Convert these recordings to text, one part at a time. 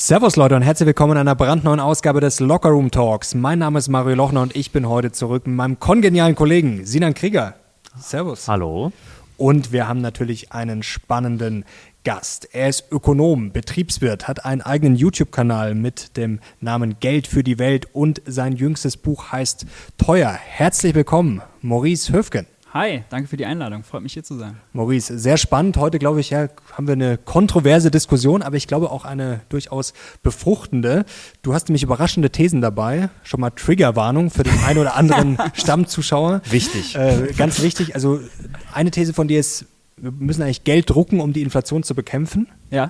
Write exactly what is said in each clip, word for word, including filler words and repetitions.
Servus Leute und herzlich willkommen in einer brandneuen Ausgabe des Locker Room Talks. Mein Name ist Mario Lochner und ich bin heute zurück mit meinem kongenialen Kollegen Sinan Krieger. Servus. Hallo. Und wir haben natürlich einen spannenden Gast. Er ist Ökonom, Betriebswirt, hat einen eigenen YouTube-Kanal mit dem Namen Geld für die Welt und sein jüngstes Buch heißt Teuer. Herzlich willkommen, Maurice Höfgen. Hi, danke für die Einladung. Freut mich, hier zu sein. Maurice, sehr spannend. Heute, glaube ich, ja, haben wir eine kontroverse Diskussion, aber ich glaube auch eine durchaus befruchtende. Du hast nämlich überraschende Thesen dabei. Schon mal Triggerwarnung für den einen oder anderen Stammzuschauer. Wichtig. Äh, ganz wichtig. Also eine These von dir ist, wir müssen eigentlich Geld drucken, um die Inflation zu bekämpfen. Ja.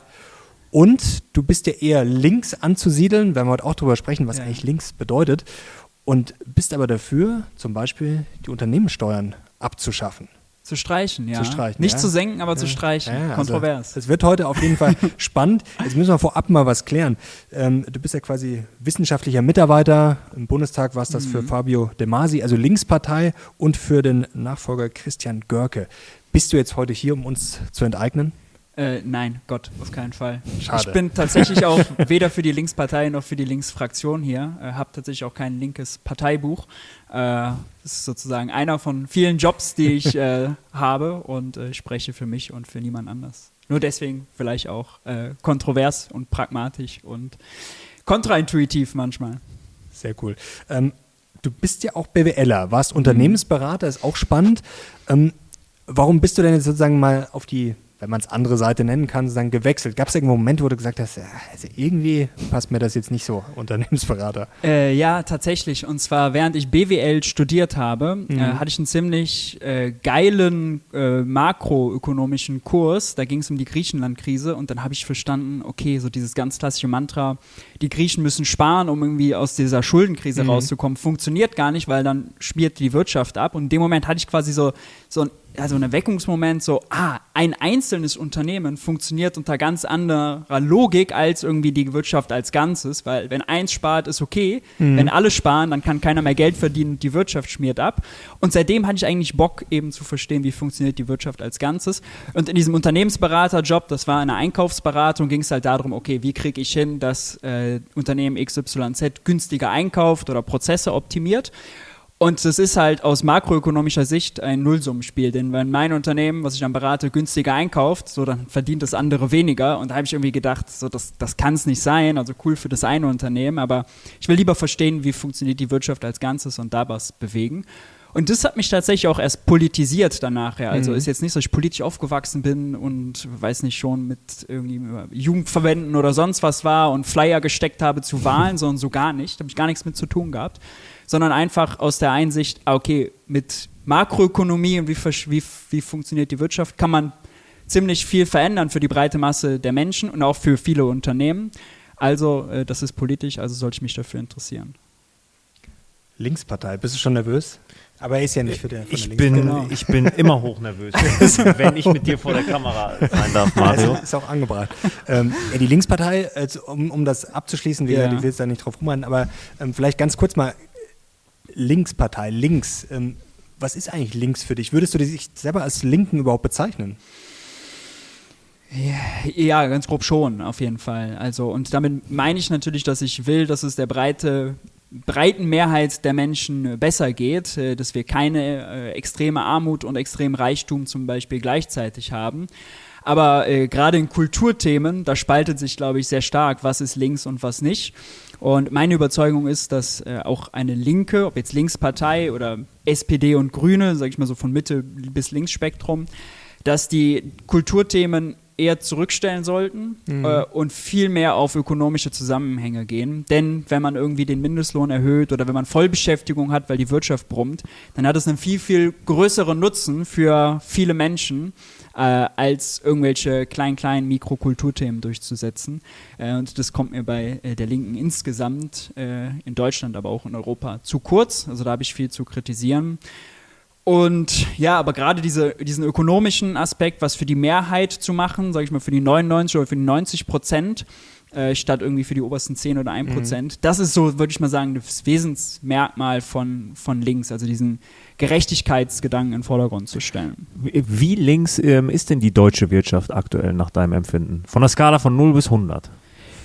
Und du bist ja eher links anzusiedeln, werden wir heute auch darüber sprechen, was ja. eigentlich links bedeutet. Und bist aber dafür, zum Beispiel die Unternehmenssteuern abzuschaffen. Zu streichen, ja. Zu streichen, Nicht ja. zu senken, aber ja. zu streichen. Ja, Kontrovers. Also, es wird heute auf jeden Fall spannend. Jetzt müssen wir vorab mal was klären. Ähm, du bist ja quasi wissenschaftlicher Mitarbeiter. Im Bundestag war es das mhm. für Fabio De Masi, also Linkspartei, und für den Nachfolger Christian Görke. Bist du jetzt heute hier, um uns zu enteignen? Äh, nein, Gott, auf keinen Fall. Schade. Ich bin tatsächlich auch weder für die Linkspartei noch für die Linksfraktion hier. Äh, habe tatsächlich auch kein linkes Parteibuch. Äh, das ist sozusagen einer von vielen Jobs, die ich äh, habe und äh, spreche für mich und für niemand anders. Nur deswegen vielleicht auch äh, kontrovers und pragmatisch und kontraintuitiv manchmal. Sehr cool. Ähm, du bist ja auch BWLer, warst Unternehmensberater, ist auch spannend. Ähm, warum bist du denn jetzt sozusagen mal auf die, wenn man es andere Seite nennen kann, sozusagen gewechselt? Gab es irgendeinen Moment, wo du gesagt hast, ja, also irgendwie passt mir das jetzt nicht so, Unternehmensberater? Äh, ja, tatsächlich. Und zwar, während ich B W L studiert habe, mhm. äh, hatte ich einen ziemlich äh, geilen äh, makroökonomischen Kurs. Da ging es um die Griechenland-Krise und dann habe ich verstanden, okay, so dieses ganz klassische Mantra, die Griechen müssen sparen, um irgendwie aus dieser Schuldenkrise mhm. rauszukommen, funktioniert gar nicht, weil dann schmiert die Wirtschaft ab. Und in dem Moment hatte ich quasi so, so ein also ein Erweckungsmoment, so, ah, ein einzelnes Unternehmen funktioniert unter ganz anderer Logik als irgendwie die Wirtschaft als Ganzes, weil wenn eins spart, ist okay, mhm. wenn alle sparen, dann kann keiner mehr Geld verdienen und die Wirtschaft schmiert ab. Und seitdem hatte ich eigentlich Bock, eben zu verstehen, wie funktioniert die Wirtschaft als Ganzes. Und in diesem Unternehmensberaterjob, das war eine Einkaufsberatung, ging es halt darum, okay, wie kriege ich hin, dass äh, Unternehmen X Y Z günstiger einkauft oder Prozesse optimiert. Und das ist halt aus makroökonomischer Sicht ein Nullsummenspiel, denn wenn mein Unternehmen, was ich dann berate, günstiger einkauft, so dann verdient das andere weniger. Und da habe ich irgendwie gedacht, so das, das kann es nicht sein, also cool für das eine Unternehmen, aber ich will lieber verstehen, wie funktioniert die Wirtschaft als Ganzes und da was bewegen. Und das hat mich tatsächlich auch erst politisiert danach. Ja. Also mhm. ist jetzt nicht so, dass ich politisch aufgewachsen bin und weiß nicht, schon mit irgendwie Jugendverbänden oder sonst was war und Flyer gesteckt habe zu Wahlen, sondern so gar nicht. Da habe ich gar nichts mit zu tun gehabt. Sondern einfach aus der Einsicht, okay, mit Makroökonomie und wie, wie, wie funktioniert die Wirtschaft, kann man ziemlich viel verändern für die breite Masse der Menschen und auch für viele Unternehmen. Also äh, das ist politisch, also sollte ich mich dafür interessieren. Linkspartei, bist du schon nervös? Aber er ist ja nicht für den. Ich bin, genau. ich bin immer hochnervös, wenn ich mit dir vor der Kamera sein darf, Mario. Das ist auch angebracht. ähm, ja, die Linkspartei, also, um, um das abzuschließen, wir, ja. ich will jetzt da nicht drauf rumrennen, aber ähm, vielleicht ganz kurz mal, Linkspartei, links, ähm, was ist eigentlich links für dich? Würdest du dich selber als Linken überhaupt bezeichnen? Ja, ja, ganz grob schon, auf jeden Fall. Also, und damit meine ich natürlich, dass ich will, dass es der breite, breiten Mehrheit der Menschen besser geht, äh, dass wir keine äh, extreme Armut und extremen Reichtum zum Beispiel gleichzeitig haben. Aber äh, gerade in Kulturthemen, da spaltet sich, glaube ich, sehr stark, was ist links und was nicht. Und meine Überzeugung ist, dass äh, auch eine Linke, ob jetzt Linkspartei oder S P D und Grüne, sage ich mal so von Mitte bis Linksspektrum, dass die Kulturthemen eher zurückstellen sollten mhm. äh, und viel mehr auf ökonomische Zusammenhänge gehen. Denn wenn man irgendwie den Mindestlohn erhöht oder wenn man Vollbeschäftigung hat, weil die Wirtschaft brummt, dann hat es einen viel, viel größeren Nutzen für viele Menschen, äh, als irgendwelche kleinen, kleinen Mikrokulturthemen durchzusetzen. Äh, und das kommt mir bei äh, der Linken insgesamt äh, in Deutschland, aber auch in Europa zu kurz. Also da habe ich viel zu kritisieren. Und ja, aber gerade diese, diesen ökonomischen Aspekt, was für die Mehrheit zu machen, sage ich mal für die neunundneunzig oder für die neunzig Prozent, äh, statt irgendwie für die obersten zehn oder ein Prozent, mhm. das ist so, würde ich mal sagen, das Wesensmerkmal von, von links, also diesen Gerechtigkeitsgedanken in den Vordergrund zu stellen. Wie links ähm, ist denn die deutsche Wirtschaft aktuell nach deinem Empfinden? Von der Skala von null bis hundert?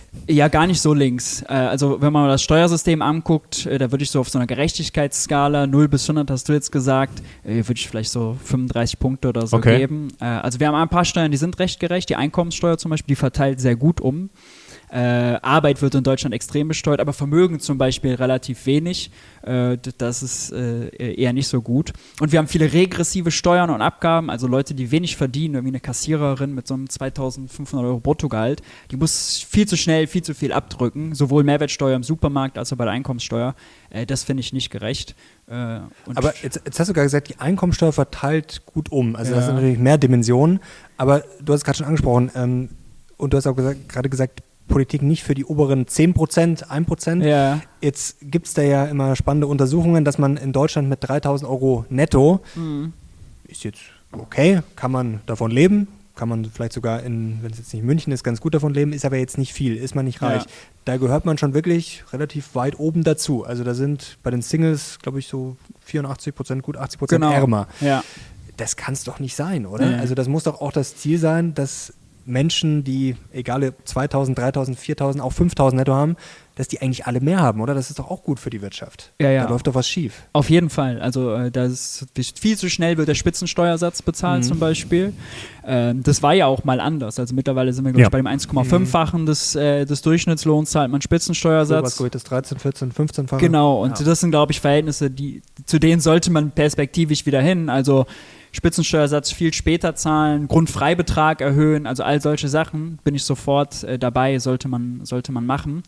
Ja, gar nicht so links. Äh, also wenn man mal das Steuersystem anguckt, äh, da würde ich so auf so einer Gerechtigkeitsskala null bis hundert, hast du jetzt gesagt, äh, würde ich vielleicht so fünfunddreißig Punkte oder so Okay. geben. Äh, also wir haben ein paar Steuern, die sind recht gerecht. Die Einkommenssteuer zum Beispiel, die verteilt sehr gut um. Äh, Arbeit wird in Deutschland extrem besteuert, aber Vermögen zum Beispiel relativ wenig. Äh, d- das ist äh, eher nicht so gut. Und wir haben viele regressive Steuern und Abgaben, also Leute, die wenig verdienen, irgendwie eine Kassiererin mit so einem zweitausendfünfhundert Euro Bruttogehalt, die muss viel zu schnell, viel zu viel abdrücken, sowohl Mehrwertsteuer im Supermarkt als auch bei der Einkommenssteuer. Äh, das finde ich nicht gerecht. Äh, und Aber jetzt, jetzt hast du gerade gesagt, die Einkommensteuer verteilt gut um. Also das Ja. sind natürlich mehr Dimensionen. Aber du hast es gerade schon angesprochen ähm, und du hast auch gesagt, gerade gesagt, Politik nicht für die oberen zehn Prozent, ein Prozent. ja. Jetzt gibt es da ja immer spannende Untersuchungen, dass man in Deutschland mit dreitausend Euro netto, Mhm. ist jetzt okay, kann man davon leben, kann man vielleicht sogar, in, wenn es jetzt nicht München ist, ganz gut davon leben, ist aber jetzt nicht viel, ist man nicht reich. Ja. Da gehört man schon wirklich relativ weit oben dazu. Also da sind bei den Singles, glaube ich, so vierundachtzig Prozent, gut achtzig Prozent Genau. ärmer. Ja. Das kann es doch nicht sein, oder? Nee. Also das muss doch auch das Ziel sein, dass Menschen, die, egal ob zweitausend, dreitausend, viertausend, auch fünftausend netto haben, dass die eigentlich alle mehr haben, oder? Das ist doch auch gut für die Wirtschaft. Ja, ja. Da läuft doch was schief. Auf jeden Fall. Also äh, das ist viel zu schnell wird der Spitzensteuersatz bezahlt Mhm. zum Beispiel. Ähm, das war ja auch mal anders. Also mittlerweile sind wir, glaube ich, Ja. bei dem eins Komma fünf-fachen des, äh, des Durchschnittslohns zahlt man So Spitzensteuersatz. was geht das dreizehn, vierzehn, fünfzehn-fache? Genau, und Ja. das sind, glaube ich, Verhältnisse, die, zu denen sollte man perspektivisch wieder hin. Also Spitzensteuersatz viel später zahlen, Grundfreibetrag erhöhen, also all solche Sachen bin ich sofort äh, dabei, sollte man, sollte man machen.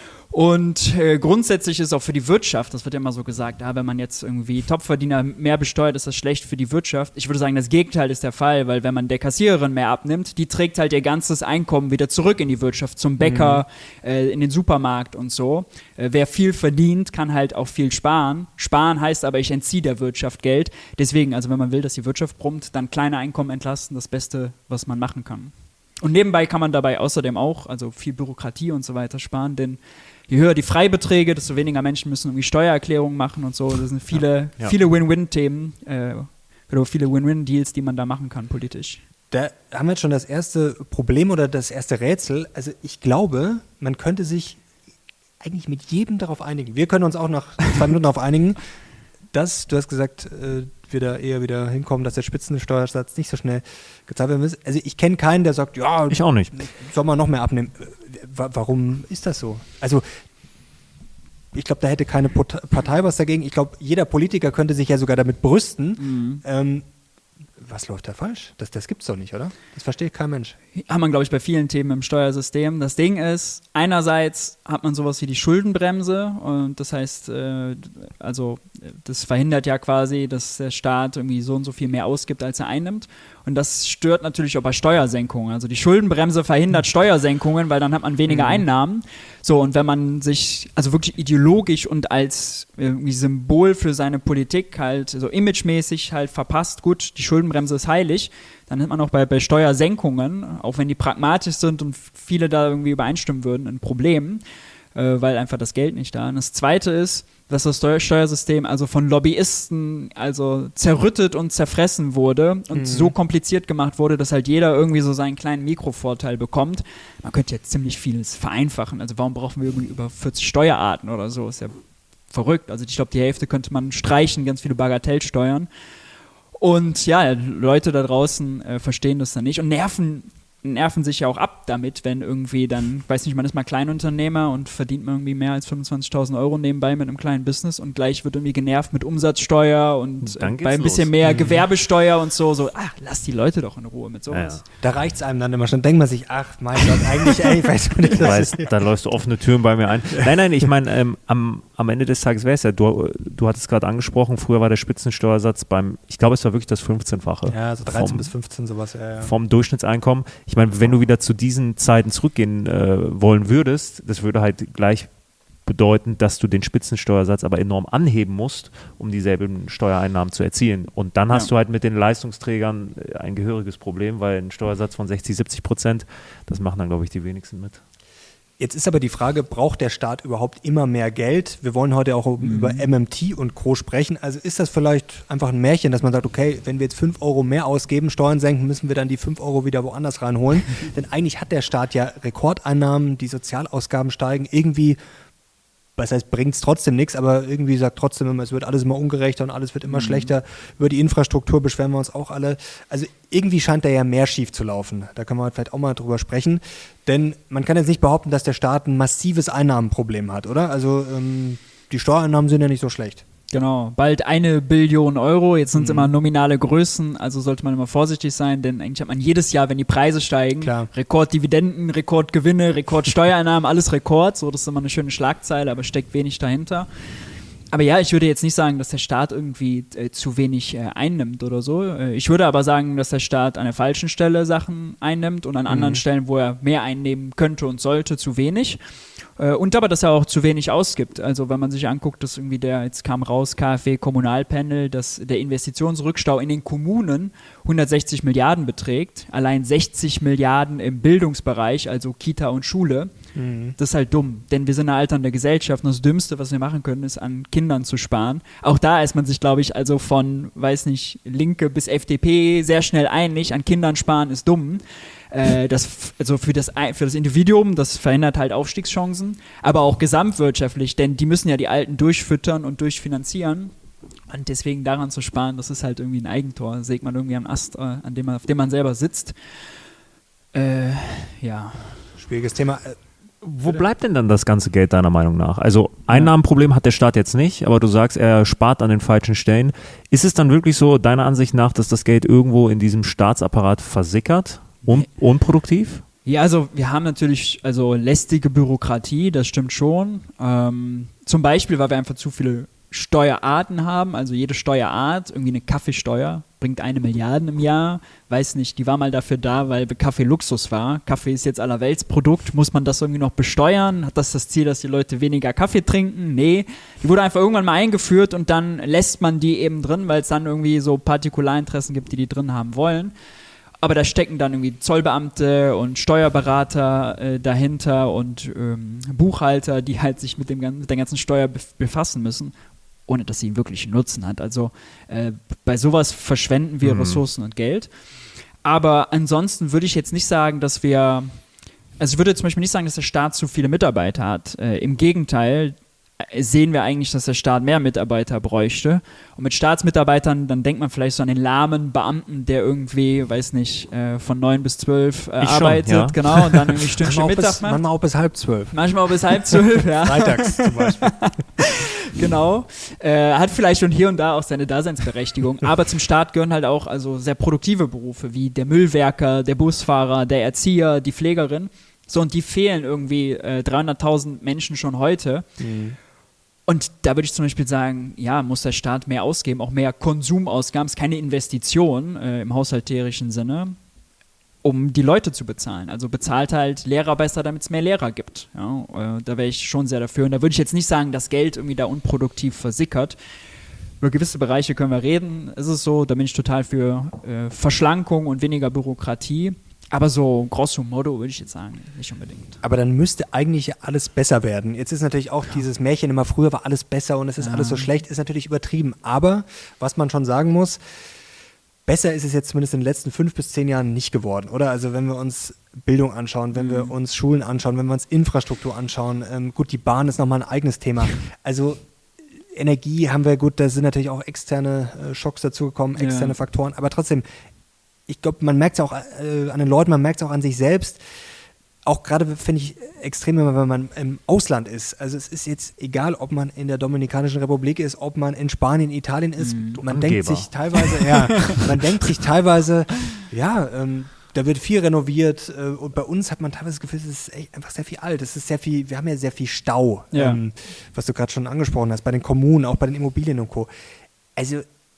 Und äh, grundsätzlich ist auch für die Wirtschaft, das wird ja immer so gesagt, ja, wenn man jetzt irgendwie Topverdiener mehr besteuert, ist das schlecht für die Wirtschaft. Ich würde sagen, das Gegenteil ist der Fall, weil wenn man der Kassiererin mehr abnimmt, die trägt halt ihr ganzes Einkommen wieder zurück in die Wirtschaft, zum Bäcker, äh, in den Supermarkt und so. Äh, wer viel verdient, kann halt auch viel sparen. Sparen heißt aber, ich entziehe der Wirtschaft Geld. Deswegen, also wenn man will, dass die Wirtschaft brummt, dann kleine Einkommen entlasten, das Beste, was man machen kann. Und nebenbei kann man dabei außerdem auch, also viel Bürokratie und so weiter sparen, denn je höher die Freibeträge, desto weniger Menschen müssen irgendwie Steuererklärungen machen und so. Das sind viele, Ja. viele Win-Win-Themen, äh, oder viele Win-Win-Deals, die man da machen kann politisch. Da haben wir jetzt schon das erste Problem oder das erste Rätsel. Also ich glaube, man könnte sich eigentlich mit jedem darauf einigen. Wir können uns auch nach zwei Minuten darauf einigen, dass, du hast gesagt, äh, wir da eher wieder hinkommen, dass der Spitzensteuersatz nicht so schnell gezahlt werden muss. Also ich kenne keinen, der sagt, ja, Ich auch nicht. soll man noch mehr abnehmen. Wa- Warum ist das so? Also ich glaube, da hätte keine Pot- Partei was dagegen. Ich glaube, jeder Politiker könnte sich ja sogar damit brüsten. Mhm. Ähm, was läuft da falsch? Das, das gibt's doch nicht, oder? Das versteht kein Mensch. Hat man, glaube ich, bei vielen Themen im Steuersystem. Das Ding ist, einerseits hat man sowas wie die Schuldenbremse und das heißt, äh, also das verhindert ja quasi, dass der Staat irgendwie so und so viel mehr ausgibt, als er einnimmt. Und das stört natürlich auch bei Steuersenkungen. Also die Schuldenbremse verhindert Steuersenkungen, weil dann hat man weniger Einnahmen. So, und wenn man sich also wirklich ideologisch und als irgendwie Symbol für seine Politik halt so imagemäßig halt verpasst, gut, die Schuldenbremse ist heilig, dann hat man auch bei, bei Steuersenkungen, auch wenn die pragmatisch sind und viele da irgendwie übereinstimmen würden, ein Problem, äh, weil einfach das Geld nicht da ist. Und das Zweite ist, dass das Steuer- Steuersystem also von Lobbyisten also zerrüttet und zerfressen wurde und Mhm. so kompliziert gemacht wurde, dass halt jeder irgendwie so seinen kleinen Mikrovorteil bekommt. Man könnte jetzt ziemlich vieles vereinfachen. Also warum brauchen wir irgendwie über vierzig Steuerarten oder so? Ist ja verrückt. Also ich glaube, die Hälfte könnte man streichen, ganz viele Bagatellsteuern. Und ja, Leute da draußen äh, verstehen das dann nicht und nerven, nerven sich ja auch ab damit, wenn irgendwie dann, weiß nicht, man ist mal Kleinunternehmer und verdient man irgendwie mehr als fünfundzwanzigtausend Euro nebenbei mit einem kleinen Business und gleich wird irgendwie genervt mit Umsatzsteuer und Dann äh, geht's bei ein bisschen los. mehr Gewerbesteuer und so, so, ach, lass die Leute doch in Ruhe mit sowas. Ja, ja. Da reicht's einem dann immer schon. Denkt man sich, ach mein Gott, eigentlich, ey, ich weiß nicht, Ich das weiß, ist, da läufst du offene Türen bei mir ein. Nein, nein, ich meine, ähm, am, am Ende des Tages wäre es ja, du, du hattest gerade angesprochen, früher war der Spitzensteuersatz beim, ich glaube, es war wirklich das fünfzehnfache ja, so dreizehn vom, bis fünfzehn, sowas. Ja, ja. vom Durchschnittseinkommen. Ich meine, wenn du wieder zu diesen Zeiten zurückgehen äh, wollen würdest, das würde halt gleich bedeuten, dass du den Spitzensteuersatz aber enorm anheben musst, um dieselben Steuereinnahmen zu erzielen. Und dann hast Ja. du halt mit den Leistungsträgern äh, ein gehöriges Problem, weil ein Steuersatz von sechzig, siebzig Prozent, das machen dann, glaube ich, die wenigsten mit. Jetzt ist aber die Frage, braucht der Staat überhaupt immer mehr Geld? Wir wollen heute auch mhm. über M M T und Co. sprechen. Also ist das vielleicht einfach ein Märchen, dass man sagt, okay, wenn wir jetzt fünf Euro mehr ausgeben, Steuern senken, müssen wir dann die fünf Euro wieder woanders reinholen? Denn eigentlich hat der Staat ja Rekordeinnahmen, die Sozialausgaben steigen, irgendwie, was heißt, bringt es trotzdem nichts, aber irgendwie sagt trotzdem immer, es wird alles immer ungerechter und alles wird immer mhm. schlechter. Über die Infrastruktur beschweren wir uns auch alle. Also irgendwie scheint da ja mehr schief zu laufen. Da können wir vielleicht auch mal drüber sprechen. Denn man kann jetzt nicht behaupten, dass der Staat ein massives Einnahmenproblem hat, oder? Also ähm, die Steuereinnahmen sind ja nicht so schlecht. Genau, bald eine Billion Euro, jetzt sind es mhm. immer nominale Größen, also sollte man immer vorsichtig sein, denn eigentlich hat man jedes Jahr, wenn die Preise steigen, Klar. Rekorddividenden, Rekordgewinne, Rekordsteuereinnahmen, alles Rekord, so, das ist immer eine schöne Schlagzeile, aber steckt wenig dahinter. Aber ja, ich würde jetzt nicht sagen, dass der Staat irgendwie äh, zu wenig äh, einnimmt oder so. Äh, ich würde aber sagen, dass der Staat an der falschen Stelle Sachen einnimmt und an mhm. anderen Stellen, wo er mehr einnehmen könnte und sollte, zu wenig. Äh, und aber, dass er auch zu wenig ausgibt. Also wenn man sich anguckt, dass irgendwie der, jetzt kam raus, KfW Kommunalpanel, dass der Investitionsrückstau in den Kommunen hundertsechzig Milliarden beträgt, allein sechzig Milliarden im Bildungsbereich, also Kita und Schule. Mhm. Das ist halt dumm, denn wir sind eine alternde Gesellschaft und das Dümmste, was wir machen können, ist an Kindern zu sparen. Auch da ist man sich, glaube ich, also von, weiß nicht, Linke bis F D P sehr schnell einig, an Kindern sparen ist dumm. Äh, das, also für das, für das Individuum, das verhindert halt Aufstiegschancen, aber auch gesamtwirtschaftlich, denn die müssen ja die Alten durchfüttern und durchfinanzieren. Und deswegen daran zu sparen, das ist halt irgendwie ein Eigentor. Sägt man irgendwie am Ast, äh, an dem man, auf dem man selber sitzt. Äh, ja. Schwieriges Thema. Wo bleibt denn dann das ganze Geld deiner Meinung nach? Also Einnahmenproblem hat der Staat jetzt nicht, aber du sagst, er spart an den falschen Stellen. Ist es dann wirklich so, deiner Ansicht nach, dass das Geld irgendwo in diesem Staatsapparat versickert? Un- unproduktiv? Ja, also wir haben natürlich also lästige Bürokratie, das stimmt schon. Ähm, zum Beispiel, weil wir einfach zu viele Steuerarten haben, also jede Steuerart, irgendwie eine Kaffeesteuer, bringt eine Milliarde im Jahr, weiß nicht, die war mal dafür da, weil Kaffee Luxus war. Kaffee ist jetzt allerweltsprodukt, muss man das irgendwie noch besteuern? Hat das das Ziel, dass die Leute weniger Kaffee trinken? Nee, die wurde einfach irgendwann mal eingeführt und dann lässt man die eben drin, weil es dann irgendwie so Partikularinteressen gibt, die die drin haben wollen. Aber da stecken dann irgendwie Zollbeamte und Steuerberater äh, dahinter und ähm, Buchhalter, die halt sich mit, dem, mit der ganzen Steuer bef- befassen müssen, ohne dass sie einen wirklichen Nutzen hat. Also äh, bei sowas verschwenden wir mhm. Ressourcen und Geld. Aber ansonsten würde ich jetzt nicht sagen, dass wir, also ich würde zum Beispiel nicht sagen, dass der Staat zu viele Mitarbeiter hat. Äh, Im Gegenteil, sehen wir eigentlich, dass der Staat mehr Mitarbeiter bräuchte. Und mit Staatsmitarbeitern, dann denkt man vielleicht so an den lahmen Beamten, der irgendwie, weiß nicht, äh, von neun bis zwölf äh, arbeitet, schon, ja. genau, und dann irgendwie Stündchen Mittag bis, macht. Manchmal auch bis halb zwölf. Manchmal auch bis halb zwölf, ja. Freitags zum Beispiel. Genau. Äh, hat vielleicht schon hier und da auch seine Daseinsberechtigung. Aber zum Staat gehören halt auch also sehr produktive Berufe, wie der Müllwerker, der Busfahrer, der Erzieher, die Pflegerin. So, und die fehlen irgendwie äh, dreihunderttausend Menschen schon heute. Mhm. Und da würde ich zum Beispiel sagen, ja, muss der Staat mehr ausgeben, auch mehr Konsumausgaben, ist keine Investition äh, im haushalterischen Sinne, um die Leute zu bezahlen. Also bezahlt halt Lehrer besser, damit es mehr Lehrer gibt. Ja, äh, da wäre ich schon sehr dafür. Und da würde ich jetzt nicht sagen, dass Geld irgendwie da unproduktiv versickert. Über gewisse Bereiche können wir reden. Ist es so, da bin ich total für äh, Verschlankung und weniger Bürokratie. Aber so grosso modo würde ich jetzt sagen, nicht unbedingt. Aber dann müsste eigentlich alles besser werden. Jetzt ist natürlich auch dieses Märchen immer, früher war alles besser und es ist ja. alles so schlecht, ist natürlich übertrieben. Aber was man schon sagen muss, besser ist es jetzt zumindest in den letzten fünf bis zehn Jahren nicht geworden, oder? Also wenn wir uns Bildung anschauen, wenn mhm. wir uns Schulen anschauen, wenn wir uns Infrastruktur anschauen, ähm, gut, die Bahn ist nochmal ein eigenes Thema. Also Energie haben wir, gut, da sind natürlich auch externe äh, Schocks dazugekommen, externe ja. Faktoren, aber trotzdem, ich glaube, man merkt es auch äh, an den Leuten, man merkt es auch an sich selbst. Auch gerade finde ich extrem, wenn man im Ausland ist. Also es ist jetzt egal, ob man in der Dominikanischen Republik ist, ob man in Spanien, Italien ist. Mhm. Man Angeber. denkt sich teilweise, ja, man denkt sich teilweise, ja, ähm, da wird viel renoviert äh, und bei uns hat man teilweise das Gefühl, es ist echt einfach sehr viel alt. Es ist sehr viel, wir haben ja sehr viel Stau, ja. ähm, was du gerade schon angesprochen hast, bei den Kommunen, auch bei den Immobilien und Co. Also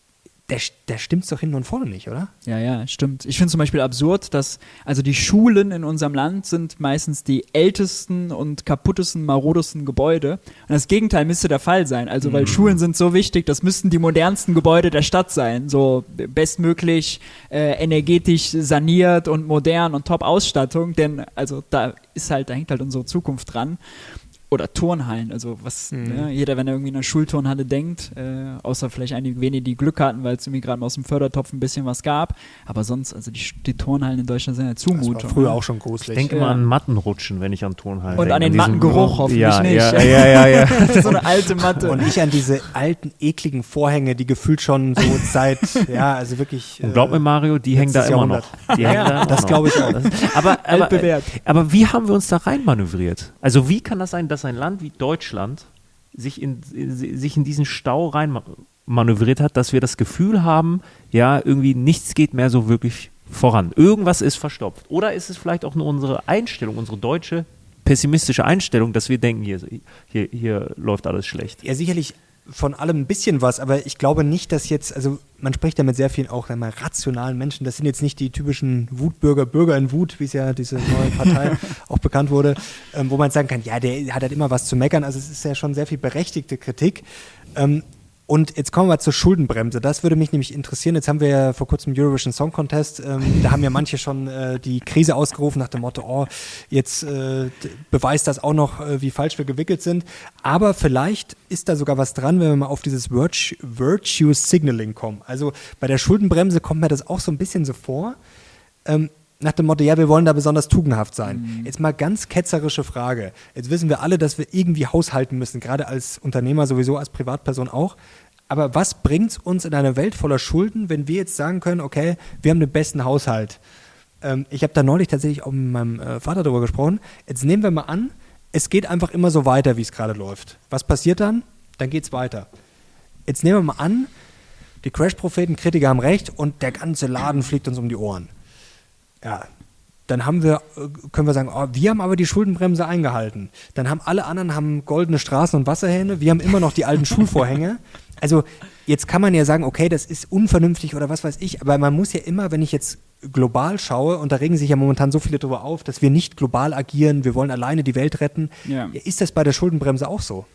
der, der stimmt's doch hinten und vorne nicht, oder? Ja, ja, stimmt. Ich finde zum Beispiel absurd, dass also die Schulen in unserem Land sind meistens die ältesten und kaputtesten, marodesten Gebäude. Und das Gegenteil müsste der Fall sein. Also, weil mhm. Schulen sind so wichtig, das müssten die modernsten Gebäude der Stadt sein. So bestmöglich äh, energetisch saniert und modern und Top-Ausstattung. Denn also da ist halt, da hängt halt unsere Zukunft dran. Oder Turnhallen, also was, mhm. ne, jeder, wenn er irgendwie in einer Schulturnhalle denkt, äh, außer vielleicht einige wenige, die Glück hatten, weil es irgendwie gerade mal aus dem Fördertopf ein bisschen was gab, aber sonst, also die, die Turnhallen in Deutschland sind ja Zumutung. Das war früher auch schon gruselig. Ich denke ja. mal an Mattenrutschen, wenn ich an Turnhallen Und denke. an den an Mattengeruch hoffentlich ja, nicht. Ja, ja, ja, ja. So eine alte Matte. Und ich an diese alten, ekligen Vorhänge, die gefühlt schon so seit, ja, also wirklich. Und glaub mir, Mario, die hängen da immer Jahrhundert. noch. Die ja, hängen da immer das noch. glaube ich auch. Aber, aber, bewährt. aber wie haben wir uns da reinmanövriert? Also wie kann das sein, dass ein Land wie Deutschland sich in, sich in diesen Stau rein manövriert hat, dass wir das Gefühl haben, ja, irgendwie nichts geht mehr so wirklich voran. Irgendwas ist verstopft. Oder ist es vielleicht auch nur unsere Einstellung, unsere deutsche pessimistische Einstellung, dass wir denken, hier, hier, hier läuft alles schlecht. Ja, sicherlich von allem ein bisschen was, aber ich glaube nicht, dass jetzt, also man spricht ja mit sehr vielen auch einmal rationalen Menschen, das sind jetzt nicht die typischen Wutbürger, Bürger in Wut, wie es ja diese neue Partei auch bekannt wurde, ähm, wo man sagen kann, ja, der hat halt immer was zu meckern, also es ist ja schon sehr viel berechtigte Kritik. Ähm, Und jetzt kommen wir zur Schuldenbremse. Das würde mich nämlich interessieren. Jetzt haben wir ja vor kurzem Eurovision Song Contest. Ähm, da haben ja manche schon äh, die Krise ausgerufen nach dem Motto, oh, jetzt äh, beweist das auch noch, äh, wie falsch wir gewickelt sind. Aber vielleicht ist da sogar was dran, wenn wir mal auf dieses Virtue, Virtue Signaling kommen. Also bei der Schuldenbremse kommt mir das auch so ein bisschen so vor. Ähm, nach dem Motto, ja, wir wollen da besonders tugendhaft sein. Mhm. Jetzt mal ganz ketzerische Frage. Jetzt wissen wir alle, dass wir irgendwie haushalten müssen, gerade als Unternehmer sowieso, als Privatperson auch. Aber was bringt es uns in einer Welt voller Schulden, wenn wir jetzt sagen können, okay, wir haben den besten Haushalt? Ähm, ich habe da neulich tatsächlich auch mit meinem äh, Vater darüber gesprochen. Jetzt nehmen wir mal an, es geht einfach immer so weiter, wie es gerade läuft. Was passiert dann? Dann geht es weiter. Jetzt nehmen wir mal an, die Crash-Propheten, Kritiker haben recht und der ganze Laden fliegt uns um die Ohren. Ja, dann haben wir, können wir sagen, oh, wir haben aber die Schuldenbremse eingehalten. Dann haben alle anderen haben goldene Straßen und Wasserhähne, wir haben immer noch die alten Schulvorhänge. Also jetzt kann man ja sagen, okay, das ist unvernünftig oder was weiß ich, aber man muss ja immer, wenn ich jetzt global schaue, und da regen sich ja momentan so viele darüber auf, dass wir nicht global agieren, wir wollen alleine die Welt retten. Ja. Ist das bei der Schuldenbremse auch so?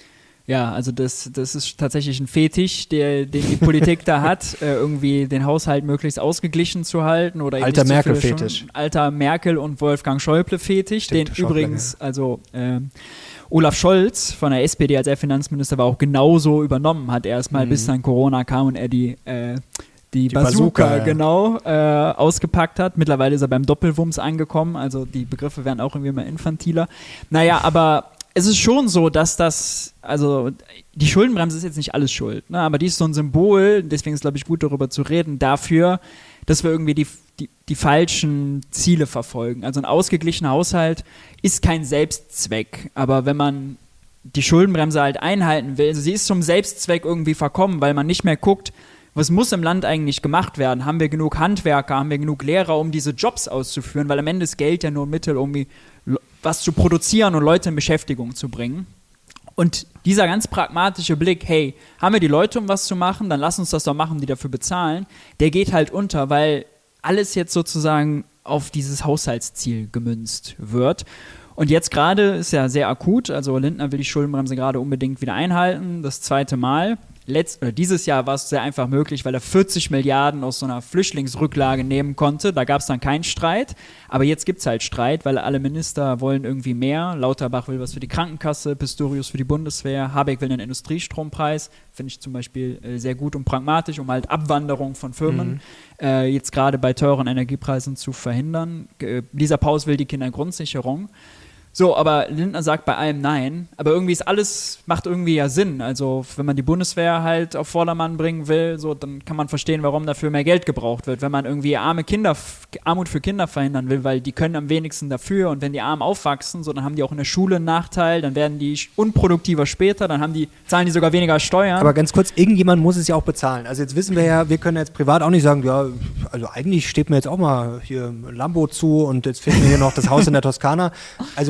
Ja, also das, das ist tatsächlich ein Fetisch, der, den die Politik da hat, äh, irgendwie den Haushalt möglichst ausgeglichen zu halten. Oder eben alter Merkel-Fetisch. Alter Merkel- und Wolfgang Schäuble-Fetisch, den übrigens, also äh, Olaf Scholz von der S P D, als er Finanzminister war, auch genauso übernommen hat. Erstmal, mhm. bis dann Corona kam und er die äh, die, die Bazooka, Bazooka ja. genau, äh, ausgepackt hat. Mittlerweile ist er beim Doppelwumms angekommen, also die Begriffe werden auch irgendwie immer infantiler. Naja, aber es ist schon so, dass das, also die Schuldenbremse ist jetzt nicht alles schuld, ne? Aber die ist so ein Symbol, deswegen ist es, glaube ich, gut darüber zu reden, dafür, dass wir irgendwie die, die, die falschen Ziele verfolgen. Also ein ausgeglichener Haushalt ist kein Selbstzweck, aber wenn man die Schuldenbremse halt einhalten will, also sie ist zum Selbstzweck irgendwie verkommen, weil man nicht mehr guckt, was muss im Land eigentlich gemacht werden? Haben wir genug Handwerker, haben wir genug Lehrer, um diese Jobs auszuführen? Weil am Ende ist Geld ja nur ein Mittel, um was zu produzieren und Leute in Beschäftigung zu bringen. Und dieser ganz pragmatische Blick, hey, haben wir die Leute, um was zu machen? Dann lass uns das doch machen, die dafür bezahlen. Der geht halt unter, weil alles jetzt sozusagen auf dieses Haushaltsziel gemünzt wird. Und jetzt gerade ist ja sehr akut, also Lindner will die Schuldenbremse gerade unbedingt wieder einhalten, das zweite Mal. Letzt, oder dieses Jahr war es sehr einfach möglich, weil er vierzig Milliarden aus so einer Flüchtlingsrücklage nehmen konnte. Da gab es dann keinen Streit. Aber jetzt gibt es halt Streit, weil alle Minister wollen irgendwie mehr. Lauterbach will was für die Krankenkasse, Pistorius für die Bundeswehr, Habeck will einen Industriestrompreis. Finde ich zum Beispiel äh, sehr gut und pragmatisch, um halt Abwanderung von Firmen mhm. äh, jetzt gerade bei teuren Energiepreisen zu verhindern. Äh, Lisa Paus will die Kindergrundsicherung. So, aber Lindner sagt bei allem Nein, aber irgendwie ist alles, macht irgendwie ja Sinn, also wenn man die Bundeswehr halt auf Vordermann bringen will, so, dann kann man verstehen, warum dafür mehr Geld gebraucht wird, wenn man irgendwie arme Kinder, Armut für Kinder verhindern will, weil die können am wenigsten dafür und wenn die arm aufwachsen, so, dann haben die auch in der Schule einen Nachteil, dann werden die unproduktiver später, dann haben die, zahlen die sogar weniger Steuern. Aber ganz kurz, irgendjemand muss es ja auch bezahlen, also jetzt wissen wir ja, wir können jetzt privat auch nicht sagen, ja, also eigentlich steht mir jetzt auch mal hier ein Lambo zu und jetzt finden wir hier noch das Haus in der Toskana, also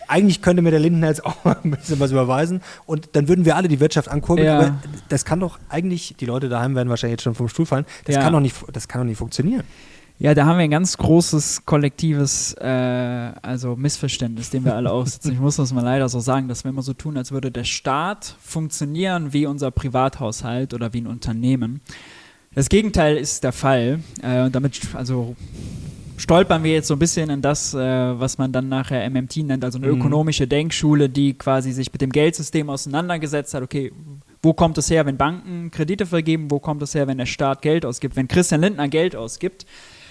eigentlich könnte mir der Lindner jetzt auch mal ein bisschen was überweisen und dann würden wir alle die Wirtschaft ankurbeln, Ja. aber das kann doch eigentlich, die Leute daheim werden wahrscheinlich jetzt schon vom Stuhl fallen, das Ja. kann doch nicht, das kann doch nicht funktionieren. Ja, da haben wir ein ganz großes kollektives äh, also Missverständnis, dem wir alle aussitzen. Ich muss das mal leider so sagen, dass wir immer so tun, als würde der Staat funktionieren wie unser Privathaushalt oder wie ein Unternehmen. Das Gegenteil ist der Fall. Äh, und damit also stolpern wir jetzt so ein bisschen in das, äh, was man dann nachher M M T nennt, also eine Mhm. ökonomische Denkschule, die quasi sich mit dem Geldsystem auseinandergesetzt hat. Okay, wo kommt es her, wenn Banken Kredite vergeben? Wo kommt es her, wenn der Staat Geld ausgibt? Wenn Christian Lindner Geld ausgibt?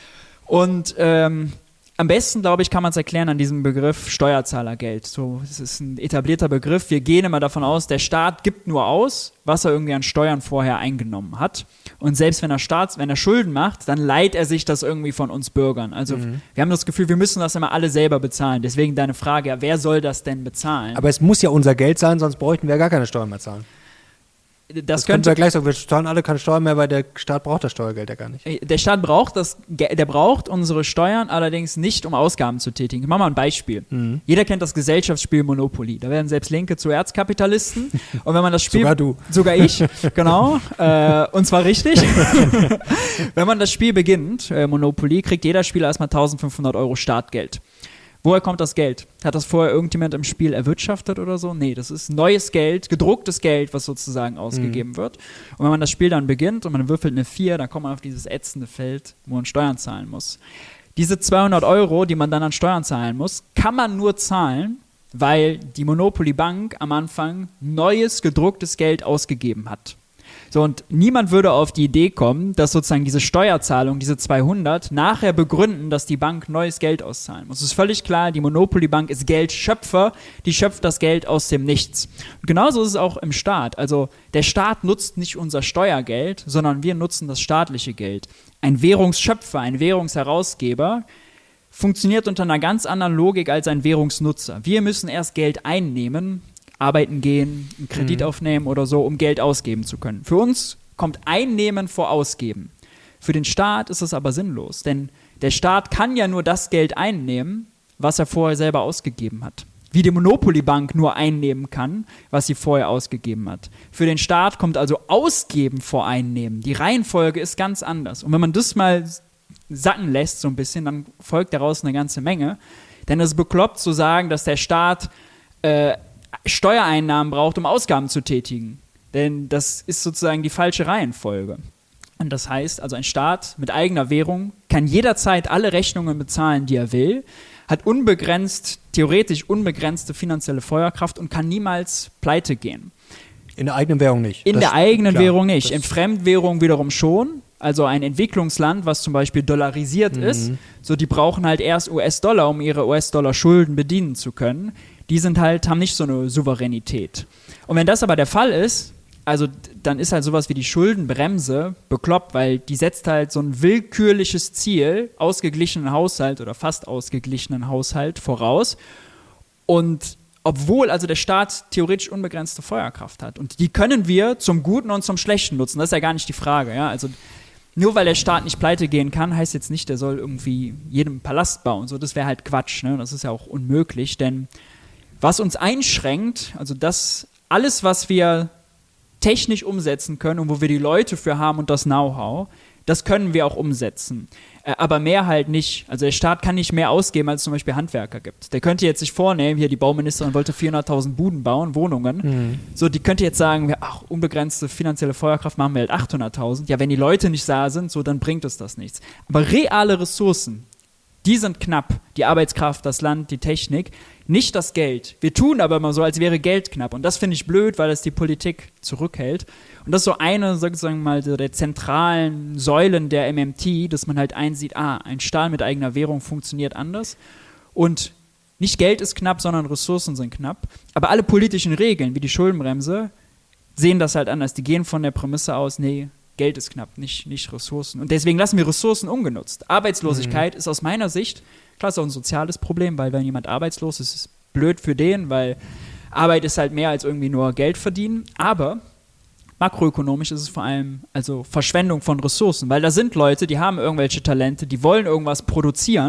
Und ähm, am besten, glaube ich, kann man es erklären an diesem Begriff Steuerzahlergeld. So, es ist ein etablierter Begriff. Wir gehen immer davon aus, der Staat gibt nur aus, was er irgendwie an Steuern vorher eingenommen hat. Und selbst wenn er Staats, wenn er Schulden macht, dann leiht er sich das irgendwie von uns Bürgern. Also Mhm. wir haben das Gefühl, wir müssen das immer alle selber bezahlen. Deswegen deine Frage, ja, wer soll das denn bezahlen? Aber es muss ja unser Geld sein, sonst bräuchten wir gar keine Steuern mehr zahlen. das, Das können könnte wir gleich sagen, wir zahlen alle keine Steuern mehr, weil der Staat braucht das Steuergeld ja gar nicht. Der Staat braucht das, Ge- der braucht unsere Steuern allerdings nicht, um Ausgaben zu tätigen. Ich mache mal ein Beispiel. Mhm. Jeder kennt das Gesellschaftsspiel Monopoly. Da werden selbst Linke zu Erzkapitalisten. Und wenn man das Spiel, Sogar du. sogar ich, genau, äh, und zwar richtig. Wenn man das Spiel beginnt, äh, Monopoly, kriegt jeder Spieler erstmal eintausendfünfhundert Euro Startgeld. Woher kommt das Geld? Hat das vorher irgendjemand im Spiel erwirtschaftet oder so? Nee, das ist neues Geld, gedrucktes Geld, was sozusagen ausgegeben Mhm. wird. Und wenn man das Spiel dann beginnt und man würfelt eine vier, dann kommt man auf dieses ätzende Feld, wo man Steuern zahlen muss. Diese zweihundert Euro, die man dann an Steuern zahlen muss, kann man nur zahlen, weil die Monopoly Bank am Anfang neues, gedrucktes Geld ausgegeben hat. So, und niemand würde auf die Idee kommen, dass sozusagen diese Steuerzahlung, diese zweihundert, nachher begründen, dass die Bank neues Geld auszahlen muss. Es ist völlig klar, die Monopoly Bank ist Geldschöpfer, die schöpft das Geld aus dem Nichts. Und genauso ist es auch im Staat. Also der Staat nutzt nicht unser Steuergeld, sondern wir nutzen das staatliche Geld. Ein Währungsschöpfer, ein Währungsherausgeber funktioniert unter einer ganz anderen Logik als ein Währungsnutzer. Wir müssen erst Geld einnehmen, arbeiten gehen, einen Kredit Mhm. aufnehmen oder so, um Geld ausgeben zu können. Für uns kommt Einnehmen vor Ausgeben. Für den Staat ist es aber sinnlos, denn der Staat kann ja nur das Geld einnehmen, was er vorher selber ausgegeben hat. Wie die Monopoly Bank nur einnehmen kann, was sie vorher ausgegeben hat. Für den Staat kommt also Ausgeben vor Einnehmen. Die Reihenfolge ist ganz anders. Und wenn man das mal sacken lässt so ein bisschen, dann folgt daraus eine ganze Menge. Denn es ist bekloppt zu sagen, dass der Staat äh, Steuereinnahmen braucht, um Ausgaben zu tätigen. Denn das ist sozusagen die falsche Reihenfolge. Und das heißt, also ein Staat mit eigener Währung kann jederzeit alle Rechnungen bezahlen, die er will, hat unbegrenzt, theoretisch unbegrenzte finanzielle Feuerkraft und kann niemals pleite gehen. In der eigenen Währung nicht. In Das- der eigenen klar, Währung nicht. das- In Fremdwährung wiederum schon. Also ein Entwicklungsland, was zum Beispiel dollarisiert ist, so die brauchen halt erst U S-Dollar, um ihre U S-Dollar-Schulden bedienen zu können. Die sind halt, haben nicht so eine Souveränität. Und wenn das aber der Fall ist, also d- dann ist halt sowas wie die Schuldenbremse bekloppt, weil die setzt halt so ein willkürliches Ziel, ausgeglichenen Haushalt oder fast ausgeglichenen Haushalt voraus. Und obwohl also der Staat theoretisch unbegrenzte Feuerkraft hat. Und die können wir zum Guten und zum Schlechten nutzen. Das ist ja gar nicht die Frage. Ja? Also nur weil der Staat nicht pleite gehen kann, heißt jetzt nicht, der soll irgendwie jedem Palast bauen. So, das wäre halt Quatsch. Ne? Das ist ja auch unmöglich. Denn was uns einschränkt, also das alles, was wir technisch umsetzen können und wo wir die Leute für haben und das Know-how, das können wir auch umsetzen. Äh, aber mehr halt nicht. Also der Staat kann nicht mehr ausgeben, als es zum Beispiel Handwerker gibt. Der könnte jetzt sich vornehmen, hier die Bauministerin wollte vierhunderttausend Buden bauen, Wohnungen. Mhm. So, die könnte jetzt sagen, ja, ach, unbegrenzte finanzielle Feuerkraft machen wir halt achthunderttausend. Ja, wenn die Leute nicht da sind, so, dann bringt es das nichts. Aber reale Ressourcen, die sind knapp. Die Arbeitskraft, das Land, die Technik, nicht das Geld. Wir tun aber immer so, als wäre Geld knapp. Und das finde ich blöd, weil es die Politik zurückhält. Und das ist so eine, sozusagen mal, so der zentralen Säulen der M M T, dass man halt einsieht, ah, ein Staat mit eigener Währung funktioniert anders. Und nicht Geld ist knapp, sondern Ressourcen sind knapp. Aber alle politischen Regeln, wie die Schuldenbremse, sehen das halt anders. Die gehen von der Prämisse aus, nee, Geld ist knapp, nicht, nicht Ressourcen. Und deswegen lassen wir Ressourcen ungenutzt. Arbeitslosigkeit mhm. ist aus meiner Sicht, klar, ist auch ein soziales Problem, weil wenn jemand arbeitslos ist, ist es blöd für den, weil Arbeit ist halt mehr als irgendwie nur Geld verdienen. Aber makroökonomisch ist es vor allem also Verschwendung von Ressourcen, weil da sind Leute, die haben irgendwelche Talente, die wollen irgendwas produzieren,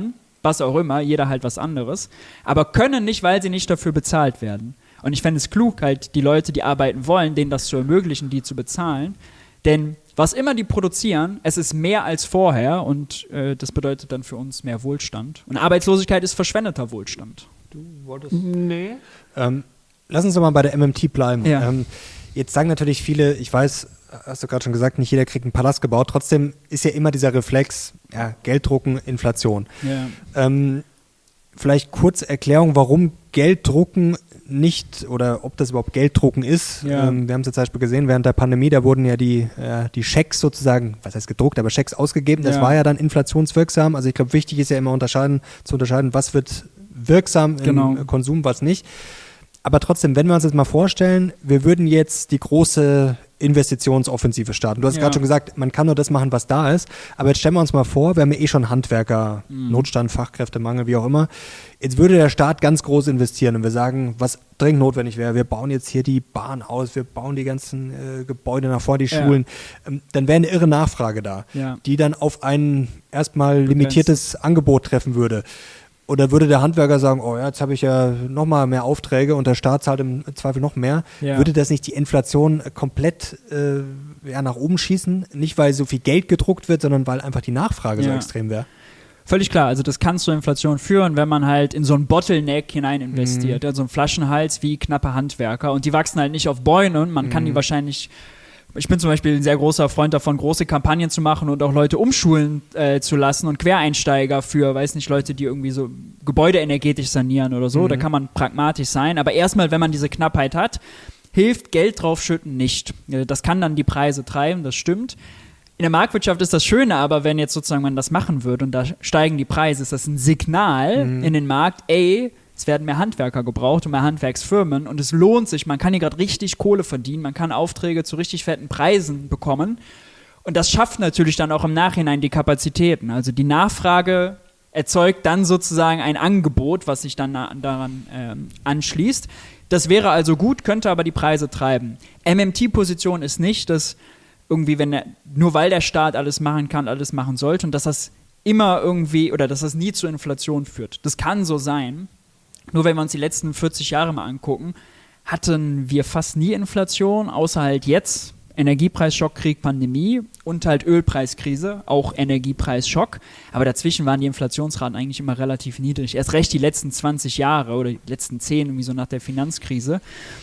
was auch immer, jeder halt was anderes, aber können nicht, weil sie nicht dafür bezahlt werden. Und ich fände es klug, halt die Leute, die arbeiten wollen, denen das zu ermöglichen, die zu bezahlen. Denn was immer die produzieren, es ist mehr als vorher und äh, das bedeutet dann für uns mehr Wohlstand. Und Arbeitslosigkeit ist verschwendeter Wohlstand. Du wolltest... Nee. Ähm, lass uns doch mal bei der M M T bleiben. Ja. Ähm, jetzt sagen natürlich viele, ich weiß, hast du gerade schon gesagt, nicht jeder kriegt einen Palast gebaut. Trotzdem ist ja immer dieser Reflex, ja, Gelddrucken, Inflation. Ja. Ähm, vielleicht kurze Erklärung, warum Gelddrucken nicht oder ob das überhaupt Gelddrucken ist. Ja. Ähm, wir haben es zum Beispiel gesehen, während der Pandemie, da wurden ja die, äh, die Schecks sozusagen, was heißt gedruckt, aber Schecks ausgegeben. Das Ja. war ja dann inflationswirksam. Also ich glaube, wichtig ist ja immer unterscheiden, zu unterscheiden, was wird wirksam Genau. im Konsum, was nicht. Aber trotzdem, wenn wir uns jetzt mal vorstellen, wir würden jetzt die große Investitionsoffensive starten. Du hast Ja. gerade schon gesagt, man kann nur das machen, was da ist. Aber jetzt stellen wir uns mal vor, wir haben ja eh schon Handwerker, Mhm. Notstand, Fachkräftemangel, wie auch immer. Jetzt würde der Staat ganz groß investieren und wir sagen, was dringend notwendig wäre, wir bauen jetzt hier die Bahn aus, wir bauen die ganzen äh, Gebäude nach vor, die Ja. Schulen. Ähm, dann wäre eine irre Nachfrage da, Ja. die dann auf ein erstmal limitiertes Angebot treffen würde. Oder würde der Handwerker sagen, oh ja, jetzt habe ich ja nochmal mehr Aufträge und der Staat zahlt im Zweifel noch mehr. Ja. Würde das nicht die Inflation komplett äh, ja, nach oben schießen? Nicht, weil so viel Geld gedruckt wird, sondern weil einfach die Nachfrage so Ja. extrem wäre. Völlig klar, also das kann zur Inflation führen, wenn man halt in so einen Bottleneck hinein investiert, Mhm. ja, so einen Flaschenhals wie knappe Handwerker und die wachsen halt nicht auf Bäumen, man kann Mhm. die wahrscheinlich, ich bin zum Beispiel ein sehr großer Freund davon, große Kampagnen zu machen und auch Leute umschulen äh, zu lassen und Quereinsteiger für, weiß nicht, Leute, die irgendwie so Gebäude energetisch sanieren oder so, Mhm. da kann man pragmatisch sein, aber erstmal, wenn man diese Knappheit hat, hilft Geld draufschütten nicht. Äh, Das kann dann die Preise treiben, das stimmt. In der Marktwirtschaft ist das Schöne, aber wenn jetzt sozusagen man das machen würde und da steigen die Preise, ist das ein Signal Mhm. in den Markt, ey, es werden mehr Handwerker gebraucht und mehr Handwerksfirmen und es lohnt sich, man kann hier gerade richtig Kohle verdienen, man kann Aufträge zu richtig fetten Preisen bekommen und das schafft natürlich dann auch im Nachhinein die Kapazitäten. Also die Nachfrage erzeugt dann sozusagen ein Angebot, was sich dann na- daran ähm, anschließt. Das wäre also gut, könnte aber die Preise treiben. M M T-Position ist nicht, dass irgendwie, wenn er, nur weil der Staat alles machen kann, alles machen sollte und dass das immer irgendwie oder dass das nie zur Inflation führt. Das kann so sein. Nur wenn wir uns die letzten vierzig Jahre mal angucken, hatten wir fast nie Inflation, außer halt jetzt Energiepreisschock, Krieg, Pandemie und halt Ölpreiskrise, auch Energiepreisschock. Aber dazwischen waren die Inflationsraten eigentlich immer relativ niedrig. Erst recht die letzten zwanzig Jahre oder die letzten zehn, irgendwie so nach der Finanzkrise.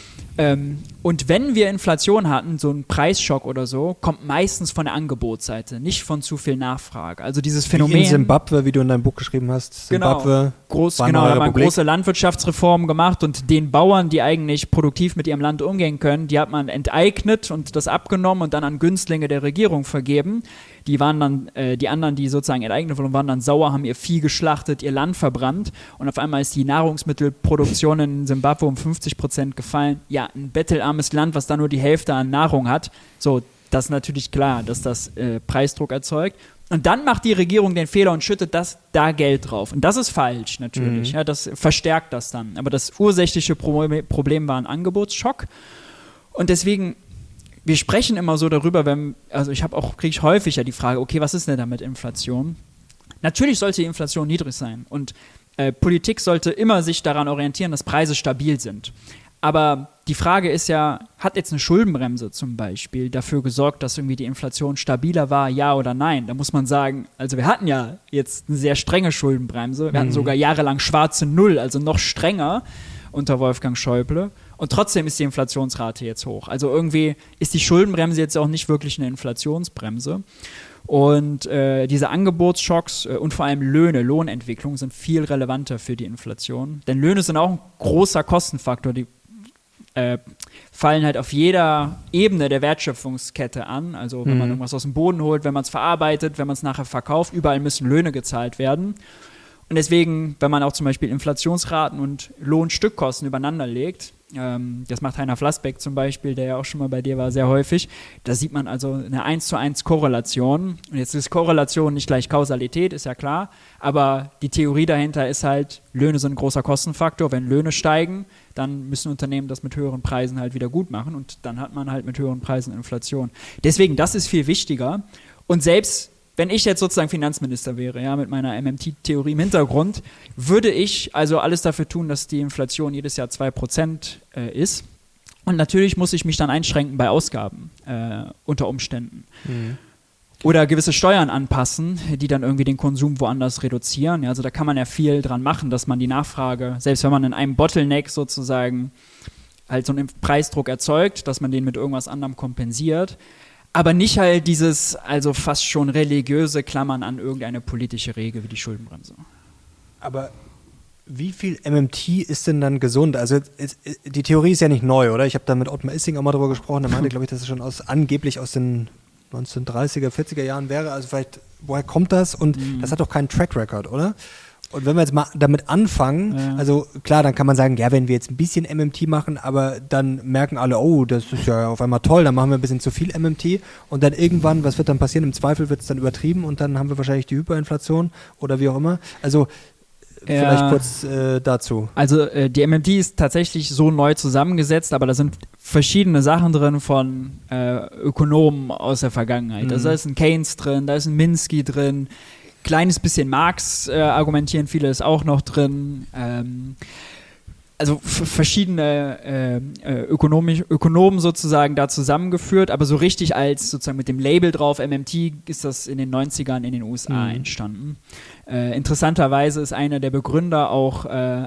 Ähm, und wenn wir Inflation hatten, so ein Preisschock oder so, kommt meistens von der Angebotsseite, nicht von zu viel Nachfrage. Also dieses Phänomen. Wie in Zimbabwe, wie du in deinem Buch geschrieben hast. Zimbabwe, Groß, war eine genau, da neue haben wir Republik. große Landwirtschaftsreformen gemacht und den Bauern, die eigentlich produktiv mit ihrem Land umgehen können, die hat man enteignet und das abgenommen und dann an Günstlinge der Regierung vergeben. Die waren dann, äh, die anderen, die sozusagen enteignet wurden, waren dann sauer, haben ihr Vieh geschlachtet, ihr Land verbrannt und auf einmal ist die Nahrungsmittelproduktion in Zimbabwe um fünfzig Prozent gefallen. Ja, ein bettelarmes Land, was da nur die Hälfte an Nahrung hat. So, das ist natürlich klar, dass das äh, Preisdruck erzeugt. Und dann macht die Regierung den Fehler und schüttet das da Geld drauf. Und das ist falsch, natürlich. Mhm. Ja, das verstärkt das dann. Aber das ursächliche Pro- Problem war ein Angebotsschock. Und deswegen, wir sprechen immer so darüber, wenn, also ich habe auch, kriege ich häufig ja die Frage, okay, was ist denn da mit Inflation? Natürlich sollte die Inflation niedrig sein. Und äh, Politik sollte immer sich daran orientieren, dass Preise stabil sind. Aber die Frage ist ja, hat jetzt eine Schuldenbremse zum Beispiel dafür gesorgt, dass irgendwie die Inflation stabiler war, ja oder nein? Da muss man sagen, also wir hatten ja jetzt eine sehr strenge Schuldenbremse. Wir hatten sogar jahrelang schwarze Null, also noch strenger unter Wolfgang Schäuble. Und trotzdem ist die Inflationsrate jetzt hoch. Also irgendwie ist die Schuldenbremse jetzt auch nicht wirklich eine Inflationsbremse. Und äh, diese Angebotsschocks äh, und vor allem Löhne, Lohnentwicklung sind viel relevanter für die Inflation. Denn Löhne sind auch ein großer Kostenfaktor, die Äh, fallen halt auf jeder Ebene der Wertschöpfungskette an. Also wenn man Mhm. irgendwas aus dem Boden holt, wenn man es verarbeitet, wenn man es nachher verkauft, überall müssen Löhne gezahlt werden. Und deswegen, wenn man auch zum Beispiel Inflationsraten und Lohnstückkosten übereinander legt, ähm, das macht Heiner Flassbeck zum Beispiel, der ja auch schon mal bei dir war, sehr häufig, da sieht man also eine eins zu eins Korrelation. Und jetzt ist Korrelation nicht gleich Kausalität, ist ja klar, aber die Theorie dahinter ist halt, Löhne sind ein großer Kostenfaktor. Wenn Löhne steigen, dann müssen Unternehmen das mit höheren Preisen halt wieder gut machen und dann hat man halt mit höheren Preisen Inflation. Deswegen, das ist viel wichtiger. Und selbst wenn ich jetzt sozusagen Finanzminister wäre, ja, mit meiner M M T-Theorie im Hintergrund, würde ich also alles dafür tun, dass die Inflation jedes Jahr zwei Prozent äh, ist. Und natürlich muss ich mich dann einschränken bei Ausgaben äh, unter Umständen. Mhm. Oder gewisse Steuern anpassen, die dann irgendwie den Konsum woanders reduzieren. Ja, also da kann man ja viel dran machen, dass man die Nachfrage, selbst wenn man in einem Bottleneck sozusagen halt so einen Preisdruck erzeugt, dass man den mit irgendwas anderem kompensiert. Aber nicht halt dieses, also fast schon religiöse Klammern an irgendeine politische Regel wie die Schuldenbremse. Aber wie viel M M T ist denn dann gesund? Also es, die Theorie ist ja nicht neu, oder? Ich habe da mit Ottmar Issing auch mal drüber gesprochen. Der meinte, glaube ich, dass es schon aus, angeblich aus den neunzehnhundertdreißiger, vierziger Jahren wäre. Also vielleicht, woher kommt das? Und mhm. das hat doch keinen Track Record, oder? Und wenn wir jetzt mal damit anfangen, ja. also klar, dann kann man sagen, ja, wenn wir jetzt ein bisschen M M T machen, aber dann merken alle, oh, das ist ja auf einmal toll, dann machen wir ein bisschen zu viel M M T und dann irgendwann, was wird dann passieren? Im Zweifel wird es dann übertrieben und dann haben wir wahrscheinlich die Hyperinflation oder wie auch immer. Also ja. vielleicht kurz äh, dazu. Also äh, die M M T ist tatsächlich so neu zusammengesetzt, aber da sind verschiedene Sachen drin von äh, Ökonomen aus der Vergangenheit. Mhm. Also da ist ein Keynes drin, da ist ein Minsky drin, kleines bisschen Marx äh, argumentieren viele ist auch noch drin. Ähm, also f- verschiedene äh, Ökonomisch, Ökonomen sozusagen da zusammengeführt, aber so richtig als sozusagen mit dem Label drauf M M T ist das in den neunzigern in den U S A mhm. entstanden. Äh, interessanterweise ist einer der Begründer auch äh,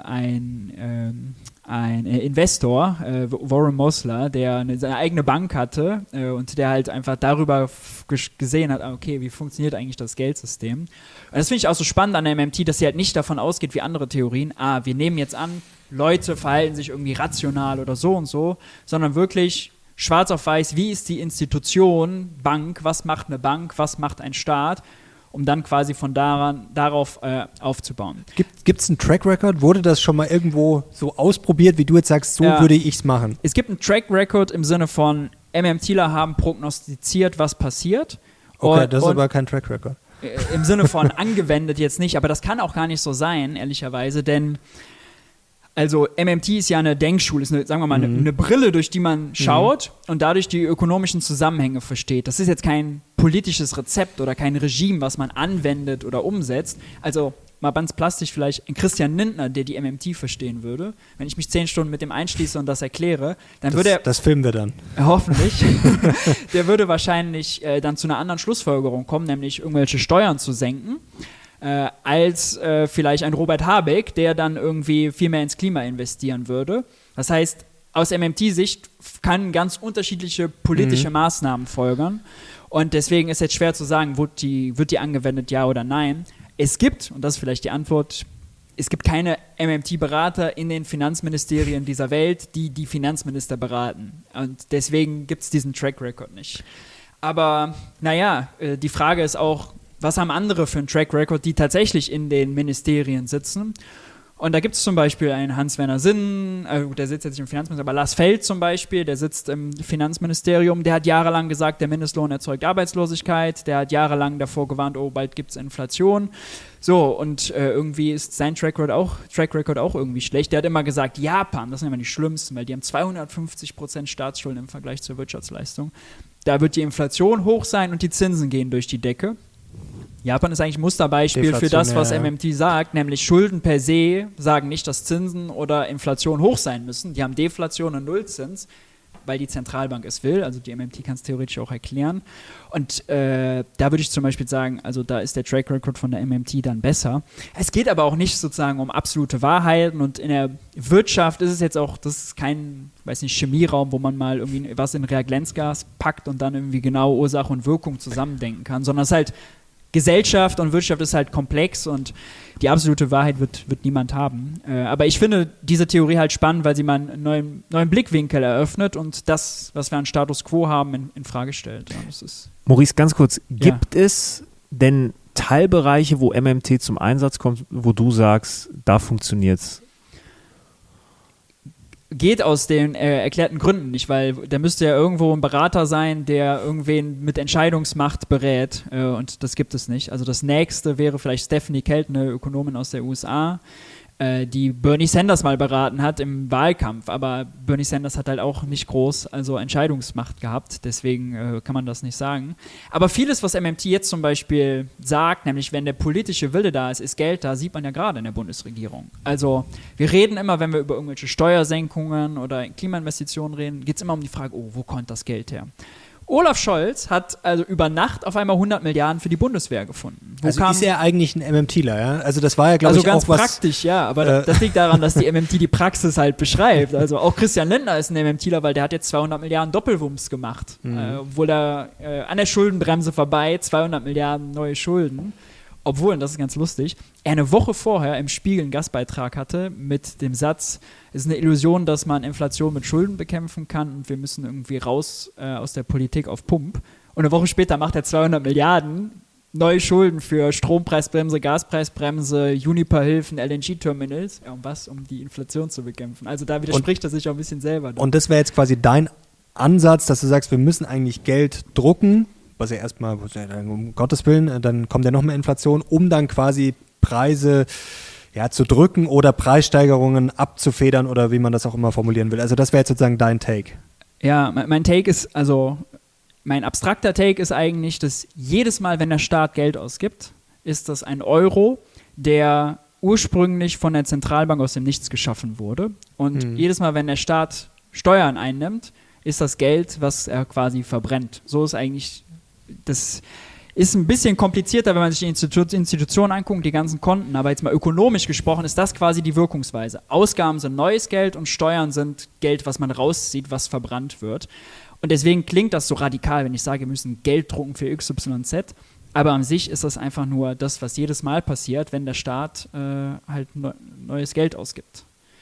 ein ähm, ein äh, Investor, äh, Warren Mosler, der eine, seine eigene Bank hatte äh, und der halt einfach darüber f- gesehen hat, okay, wie funktioniert eigentlich das Geldsystem. Und das finde ich auch so spannend an der M M T, dass sie halt nicht davon ausgeht wie andere Theorien, ah, wir nehmen jetzt an, Leute verhalten sich irgendwie rational oder so und so, sondern wirklich schwarz auf weiß, wie ist die Institution, Bank, was macht eine Bank, was macht ein Staat, um dann quasi von daran, darauf äh, aufzubauen. Gibt es einen Track Record? Wurde das schon mal irgendwo so ausprobiert, wie du jetzt sagst, so ja. würde ich es machen? Es gibt einen Track Record im Sinne von MMTler haben prognostiziert, was passiert. Okay, und, das ist und aber kein Track Record. Im Sinne von angewendet jetzt nicht, aber das kann auch gar nicht so sein, ehrlicherweise, denn also M M T ist ja eine Denkschule, ist eine, sagen wir mal, eine, mhm. eine Brille, durch die man schaut mhm. und dadurch die ökonomischen Zusammenhänge versteht. Das ist jetzt kein politisches Rezept oder kein Regime, was man anwendet oder umsetzt. Also mal ganz plastisch vielleicht ein Christian Lindner, der die M M T verstehen würde. Wenn ich mich zehn Stunden mit dem einschließe und das erkläre, dann das, würde er... Das filmen wir dann. Hoffentlich. Der würde wahrscheinlich äh, dann zu einer anderen Schlussfolgerung kommen, nämlich irgendwelche Steuern zu senken. Äh, als äh, vielleicht ein Robert Habeck, der dann irgendwie viel mehr ins Klima investieren würde. Das heißt, aus M M T-Sicht kann ganz unterschiedliche politische mhm. Maßnahmen folgern. Und deswegen ist jetzt schwer zu sagen, wird die, wird die angewendet, ja oder nein. Es gibt, und das ist vielleicht die Antwort, es gibt keine M M T-Berater in den Finanzministerien dieser Welt, die die Finanzminister beraten. Und deswegen gibt es diesen Track Record nicht. Aber naja, äh, die Frage ist auch, was haben andere für einen Track Record, die tatsächlich in den Ministerien sitzen? Und da gibt es zum Beispiel einen Hans-Werner Sinn, äh, der sitzt jetzt nicht im Finanzministerium, aber Lars Feld zum Beispiel, der sitzt im Finanzministerium, der hat jahrelang gesagt, der Mindestlohn erzeugt Arbeitslosigkeit, der hat jahrelang davor gewarnt, oh, bald gibt es Inflation. So, und äh, irgendwie ist sein Track Record, auch, Track Record auch irgendwie schlecht. Der hat immer gesagt, Japan, das sind immer die schlimmsten, weil die haben zweihundertfünfzig Prozent Staatsschulden im Vergleich zur Wirtschaftsleistung. Da wird die Inflation hoch sein und die Zinsen gehen durch die Decke. Japan ist eigentlich ein Musterbeispiel für das, was M M T sagt, nämlich Schulden per se sagen nicht, dass Zinsen oder Inflation hoch sein müssen. Die haben Deflation und Nullzins, weil die Zentralbank es will. Also die M M T kann es theoretisch auch erklären. Und äh, da würde ich zum Beispiel sagen, also da ist der Track Record von der M M T dann besser. Es geht aber auch nicht sozusagen um absolute Wahrheiten und in der Wirtschaft ist es jetzt auch, das ist kein, weiß nicht, Chemieraum, wo man mal irgendwie was in Reagenzgas packt und dann irgendwie genau Ursache und Wirkung zusammendenken kann, sondern es ist halt Gesellschaft und Wirtschaft ist halt komplex und die absolute Wahrheit wird, wird niemand haben. Äh, aber ich finde diese Theorie halt spannend, weil sie mal einen neuen, neuen Blickwinkel eröffnet und das, was wir an Status Quo haben, in, in Frage stellt. Ja, das ist Maurice, ganz kurz, gibt ja. es denn Teilbereiche, wo M M T zum Einsatz kommt, wo du sagst, da funktioniert es? Geht aus den äh, erklärten Gründen nicht, weil da müsste ja irgendwo ein Berater sein, der irgendwen mit Entscheidungsmacht berät äh, und das gibt es nicht. Also das nächste wäre vielleicht Stephanie Kelt, eine Ökonomin aus der U S A, äh, die Bernie Sanders mal beraten hat im Wahlkampf. Aber Bernie Sanders hat halt auch nicht groß also Entscheidungsmacht gehabt, deswegen äh, kann man das nicht sagen. Aber vieles, was M M T jetzt zum Beispiel sagt, nämlich wenn der politische Wille da ist, ist Geld da, sieht man ja gerade in der Bundesregierung. Also wir reden immer, wenn wir über irgendwelche Steuersenkungen oder Klimainvestitionen reden, geht es immer um die Frage, oh, wo kommt das Geld her? Olaf Scholz hat also über Nacht auf einmal hundert Milliarden für die Bundeswehr gefunden. Wo also kam, ist er eigentlich ein MMTler, ja? Also das war ja, glaube also ich, ganz auch was... praktisch, ja, aber äh, das liegt daran, dass die M M T die Praxis halt beschreibt. Also auch Christian Lindner ist ein MMTler, weil der hat jetzt zweihundert Milliarden Doppelwumms gemacht. Mhm. Äh, obwohl er äh, an der Schuldenbremse vorbei, zweihundert Milliarden neue Schulden. Obwohl, und das ist ganz lustig, er eine Woche vorher im Spiegel einen Gastbeitrag hatte mit dem Satz, es ist eine Illusion, dass man Inflation mit Schulden bekämpfen kann und wir müssen irgendwie raus äh, aus der Politik auf Pump. Und eine Woche später macht er zweihundert Milliarden neue Schulden für Strompreisbremse, Gaspreisbremse, Juniper-Hilfen, L N G-Terminals. Ja, um was? Um die Inflation zu bekämpfen. Also da widerspricht und, er sich auch ein bisschen selber. Dann. Und das wäre jetzt quasi dein Ansatz, dass du sagst, wir müssen eigentlich Geld drucken, was ja erstmal, um Gottes Willen, dann kommt ja noch mehr Inflation, um dann quasi Preise ja, zu drücken oder Preissteigerungen abzufedern oder wie man das auch immer formulieren will. Also das wäre jetzt sozusagen dein Take. Ja, mein, mein Take ist, also mein abstrakter Take ist eigentlich, dass jedes Mal, wenn der Staat Geld ausgibt, ist das ein Euro, der ursprünglich von der Zentralbank aus dem Nichts geschaffen wurde. Und mhm. jedes Mal, wenn der Staat Steuern einnimmt, ist das Geld, was er quasi verbrennt. So ist eigentlich das ist ein bisschen komplizierter, wenn man sich die Institu- Institutionen anguckt, die ganzen Konten, aber jetzt mal ökonomisch gesprochen ist das quasi die Wirkungsweise. Ausgaben sind neues Geld und Steuern sind Geld, was man rauszieht, was verbrannt wird. Und deswegen klingt das so radikal, wenn ich sage, wir müssen Geld drucken für X Y Z, aber an sich ist das einfach nur das, was jedes Mal passiert, wenn der Staat äh, halt neu- neues Geld ausgibt.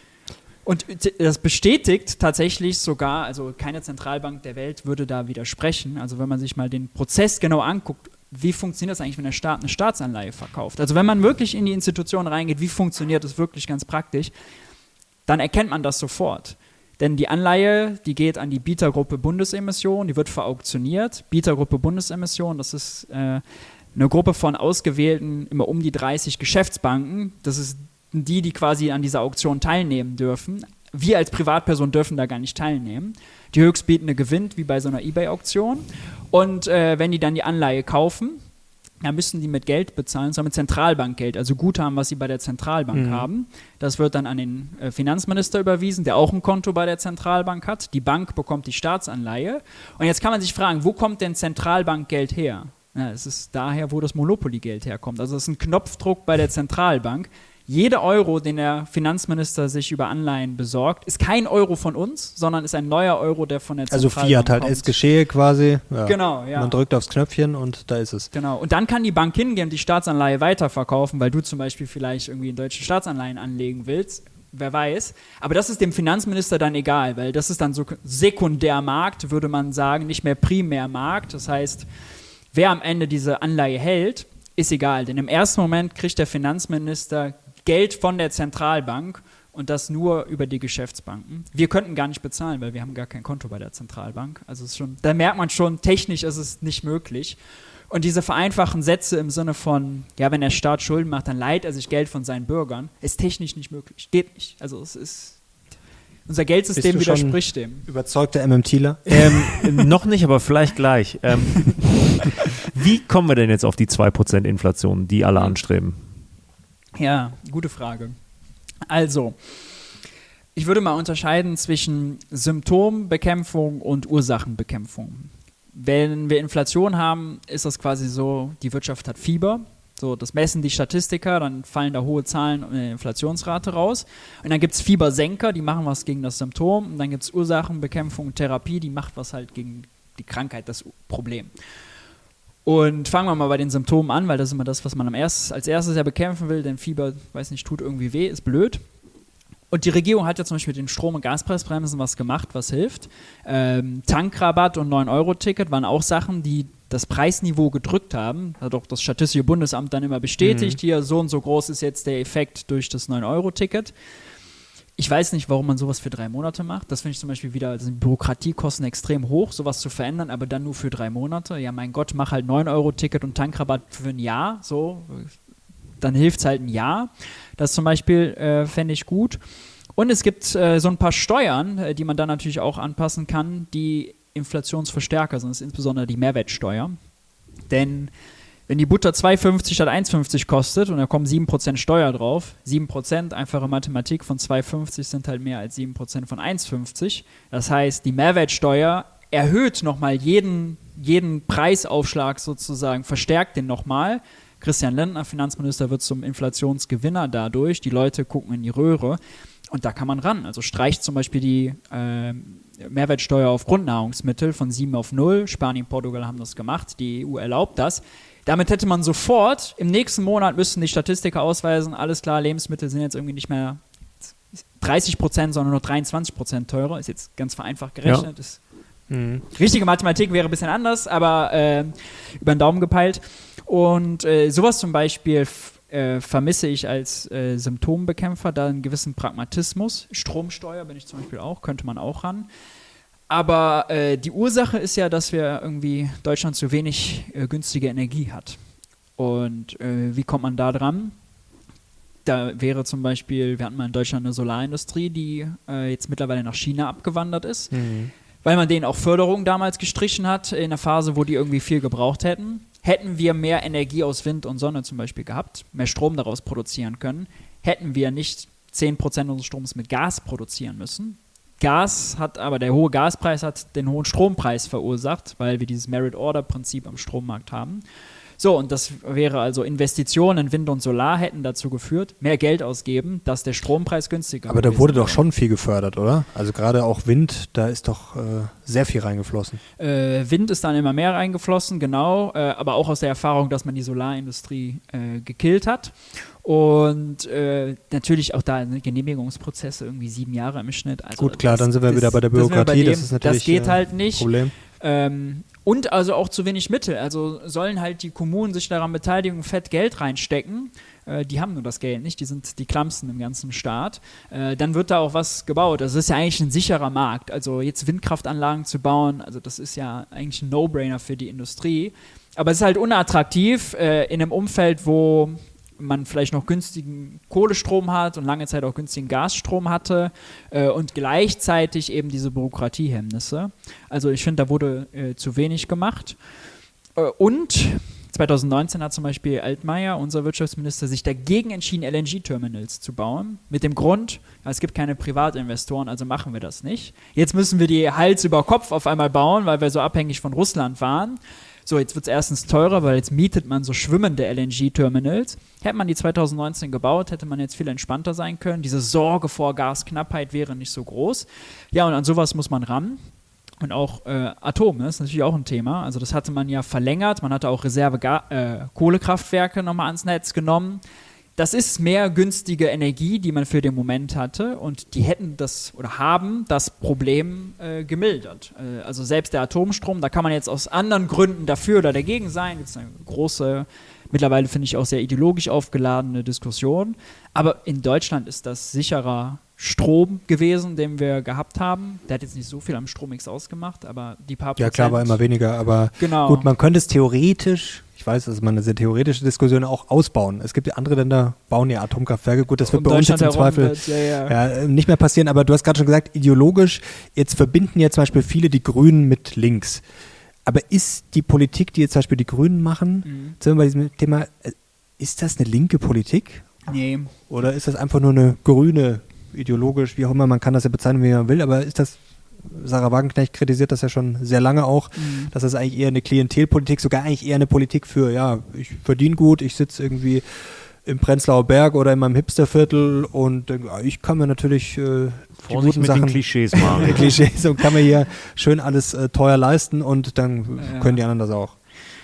Und das bestätigt tatsächlich sogar, also keine Zentralbank der Welt würde da widersprechen. Also wenn man sich mal den Prozess genau anguckt, wie funktioniert das eigentlich, wenn der Staat eine Staatsanleihe verkauft? Also wenn man wirklich in die Institution reingeht, wie funktioniert das wirklich ganz praktisch, dann erkennt man das sofort. Denn die Anleihe, die geht an die Bietergruppe Bundesemission, die wird verauktioniert. Bietergruppe Bundesemission, das ist äh, eine Gruppe von ausgewählten, immer um die dreißig Geschäftsbanken. Das ist die, die quasi an dieser Auktion teilnehmen dürfen. Wir als Privatperson dürfen da gar nicht teilnehmen. Die Höchstbietende gewinnt, wie bei so einer eBay-Auktion. Und äh, wenn die dann die Anleihe kaufen, dann müssen die mit Geld bezahlen, und zwar mit Zentralbankgeld, also Guthaben, was sie bei der Zentralbank mhm. haben. Das wird dann an den äh, Finanzminister überwiesen, der auch ein Konto bei der Zentralbank hat. Die Bank bekommt die Staatsanleihe. Und jetzt kann man sich fragen, wo kommt denn Zentralbankgeld her? Ja, es ist daher, wo das Monopoly-Geld herkommt. Also es ist ein Knopfdruck bei der Zentralbank. Jeder Euro, den der Finanzminister sich über Anleihen besorgt, ist kein Euro von uns, sondern ist ein neuer Euro, der von der Zentralbank kommt. Also Fiat halt, es geschehe quasi. Ja. Genau, ja. Man drückt aufs Knöpfchen und da ist es. Genau, und dann kann die Bank hingehen und die Staatsanleihe weiterverkaufen, weil du zum Beispiel vielleicht irgendwie in deutsche Staatsanleihen anlegen willst. Wer weiß. Aber das ist dem Finanzminister dann egal, weil das ist dann so Sekundärmarkt, würde man sagen, nicht mehr Primärmarkt. Das heißt, wer am Ende diese Anleihe hält, ist egal. Denn im ersten Moment kriegt der Finanzminister Geld von der Zentralbank und das nur über die Geschäftsbanken. Wir könnten gar nicht bezahlen, weil wir haben gar kein Konto bei der Zentralbank. Also es ist schon, da merkt man schon, technisch ist es nicht möglich. Und diese vereinfachten Sätze im Sinne von, ja, wenn der Staat Schulden macht, dann leiht er sich Geld von seinen Bürgern, ist technisch nicht möglich. Geht nicht. Also es ist, unser Geldsystem widerspricht dem. Überzeugter MMTler? Ähm, noch nicht, aber vielleicht gleich. Ähm, wie kommen wir denn jetzt auf die zwei Prozent Inflation, die alle anstreben? Ja, gute Frage. Also, ich würde mal unterscheiden zwischen Symptombekämpfung und Ursachenbekämpfung. Wenn wir Inflation haben, ist das quasi so, die Wirtschaft hat Fieber. So, das messen die Statistiker, dann fallen da hohe Zahlen in der Inflationsrate raus. Und dann gibt es Fiebersenker, die machen was gegen das Symptom. Und dann gibt es Ursachenbekämpfung und Therapie, die macht was halt gegen die Krankheit, das Problem. Und fangen wir mal bei den Symptomen an, weil das ist immer das, was man am erst, als erstes ja bekämpfen will, denn Fieber, weiß nicht, tut irgendwie weh, ist blöd. Und die Regierung hat ja zum Beispiel mit den Strom- und Gaspreisbremsen was gemacht, was hilft. Ähm, Tankrabatt und neun Euro Ticket waren auch Sachen, die das Preisniveau gedrückt haben. Hat auch das Statistische Bundesamt dann immer bestätigt, mhm. hier so und so groß ist jetzt der Effekt durch das neun Euro Ticket. Ich weiß nicht, warum man sowas für drei Monate macht. Das finde ich zum Beispiel wieder, also die Bürokratiekosten extrem hoch, sowas zu verändern, aber dann nur für drei Monate. Ja, mein Gott, mach halt neun Euro Ticket und Tankrabatt für ein Jahr, so. dann hilft es halt ein Jahr. Das zum Beispiel äh, fände ich gut. Und es gibt äh, so ein paar Steuern, äh, die man dann natürlich auch anpassen kann, die Inflationsverstärker sind. Das ist insbesondere die Mehrwertsteuer. Denn wenn die Butter zwei fünfzig statt eins fünfzig kostet und da kommen sieben Prozent Steuer drauf, sieben Prozent, einfache Mathematik, von zwei fünfzig sind halt mehr als sieben Prozent von eins fünfzig. Das heißt, die Mehrwertsteuer erhöht nochmal jeden, jeden Preisaufschlag sozusagen, verstärkt den nochmal. Christian Lindner, Finanzminister, wird zum Inflationsgewinner dadurch. Die Leute gucken in die Röhre und da kann man ran. Also streicht zum Beispiel die äh, Mehrwertsteuer auf Grundnahrungsmittel von sieben auf null. Spanien und Portugal haben das gemacht. Die E U erlaubt das. Damit hätte man sofort, im nächsten Monat müssten die Statistiker ausweisen, alles klar, Lebensmittel sind jetzt irgendwie nicht mehr dreißig Prozent, sondern nur dreiundzwanzig Prozent teurer. Ist jetzt ganz vereinfacht gerechnet. Ja. Ist mhm. Richtige Mathematik wäre ein bisschen anders, aber äh, über den Daumen gepeilt. Und äh, sowas zum Beispiel f- äh, vermisse ich als äh, Symptombekämpfer, da einen gewissen Pragmatismus. Stromsteuer bin ich zum Beispiel auch, könnte man auch ran. Aber äh, die Ursache ist ja, dass wir irgendwie Deutschland zu wenig äh, günstige Energie hat. Und äh, wie kommt man da dran? Da wäre zum Beispiel, wir hatten mal in Deutschland eine Solarindustrie, die äh, jetzt mittlerweile nach China abgewandert ist, mhm. weil man denen auch Förderung damals gestrichen hat, in einer Phase, wo die irgendwie viel gebraucht hätten. Hätten wir mehr Energie aus Wind und Sonne zum Beispiel gehabt, mehr Strom daraus produzieren können, hätten wir nicht zehn Prozent unseres Stroms mit Gas produzieren müssen. Gas hat aber, der hohe Gaspreis hat den hohen Strompreis verursacht, weil wir dieses Merit-Order-Prinzip am Strommarkt haben. So, und das wäre also Investitionen in Wind und Solar hätten dazu geführt, mehr Geld ausgeben, dass der Strompreis günstiger Aber da wurde doch schon viel gefördert, oder? Also gerade auch Wind, da ist doch äh, sehr viel reingeflossen. Äh, Wind ist dann immer mehr reingeflossen, genau, äh, aber auch aus der Erfahrung, dass man die Solarindustrie äh, gekillt hat. Und äh, natürlich auch da ne, Genehmigungsprozesse, irgendwie sieben Jahre im Schnitt. Also Gut, klar, das, dann sind wir das, wieder bei der Bürokratie, bei dem, das ist natürlich das geht äh, halt nicht. Problem. Ähm, und also auch zu wenig Mittel. Also sollen halt die Kommunen sich daran beteiligen, fett Geld reinstecken. Äh, die haben nur das Geld nicht, die sind die klammsten im ganzen Staat. Äh, dann wird da auch was gebaut. Also das ist ja eigentlich ein sicherer Markt. Also jetzt Windkraftanlagen zu bauen, also das ist ja eigentlich ein No-Brainer für die Industrie. Aber es ist halt unattraktiv äh, in einem Umfeld, wo man vielleicht noch günstigen Kohlestrom hat und lange Zeit auch günstigen Gasstrom hatte äh, und gleichzeitig eben diese Bürokratiehemmnisse. Also ich finde, da wurde äh, zu wenig gemacht. Äh, und zwanzig neunzehn hat zum Beispiel Altmaier, unser Wirtschaftsminister, sich dagegen entschieden, L N G-Terminals zu bauen. Mit dem Grund, ja, es gibt keine Privatinvestoren, also machen wir das nicht. Jetzt müssen wir die Hals über Kopf auf einmal bauen, weil wir so abhängig von Russland waren. So, jetzt wird es erstens teurer, weil jetzt mietet man so schwimmende L N G-Terminals. Hätte man die zwanzig neunzehn gebaut, hätte man jetzt viel entspannter sein können. Diese Sorge vor Gasknappheit wäre nicht so groß. Ja, und an sowas muss man ran. Und auch äh, Atom, ne, ist natürlich auch ein Thema. Also das hatte man ja verlängert. Man hatte auch Reserve-Kohlekraftwerke äh, nochmal ans Netz genommen. Das ist mehr günstige Energie, die man für den Moment hatte, und die hätten das oder haben das Problem äh, gemildert. Äh, also selbst der Atomstrom, da kann man jetzt aus anderen Gründen dafür oder dagegen sein. Das ist eine große, mittlerweile finde ich auch sehr ideologisch aufgeladene Diskussion. Aber in Deutschland ist das sicherer Strom gewesen, den wir gehabt haben. Der hat jetzt nicht so viel am Strommix ausgemacht, aber die paar Prozent. Ja klar, war immer weniger, aber genau. Gut, man könnte es theoretisch, ich weiß, das ist mal eine sehr theoretische Diskussion, auch ausbauen. Es gibt ja andere Länder, bauen ja Atomkraftwerke. Gut, das wird um bei uns jetzt im Zweifel wird, ja, ja. Ja, nicht mehr passieren, aber du hast gerade schon gesagt, ideologisch, jetzt verbinden ja zum Beispiel viele die Grünen mit links. Aber ist die Politik, die jetzt zum Beispiel die Grünen machen, mhm. sind wir bei diesem Thema, ist das eine linke Politik? Nee. Oder ist das einfach nur eine grüne, ideologisch, wie auch immer, man kann das ja bezeichnen, wie man will, aber ist das, Sarah Wagenknecht kritisiert das ja schon sehr lange auch, mhm. dass das eigentlich eher eine Klientelpolitik, sogar eigentlich eher eine Politik für, ja, ich verdiene gut, ich sitze irgendwie im Prenzlauer Berg oder in meinem Hipsterviertel und äh, ich kann mir natürlich äh, die guten mit Sachen, den Klischees machen. die Klischees, und kann mir hier schön alles äh, teuer leisten, und dann ja. können die anderen das auch.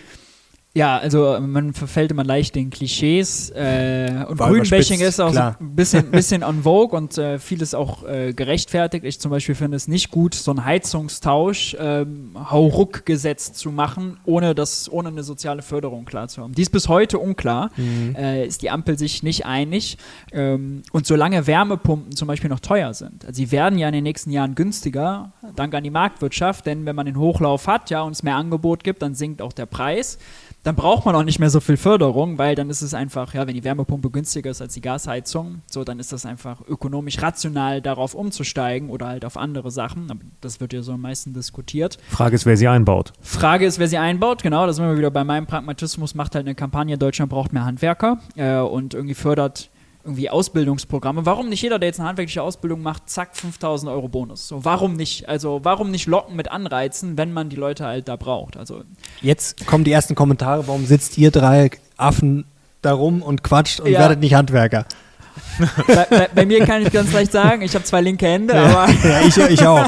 Ja, also man verfällt immer leicht den Klischees äh, und Grünbashing ist auch klar. so ein bisschen, bisschen on vogue und äh, vieles auch äh, gerechtfertigt. Ich zum Beispiel finde es nicht gut, so einen Heizungstausch, ähm, Hauruck-Gesetz zu machen, ohne, das, ohne eine soziale Förderung klar zu haben. Die ist bis heute unklar, mhm. äh, ist die Ampel sich nicht einig. Ähm, und solange Wärmepumpen zum Beispiel noch teuer sind, also sie werden ja in den nächsten Jahren günstiger, dank an die Marktwirtschaft, denn wenn man den Hochlauf hat, ja, und es mehr Angebot gibt, dann sinkt auch der Preis. dann braucht man auch nicht mehr so viel Förderung, weil dann ist es einfach, ja, wenn die Wärmepumpe günstiger ist als die Gasheizung, so, dann ist das einfach ökonomisch rational, darauf umzusteigen oder halt auf andere Sachen. Aber das wird ja so am meisten diskutiert. Frage ist, wer sie einbaut. Frage ist, wer sie einbaut, genau, da sind wir wieder bei meinem Pragmatismus, macht halt eine Kampagne, Deutschland braucht mehr Handwerker äh, und irgendwie fördert irgendwie Ausbildungsprogramme. Warum nicht jeder, der jetzt eine handwerkliche Ausbildung macht, zack, fünftausend Euro Bonus? So, warum nicht? Also, warum nicht locken mit Anreizen, wenn man die Leute halt da braucht? Also, jetzt kommen die ersten Kommentare, warum sitzt ihr drei Affen da rum und quatscht und ja. werdet nicht Handwerker? bei, bei, bei mir kann ich ganz leicht sagen, ich habe zwei linke Hände, ja, aber ja, ich, ich auch.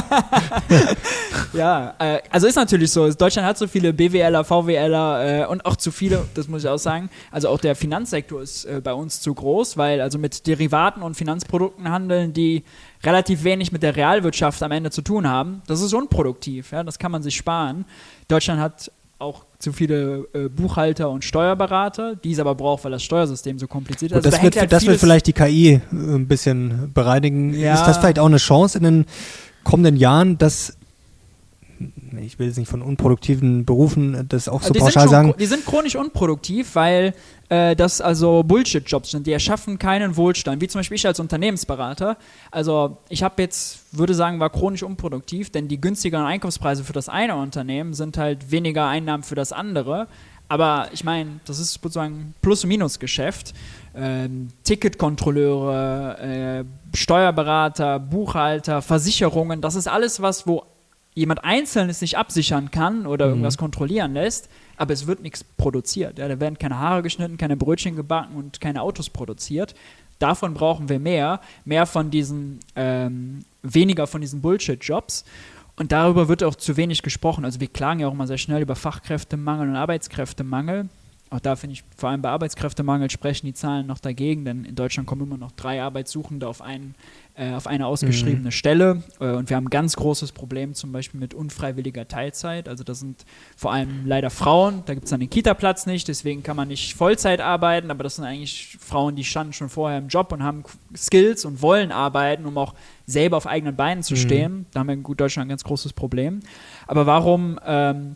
ja, äh, also ist natürlich so, Deutschland hat so viele BWLer, VWLer äh, und auch zu viele, das muss ich auch sagen, also auch der Finanzsektor ist äh, bei uns zu groß, weil also mit Derivaten und Finanzprodukten handeln, die relativ wenig mit der Realwirtschaft am Ende zu tun haben, das ist unproduktiv, ja, das kann man sich sparen. Deutschland hat auch zu viele äh, Buchhalter und Steuerberater, die es aber braucht, weil das Steuersystem so kompliziert ist. Also das da wird, halt das wird vielleicht die K I äh, ein bisschen bereinigen. Ja. Ist das vielleicht auch eine Chance in den kommenden Jahren, dass, ich will jetzt nicht von unproduktiven Berufen das auch so die pauschal sind schon, sagen. Die sind chronisch unproduktiv, weil äh, das also Bullshit-Jobs sind. Die erschaffen keinen Wohlstand. Wie zum Beispiel ich als Unternehmensberater. Also ich habe jetzt, würde sagen, war chronisch unproduktiv, denn die günstigeren Einkaufspreise für das eine Unternehmen sind halt weniger Einnahmen für das andere. Aber ich meine, das ist sozusagen Plus- und Minus-Geschäft. Ähm, Ticketkontrolleure, äh, Steuerberater, Buchhalter, Versicherungen, das ist alles was, wo jemand Einzelnes nicht absichern kann oder mhm. irgendwas kontrollieren lässt, aber es wird nichts produziert. Ja, da werden keine Haare geschnitten, keine Brötchen gebacken und keine Autos produziert. Davon brauchen wir mehr, mehr von diesen, ähm, weniger von diesen Bullshit-Jobs. Und darüber wird auch zu wenig gesprochen. Also wir klagen ja auch immer sehr schnell über Fachkräftemangel und Arbeitskräftemangel. Auch da finde ich, vor allem bei Arbeitskräftemangel sprechen die Zahlen noch dagegen, denn in Deutschland kommen immer noch drei Arbeitssuchende auf, einen, äh, auf eine ausgeschriebene mhm. Stelle. Äh, und wir haben ein ganz großes Problem zum Beispiel mit unfreiwilliger Teilzeit. Also das sind vor allem leider Frauen, da gibt es dann den Kita-Platz nicht, deswegen kann man nicht Vollzeit arbeiten, aber das sind eigentlich Frauen, die standen schon vorher im Job und haben Skills und wollen arbeiten, um auch selber auf eigenen Beinen zu stehen. Mhm. Da haben wir in Deutschland ein ganz großes Problem. Aber warum... Ähm,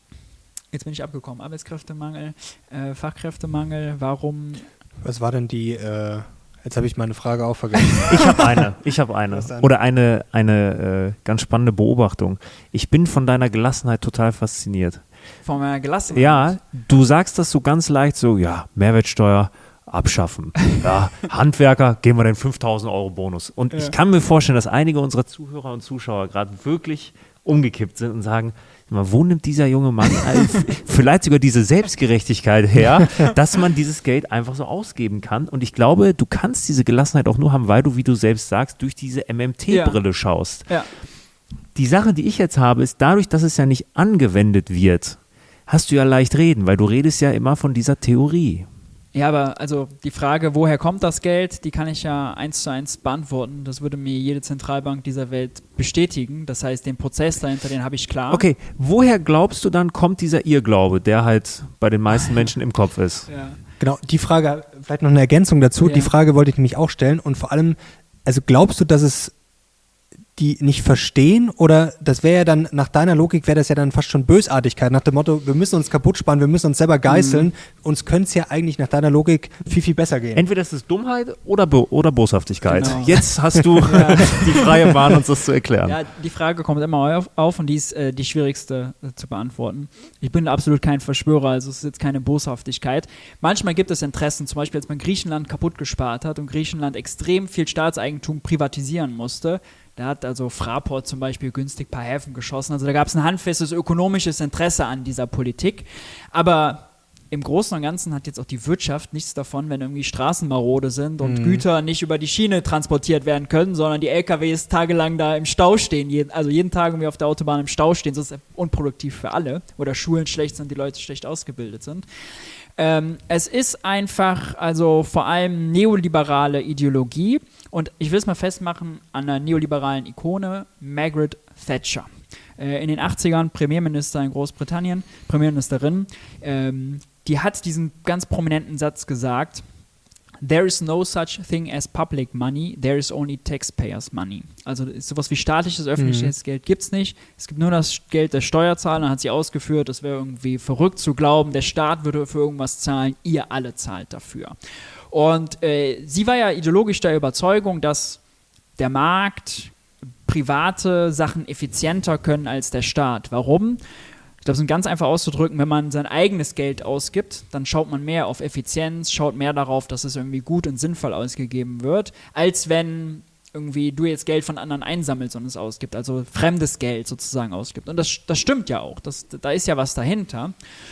Jetzt bin ich abgekommen. Arbeitskräftemangel, äh, Fachkräftemangel, warum... Was war denn die, äh, jetzt habe ich meine Frage auch vergessen. Ich habe eine, ich habe eine. Oder eine, eine äh, ganz spannende Beobachtung. Ich bin von deiner Gelassenheit total fasziniert. Von meiner Gelassenheit? Ja, du sagst das so ganz leicht so, ja, Mehrwertsteuer abschaffen. Ja, Handwerker, geben wir den fünftausend Euro Bonus. Und ja. ich kann mir vorstellen, dass einige unserer Zuhörer und Zuschauer gerade wirklich umgekippt sind und sagen, wo nimmt dieser junge Mann vielleicht sogar diese Selbstgerechtigkeit her, dass man dieses Geld einfach so ausgeben kann. Und ich glaube, du kannst diese Gelassenheit auch nur haben, weil du, wie du selbst sagst, durch diese M M T-Brille ja. schaust. Ja. Die Sache, die ich jetzt habe, ist dadurch, dass es ja nicht angewendet wird, hast du ja leicht reden, weil du redest ja immer von dieser Theorie. Ja, aber also die Frage, woher kommt das Geld, die kann ich ja eins zu eins beantworten. Das würde mir jede Zentralbank dieser Welt bestätigen. Das heißt, den Prozess dahinter, den habe ich klar. Okay, woher glaubst du dann, kommt dieser Irrglaube, der halt bei den meisten Menschen im Kopf ist? Ja. Genau, die Frage, vielleicht noch eine Ergänzung dazu, ja. die Frage wollte ich nämlich auch stellen und vor allem, also glaubst du, dass es die nicht verstehen oder das wäre ja dann, nach deiner Logik wäre das ja dann fast schon Bösartigkeit, nach dem Motto, wir müssen uns kaputt sparen, wir müssen uns selber geißeln, mhm. uns könnte es ja eigentlich nach deiner Logik viel, viel besser gehen. Entweder ist es Dummheit oder, Bo- oder Boshaftigkeit. Genau. Jetzt hast du ja. die freie Bahn, uns das zu erklären. Ja, die Frage kommt immer auf, auf und die ist äh, die schwierigste äh, zu beantworten. Ich bin absolut kein Verschwörer, also es ist jetzt keine Boshaftigkeit. Manchmal gibt es Interessen, zum Beispiel als man Griechenland kaputt gespart hat und Griechenland extrem viel Staatseigentum privatisieren musste. Da hat also Fraport zum Beispiel günstig ein paar Häfen geschossen. Also da gab es ein handfestes ökonomisches Interesse an dieser Politik. Aber im Großen und Ganzen hat jetzt auch die Wirtschaft nichts davon, wenn irgendwie Straßen marode sind und mhm. Güter nicht über die Schiene transportiert werden können, sondern die L K Ws tagelang da im Stau stehen. Jeden, also jeden Tag irgendwie auf der Autobahn im Stau stehen. Das ist unproduktiv für alle. Oder Schulen schlecht sind, die Leute schlecht ausgebildet sind. Ähm, es ist einfach, also vor allem neoliberale Ideologie und ich will es mal festmachen an einer neoliberalen Ikone, Margaret Thatcher. Äh, in den achtzigern Premierminister in Großbritannien, Premierministerin, ähm, die hat diesen ganz prominenten Satz gesagt, There is no such thing as public money, there is only taxpayers' money. Also sowas wie staatliches, öffentliches mhm. Geld gibt es nicht. Es gibt nur das Geld der Steuerzahler, hat sie ausgeführt, es wäre irgendwie verrückt zu glauben, der Staat würde für irgendwas zahlen, ihr alle zahlt dafür. Und äh, sie war ja ideologisch der Überzeugung, dass der Markt private Sachen effizienter können als der Staat. Warum? Ich glaube, es ist ganz einfach auszudrücken, wenn man sein eigenes Geld ausgibt, dann schaut man mehr auf Effizienz, schaut mehr darauf, dass es irgendwie gut und sinnvoll ausgegeben wird, als wenn irgendwie du jetzt Geld von anderen einsammelst und es ausgibt, also fremdes Geld sozusagen ausgibt. Und das, das stimmt ja auch, das, da ist ja was dahinter.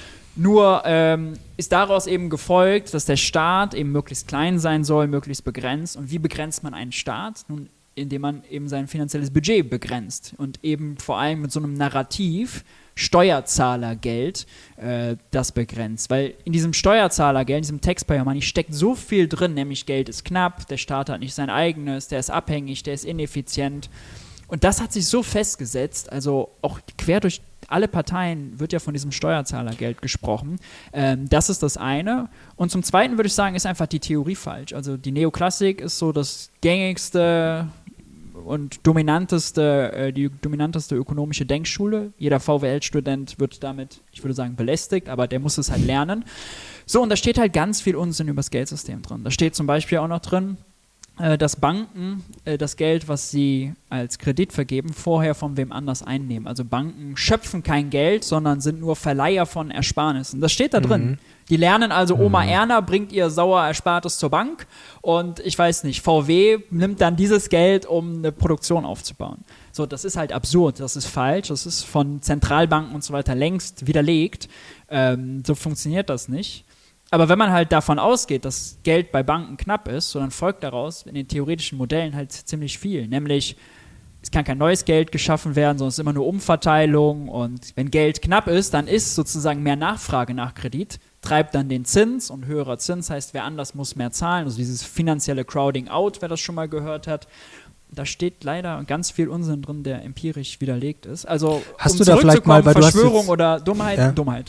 Nur ähm, ist daraus eben gefolgt, dass der Staat eben möglichst klein sein soll, möglichst begrenzt. Und wie begrenzt man einen Staat? Nun, indem man eben sein finanzielles Budget begrenzt und eben vor allem mit so einem Narrativ Steuerzahlergeld äh, das begrenzt. Weil in diesem Steuerzahlergeld, in diesem Taxpayer Money steckt so viel drin, nämlich Geld ist knapp, der Staat hat nicht sein eigenes, der ist abhängig, der ist ineffizient. Und das hat sich so festgesetzt, also auch quer durch alle Parteien wird ja von diesem Steuerzahlergeld gesprochen. Ähm, das ist das eine. Und zum Zweiten würde ich sagen, ist einfach die Theorie falsch. Also die Neoklassik ist so das gängigste und dominanteste, äh, die dominanteste ökonomische Denkschule. Jeder V W L-Student wird damit, ich würde sagen, belästigt, aber der muss es halt lernen. So, und da steht halt ganz viel Unsinn über das Geldsystem drin. Da steht zum Beispiel auch noch drin, äh, dass Banken äh, das Geld, was sie als Kredit vergeben, vorher von wem anders einnehmen. Also Banken schöpfen kein Geld, sondern sind nur Verleiher von Ersparnissen. Das steht da drin. Mhm. Die lernen also, Oma mhm. Erna bringt ihr sauer Erspartes zur Bank und ich weiß nicht, V W nimmt dann dieses Geld, um eine Produktion aufzubauen. So, das ist halt absurd, das ist falsch, das ist von Zentralbanken und so weiter längst widerlegt. Ähm, so funktioniert das nicht. Aber wenn man halt davon ausgeht, dass Geld bei Banken knapp ist, so dann folgt daraus in den theoretischen Modellen halt ziemlich viel, nämlich es kann kein neues Geld geschaffen werden, sondern es ist immer nur Umverteilung und wenn Geld knapp ist, dann ist sozusagen mehr Nachfrage nach Kredit, treibt dann den Zins und höherer Zins heißt, wer anders muss mehr zahlen, also dieses finanzielle Crowding out, wer das schon mal gehört hat. Da steht leider ganz viel Unsinn drin, der empirisch widerlegt ist. Also hast um du da vielleicht mal, weil Verschwörung du oder Dummheit, ja. Dummheit.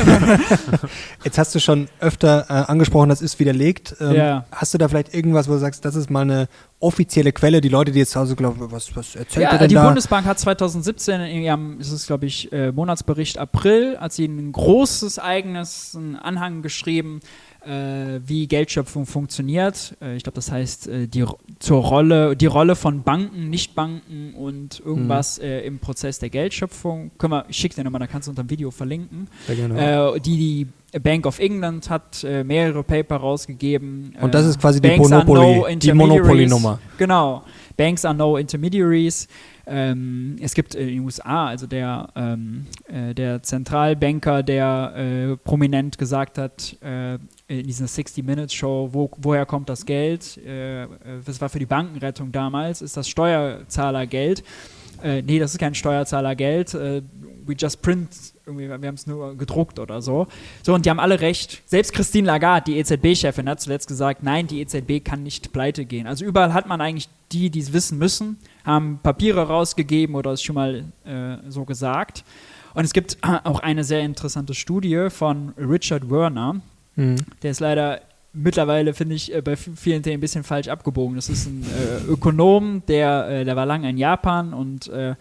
Jetzt hast du schon öfter äh, angesprochen, das ist widerlegt. Ähm, ja. Hast du da vielleicht irgendwas, wo du sagst, das ist mal eine offizielle Quelle, die Leute, die jetzt zu Hause glauben, was, was erzählt ja, ihr denn die da? Die Bundesbank hat zwanzig siebzehn in ihrem, das ist glaube ich, äh, Monatsbericht April, hat sie ein großes eigenes einen Anhang geschrieben, Äh, wie Geldschöpfung funktioniert. Äh, ich glaube, das heißt äh, die, zur Rolle, die Rolle von Banken, Nichtbanken und irgendwas mhm. äh, im Prozess der Geldschöpfung. Können wir, ich schicke dir nochmal, da kannst du unter dem Video verlinken. Sehr gerne. Äh, die, die Bank of England hat äh, mehrere Paper rausgegeben. Und das ist quasi äh, die Monopoly, die Monopoly-Nummer. Genau. Banks are no intermediaries. Ähm, es gibt in den U S A, also der, ähm, äh, der Zentralbanker, der äh, prominent gesagt hat, äh, in dieser sixty minutes show, wo, woher kommt das Geld? Äh, das war für die Bankenrettung damals, ist das Steuerzahlergeld. Äh, nee, das ist kein Steuerzahlergeld. Äh, we just print, irgendwie, wir haben es nur gedruckt oder so. So, und die haben alle recht. Selbst Christine Lagarde, die E Z B-Chefin, hat zuletzt gesagt, nein, die E Z B kann nicht pleite gehen. Also überall hat man eigentlich die, die es wissen müssen, haben Papiere rausgegeben oder es schon mal äh, so gesagt. Und es gibt auch eine sehr interessante Studie von Richard Werner, mhm. der ist leider mittlerweile, finde ich, bei vielen Themen ein bisschen falsch abgebogen. Das ist ein äh, Ökonom, der, äh, der war lange in Japan und äh,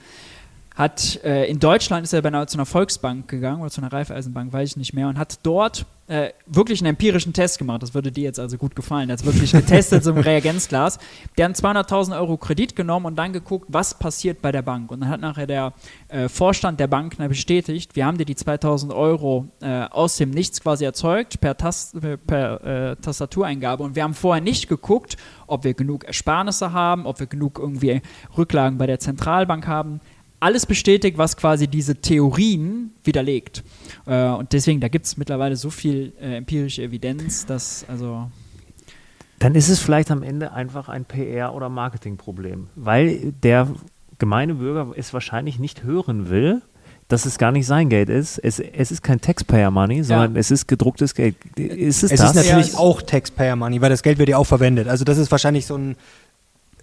hat äh, in Deutschland ist er bei einer, zu einer Volksbank gegangen oder zu einer Raiffeisenbank, weiß ich nicht mehr, und hat dort äh, wirklich einen empirischen Test gemacht. Das würde dir jetzt also gut gefallen. Der hat wirklich getestet, so ein Reagenzglas. Der hat zweihunderttausend Euro Kredit genommen und dann geguckt, was passiert bei der Bank. Und dann hat nachher der äh, Vorstand der Bank bestätigt, wir haben dir die zweitausend Euro äh, aus dem Nichts quasi erzeugt per, Tast per äh, Tastatureingabe und wir haben vorher nicht geguckt, ob wir genug Ersparnisse haben, ob wir genug irgendwie Rücklagen bei der Zentralbank haben. Alles bestätigt, was quasi diese Theorien widerlegt. Äh, und deswegen, da gibt es mittlerweile so viel äh, empirische Evidenz, dass also... Dann ist es vielleicht am Ende einfach ein P R- oder Marketingproblem, weil der gemeine Bürger es wahrscheinlich nicht hören will, dass es gar nicht sein Geld ist. Es, es ist kein Taxpayer-Money, sondern ja. es ist gedrucktes Geld. Ist es, es das? ist natürlich ja, auch Taxpayer-Money, weil das Geld wird ja auch verwendet. Also das ist wahrscheinlich so ein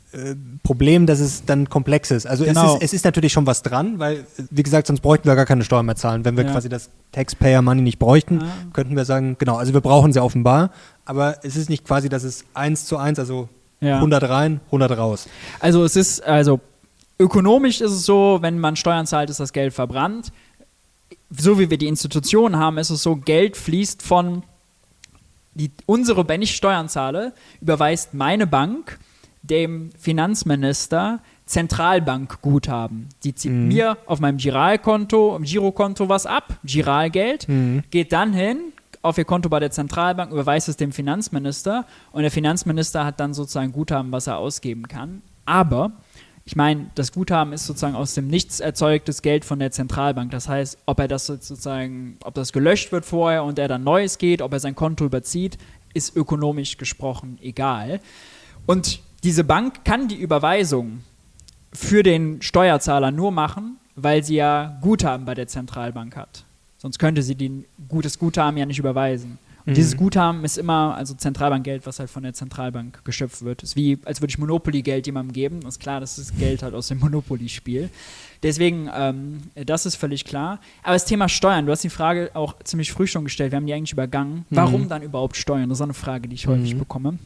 äh, Problem, dass es dann komplex ist. Also Genau. es, ist, es ist natürlich schon was dran, weil, wie gesagt, sonst bräuchten wir gar keine Steuern mehr zahlen. Wenn wir Ja. quasi das Taxpayer-Money nicht bräuchten, Ah. könnten wir sagen, genau, also wir brauchen sie offenbar, aber es ist nicht quasi, dass es eins zu eins, also Ja. hundert rein, hundert raus. Also es ist, also ökonomisch ist es so, wenn man Steuern zahlt, ist das Geld verbrannt. So wie wir die Institutionen haben, ist es so, Geld fließt von die, unsere, wenn ich Steuern zahle, überweist meine Bank dem Finanzminister Zentralbankguthaben. Die zieht Mhm. mir auf meinem Giralkonto, Girokonto was ab, Giralgeld, Mhm. geht dann hin auf ihr Konto bei der Zentralbank, überweist es dem Finanzminister und der Finanzminister hat dann sozusagen Guthaben, was er ausgeben kann. Aber ich meine, das Guthaben ist sozusagen aus dem Nichts erzeugtes Geld von der Zentralbank. Das heißt, ob er das sozusagen, ob das gelöscht wird vorher und er dann Neues geht, ob er sein Konto überzieht, ist ökonomisch gesprochen egal. Und diese Bank kann die Überweisung für den Steuerzahler nur machen, weil sie ja Guthaben bei der Zentralbank hat. Sonst könnte sie die, das Guthaben ja nicht überweisen. Und Mhm. dieses Guthaben ist immer, also Zentralbankgeld, was halt von der Zentralbank geschöpft wird. Ist wie, als würde ich Monopoly-Geld jemandem geben. Ist klar, das ist Geld halt aus dem Monopoly-Spiel. Deswegen, ähm, das ist völlig klar. Aber das Thema Steuern, du hast die Frage auch ziemlich früh schon gestellt, wir haben die eigentlich übergangen. Warum Mhm. dann überhaupt Steuern? Das ist eine Frage, die ich häufig Mhm. bekomme.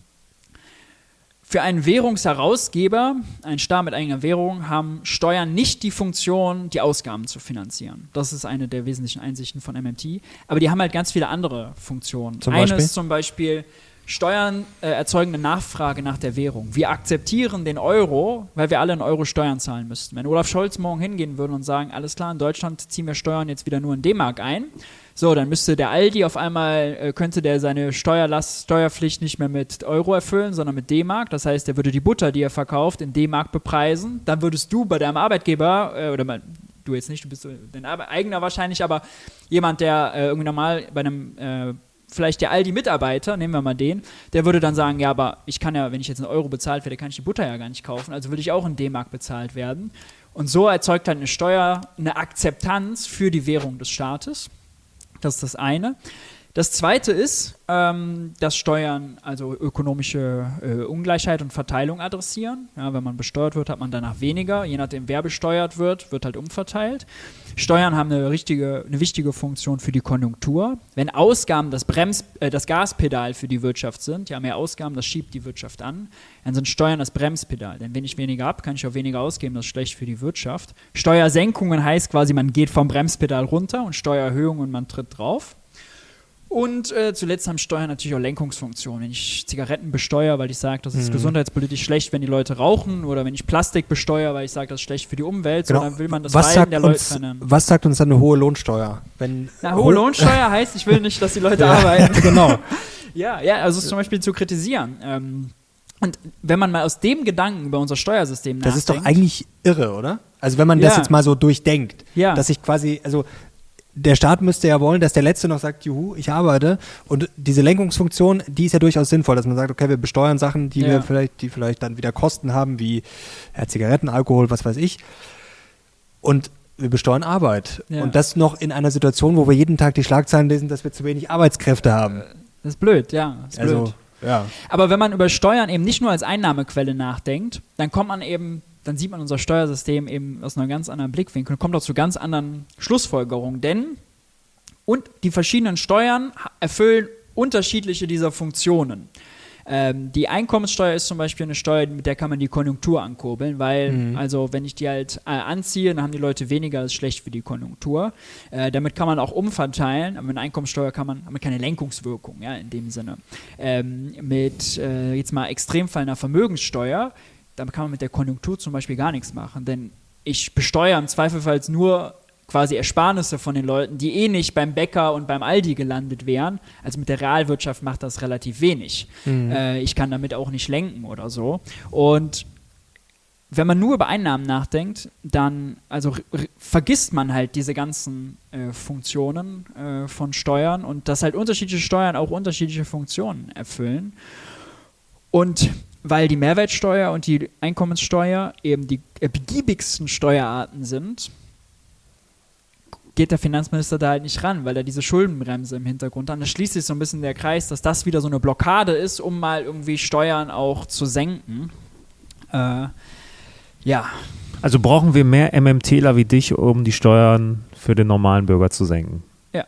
Für einen Währungsherausgeber, einen Staat mit eigener Währung, haben Steuern nicht die Funktion, die Ausgaben zu finanzieren. Das ist eine der wesentlichen Einsichten von M M T. Aber die haben halt ganz viele andere Funktionen. Zum Eine Beispiel? ist zum Beispiel, Steuern äh, erzeugen eine Nachfrage nach der Währung. Wir akzeptieren den Euro, weil wir alle in Euro Steuern zahlen müssten. Wenn Olaf Scholz morgen hingehen würde und sagen, alles klar, in Deutschland ziehen wir Steuern jetzt wieder nur in D-Mark ein, so, dann müsste der Aldi auf einmal, äh, könnte der seine Steuerlast, Steuerpflicht nicht mehr mit Euro erfüllen, sondern mit D-Mark. Das heißt, er würde die Butter, die er verkauft, in D-Mark bepreisen. Dann würdest du bei deinem Arbeitgeber, äh, oder mal, du jetzt nicht, du bist dein Arbe- eigener wahrscheinlich, aber jemand, der äh, irgendwie normal bei einem, äh, vielleicht der Aldi-Mitarbeiter, nehmen wir mal den, der würde dann sagen, ja, aber ich kann ja, wenn ich jetzt in Euro bezahlt werde, kann ich die Butter ja gar nicht kaufen, also würde ich auch in D-Mark bezahlt werden. Und so erzeugt halt eine Steuer eine Akzeptanz für die Währung des Staates. Das ist das eine. Das zweite ist, ähm, dass Steuern also ökonomische äh, Ungleichheit und Verteilung adressieren. Ja, wenn man besteuert wird, hat man danach weniger. Je nachdem, wer besteuert wird, wird halt umverteilt. Steuern haben eine, richtige, eine wichtige Funktion für die Konjunktur. Wenn Ausgaben das, Brems, äh, das Gaspedal für die Wirtschaft sind, ja, mehr Ausgaben, das schiebt die Wirtschaft an, dann sind Steuern das Bremspedal. Denn wenn ich weniger habe, kann ich auch weniger ausgeben, das ist schlecht für die Wirtschaft. Steuersenkungen heißt quasi, man geht vom Bremspedal runter und Steuererhöhungen, man tritt drauf. Und äh, zuletzt haben Steuern natürlich auch Lenkungsfunktionen. Wenn ich Zigaretten besteuere, weil ich sage, das ist Mhm. gesundheitspolitisch schlecht, wenn die Leute rauchen, oder wenn ich Plastik besteuere, weil ich sage, das ist schlecht für die Umwelt, Genau. so, dann will man das was, Verhalten sagt der Leute uns, verändern. was sagt uns dann eine hohe Lohnsteuer? Wenn Na, hohe Lohnsteuer heißt, ich will nicht, dass die Leute Ja, arbeiten. genau. Ja, ja, also es ist zum Beispiel zu kritisieren. Ähm, und wenn man mal aus dem Gedanken über unser Steuersystem Das nachdenkt. ist doch eigentlich irre, oder? Also wenn man Ja. das jetzt mal so durchdenkt, Ja. dass ich quasi, also der Staat müsste ja wollen, dass der Letzte noch sagt, juhu, ich arbeite. Und diese Lenkungsfunktion, die ist ja durchaus sinnvoll, dass man sagt, okay, wir besteuern Sachen, die Ja. wir vielleicht, die vielleicht dann wieder Kosten haben, wie ja, Zigaretten, Alkohol, was weiß ich. Und wir besteuern Arbeit. Ja. Und das noch in einer Situation, wo wir jeden Tag die Schlagzeilen lesen, dass wir zu wenig Arbeitskräfte haben. Das ist blöd, ja. Das ist Also, blöd. ja. Aber wenn man über Steuern eben nicht nur als Einnahmequelle nachdenkt, dann kommt man eben, dann sieht man unser Steuersystem eben aus einem ganz anderen Blickwinkel und kommt auch zu ganz anderen Schlussfolgerungen. Denn und die verschiedenen Steuern ha- erfüllen unterschiedliche dieser Funktionen. Ähm, die Einkommenssteuer ist zum Beispiel eine Steuer, mit der kann man die Konjunktur ankurbeln, weil, Mhm. also wenn ich die halt äh, anziehe, dann haben die Leute weniger, das ist schlecht für die Konjunktur. Äh, damit kann man auch umverteilen, aber mit einer Einkommenssteuer kann man, hat man keine Lenkungswirkung, ja, in dem Sinne. Ähm, mit äh, jetzt mal Extremfall einer Vermögenssteuer, damit kann man mit der Konjunktur zum Beispiel gar nichts machen, denn ich besteuere im Zweifelsfall nur quasi Ersparnisse von den Leuten, die eh nicht beim Bäcker und beim Aldi gelandet wären. Also mit der Realwirtschaft macht das relativ wenig. Mhm. Äh, ich kann damit auch nicht lenken oder so. Und wenn man nur über Einnahmen nachdenkt, dann also r- r- vergisst man halt diese ganzen äh, Funktionen äh, von Steuern und dass halt unterschiedliche Steuern auch unterschiedliche Funktionen erfüllen. Und weil die Mehrwertsteuer und die Einkommenssteuer eben die äh, beliebigsten Steuerarten sind, geht der Finanzminister da halt nicht ran, weil er diese Schuldenbremse im Hintergrund hat. Und da schließt sich so ein bisschen der Kreis, dass das wieder so eine Blockade ist, um mal irgendwie Steuern auch zu senken. Äh, ja. Also brauchen wir mehr MMTler wie dich, um die Steuern für den normalen Bürger zu senken? Ja.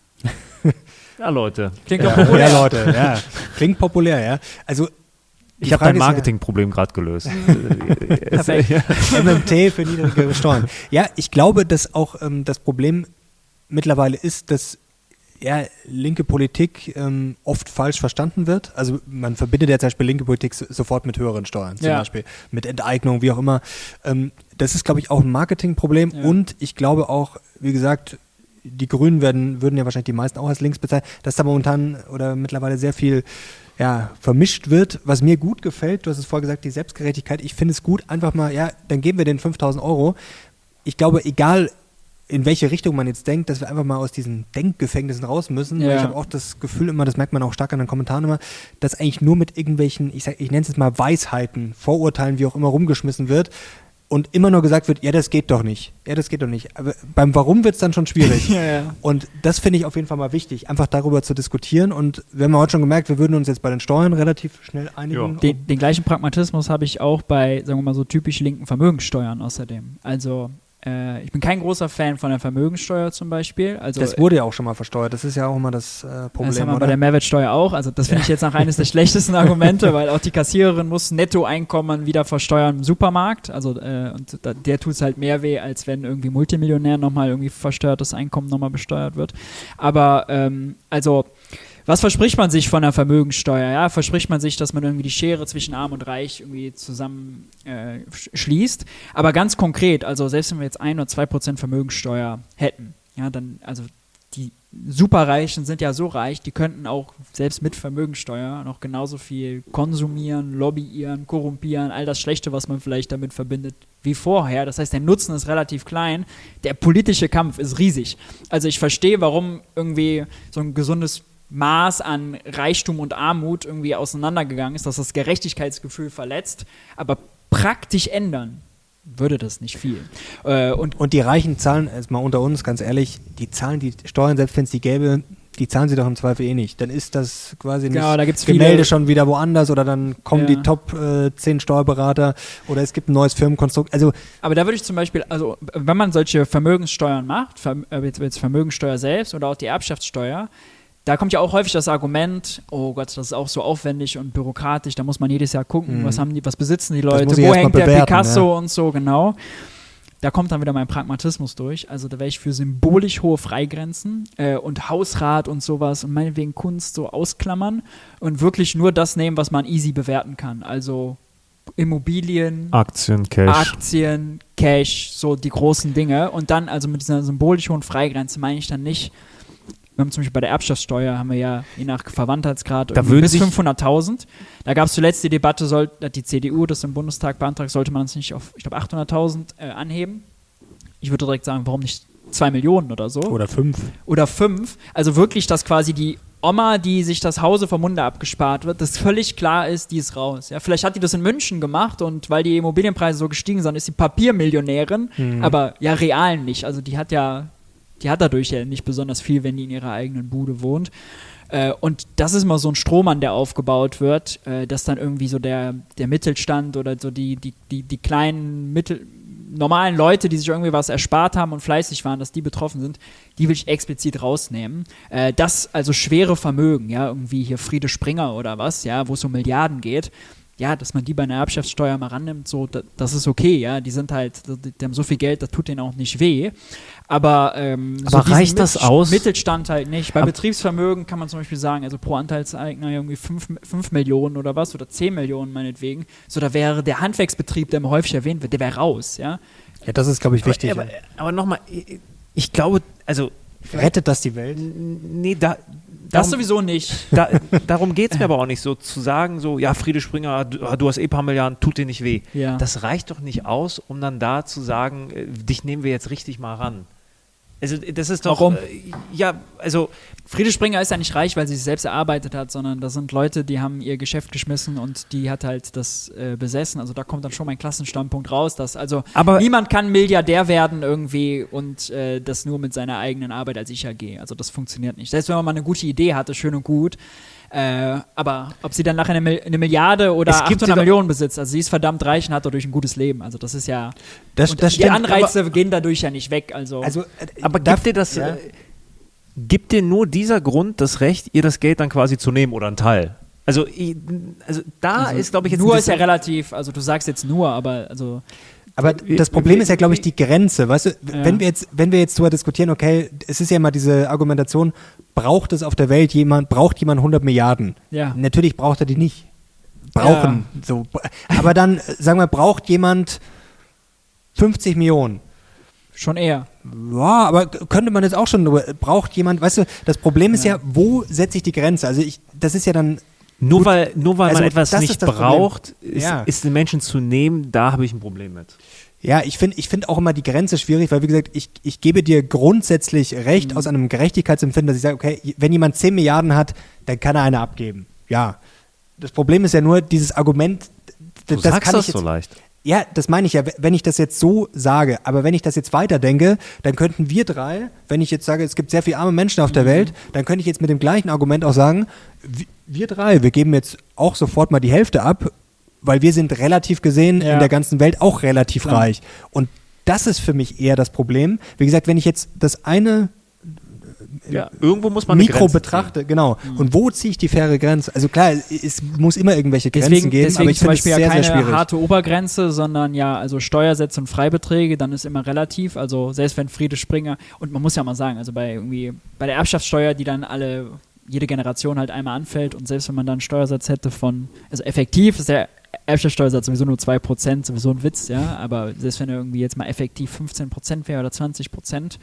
Ja, Leute. Klingt ja, doch populär. Ja, Leute, ja. Klingt populär, ja. Also ich habe dein Marketingproblem gerade gelöst. Perfekt. M M T für niedrigere Steuern. Ja, ich glaube, dass auch ähm, das Problem mittlerweile ist, dass ja, linke Politik ähm, oft falsch verstanden wird. Also man verbindet ja zum Beispiel linke Politik so, sofort mit höheren Steuern, zum ja. Beispiel mit Enteignung, wie auch immer. Ähm, das ist, glaube ich, auch ein Marketingproblem ja. und ich glaube auch, wie gesagt, die Grünen werden, würden ja wahrscheinlich die meisten auch als links bezeichnen, dass da momentan oder mittlerweile sehr viel ja, vermischt wird, was mir gut gefällt. Du hast es vorher gesagt, die Selbstgerechtigkeit. Ich finde es gut, einfach mal, ja, dann geben wir den fünftausend Euro. Ich glaube, egal in welche Richtung man jetzt denkt, dass wir einfach mal aus diesen Denkgefängnissen raus müssen. Ja. Weil ich habe auch das Gefühl immer, das merkt man auch stark an den Kommentaren immer, dass eigentlich nur mit irgendwelchen, ich sag, ich nenne es jetzt mal Weisheiten, Vorurteilen, wie auch immer, rumgeschmissen wird und immer nur gesagt wird, ja, das geht doch nicht. Ja, das geht doch nicht. Aber beim Warum wird es dann schon schwierig. ja, ja. Und das finde ich auf jeden Fall mal wichtig, einfach darüber zu diskutieren. Und wir haben ja heute schon gemerkt, wir würden uns jetzt bei den Steuern relativ schnell einigen. Den, den gleichen Pragmatismus habe ich auch bei, sagen wir mal so, typisch linken Vermögenssteuern außerdem. Also äh, ich bin kein großer Fan von der Vermögenssteuer zum Beispiel. Also, das wurde ja auch schon mal versteuert. Das ist ja auch immer das äh, Problem, das haben wir oder? bei der Mehrwertsteuer auch. Also das finde ich jetzt noch eines der schlechtesten Argumente, weil auch die Kassiererin muss Nettoeinkommen wieder versteuern im Supermarkt. Also äh, und da, der tut es halt mehr weh, als wenn irgendwie Multimillionär nochmal irgendwie versteuertes Einkommen nochmal besteuert wird. Aber ähm, also was verspricht man sich von der Vermögenssteuer? Ja, verspricht man sich, dass man irgendwie die Schere zwischen Arm und Reich irgendwie zusammen äh, schließt. Aber ganz konkret, also selbst wenn wir jetzt ein oder zwei Prozent Vermögenssteuer hätten, ja, dann, also die Superreichen sind ja so reich, die könnten auch selbst mit Vermögenssteuer noch genauso viel konsumieren, lobbyieren, korrumpieren, all das Schlechte, was man vielleicht damit verbindet, wie vorher. Das heißt, der Nutzen ist relativ klein, der politische Kampf ist riesig. Also ich verstehe, warum irgendwie so ein gesundes Maß an Reichtum und Armut irgendwie auseinandergegangen ist, dass das Gerechtigkeitsgefühl verletzt, aber praktisch ändern würde das nicht viel. Äh, und, und die Reichen zahlen, jetzt mal unter uns, ganz ehrlich, die zahlen die Steuern, selbst wenn es die gäbe, die zahlen sie doch im Zweifel eh nicht. Dann ist das quasi nicht genau, da gibt's Gemälde viele, schon wieder woanders oder dann kommen ja. die Top äh, zehn Steuerberater oder es gibt ein neues Firmenkonstrukt. Also, aber da würde ich zum Beispiel, also wenn man solche Vermögenssteuern macht, Verm- äh, jetzt, jetzt Vermögenssteuer selbst oder auch die Erbschaftssteuer, da kommt ja auch häufig das Argument, oh Gott, das ist auch so aufwendig und bürokratisch, da muss man jedes Jahr gucken, mhm. was haben die, was besitzen die Leute, muss ich wo erst mal hängt der bewerten, Picasso ja. und so, genau. Da kommt dann wieder mein Pragmatismus durch. Also da wäre ich für symbolisch hohe Freigrenzen äh, und Hausrat und sowas und meinetwegen Kunst so ausklammern und wirklich nur das nehmen, was man easy bewerten kann. Also Immobilien, Aktien, Cash. Aktien, Cash, so die großen Dinge. Und dann, also mit dieser symbolisch hohen Freigrenze meine ich dann nicht, wir haben zum Beispiel bei der Erbschaftssteuer, haben wir ja je nach Verwandtheitsgrad Da würden bis sich- fünfhunderttausend. Da gab es zuletzt die Debatte, soll, hat die C D U das im Bundestag beantragt, sollte man es nicht auf, ich glaube, achthunderttausend äh, anheben. Ich würde direkt sagen, warum nicht zwei Millionen oder so? oder fünf. Oder fünf. Also wirklich, dass quasi die Oma, die sich das Hause vom Munde abgespart wird, dass völlig klar ist, die ist raus. Ja, vielleicht hat die das in München gemacht und weil die Immobilienpreise so gestiegen sind, ist sie Papiermillionärin, Mhm. aber ja real nicht. Also die hat ja, die hat dadurch ja nicht besonders viel, wenn die in ihrer eigenen Bude wohnt. Äh, und das ist immer so ein Strohmann, der aufgebaut wird, äh, dass dann irgendwie so der, der Mittelstand oder so die, die, die, die kleinen Mittel normalen Leute, die sich irgendwie was erspart haben und fleißig waren, dass die betroffen sind, die will ich explizit rausnehmen. Äh, das, also schwere Vermögen, ja, irgendwie hier Friede Springer oder was, ja, wo es um Milliarden geht, ja, dass man die bei einer Erbschaftssteuer mal rannimmt, so, da, das ist okay, ja, die sind halt, die, die haben so viel Geld, das tut denen auch nicht weh. Aber, ähm, Aber so diesen reicht das aus? Mittelstand halt nicht. Bei Ab- Betriebsvermögen kann man zum Beispiel sagen, also pro Anteilseigner irgendwie fünf Millionen oder was oder zehn Millionen meinetwegen. So, da wäre der Handwerksbetrieb, der immer häufig erwähnt wird, der wäre raus, ja. Ja, das ist, glaube ich, wichtig. Aber, aber, ja. aber nochmal, ich glaube, also Rettet das die Welt? nee, da, Das darum, sowieso nicht. da, darum geht es mir aber auch nicht so, zu sagen so, ja, Friede Springer, du, du hast eh ein paar Milliarden, tut dir nicht weh. Ja. Das reicht doch nicht aus, um dann da zu sagen, äh, dich nehmen wir jetzt richtig mal ran. Also das ist doch, Warum? Äh, ja, also Friede Springer ist ja nicht reich, weil sie es selbst erarbeitet hat, sondern das sind Leute, die haben ihr Geschäft geschmissen und die hat halt das äh, besessen. Also da kommt dann schon mein Klassenstandpunkt raus, dass also Aber- niemand kann Milliardär werden irgendwie und äh, das nur mit seiner eigenen Arbeit als ich A G. Also das funktioniert nicht. Selbst wenn man mal eine gute Idee hatte, schön und gut, Äh, aber ob sie dann nachher eine, Mil- eine Milliarde oder Es gibt achthundert sogar- Millionen besitzt, also sie ist verdammt reich und hat dadurch ein gutes Leben. Also das ist ja, Das, und das die stimmt, Anreize aber, gehen dadurch ja nicht weg. Also, also, äh, Aber darf- gibt dir das, ja. äh, gibt dir nur dieser Grund das Recht, ihr das Geld dann quasi zu nehmen oder einen Teil? Also, ich, also da also ist, glaube ich, jetzt nur ein ist ja bisschen- relativ, also du sagst jetzt nur, aber also Aber das Problem ist ja, glaube ich, die Grenze. Weißt du, Ja. wenn wir jetzt, wenn wir jetzt darüber diskutieren, okay, es ist ja immer diese Argumentation, braucht es auf der Welt jemand, braucht jemand hundert Milliarden? Ja. Natürlich braucht er die nicht. Brauchen. So. Aber dann, äh, sagen wir, braucht jemand fünfzig Millionen? schon eher. Ja, aber könnte man jetzt auch schon, drüber- braucht jemand, weißt du, das Problem ist ja, wo setze ich die Grenze? Also ich, das ist ja dann, Nur Gut, weil, nur weil also man etwas das nicht ist das Problem. braucht, ist, Ja. ist den Menschen zu nehmen, da habe ich ein Problem mit. ja, ich finde ich find auch immer die Grenze schwierig, weil wie gesagt, ich, ich gebe dir grundsätzlich recht Mhm. aus einem Gerechtigkeitsempfinden, dass ich sage, okay, wenn jemand zehn Milliarden hat, dann kann er eine abgeben. Ja. Das Problem ist ja nur, dieses Argument, d- Du das sagst kann das ich jetzt, so leicht. ja, das meine ich ja, wenn ich das jetzt so sage, aber wenn ich das jetzt weiterdenke, dann könnten wir drei, wenn ich jetzt sage, es gibt sehr viele arme Menschen auf der Mhm. Welt, dann könnte ich jetzt mit dem gleichen Argument auch sagen, wir, wir drei, wir geben jetzt auch sofort mal die Hälfte ab, weil wir sind relativ gesehen Ja. in der ganzen Welt auch relativ Klar. reich. Und das ist für mich eher das Problem. Wie gesagt, wenn ich jetzt das eine Ja, irgendwo muss man eine Mikro Grenze betrachte, genau. Und wo ziehe ich die faire Grenze? Also klar, es muss immer irgendwelche Grenzen Deswegen, geben, deswegen aber ich zum finde es Beispiel sehr, ja sehr keine schwierig. harte Obergrenze, sondern ja, also Steuersätze und Freibeträge, dann ist immer relativ, also selbst wenn Friede Springer, und man muss ja mal sagen, also bei irgendwie, bei der Erbschaftssteuer, die dann alle, jede Generation halt einmal anfällt und selbst wenn man dann einen Steuersatz hätte von, also effektiv ist der Erbschaftssteuersatz sowieso nur zwei Prozent, sowieso ein Witz, ja, aber selbst wenn er irgendwie jetzt mal effektiv fünfzehn Prozent wäre oder zwanzig Prozent,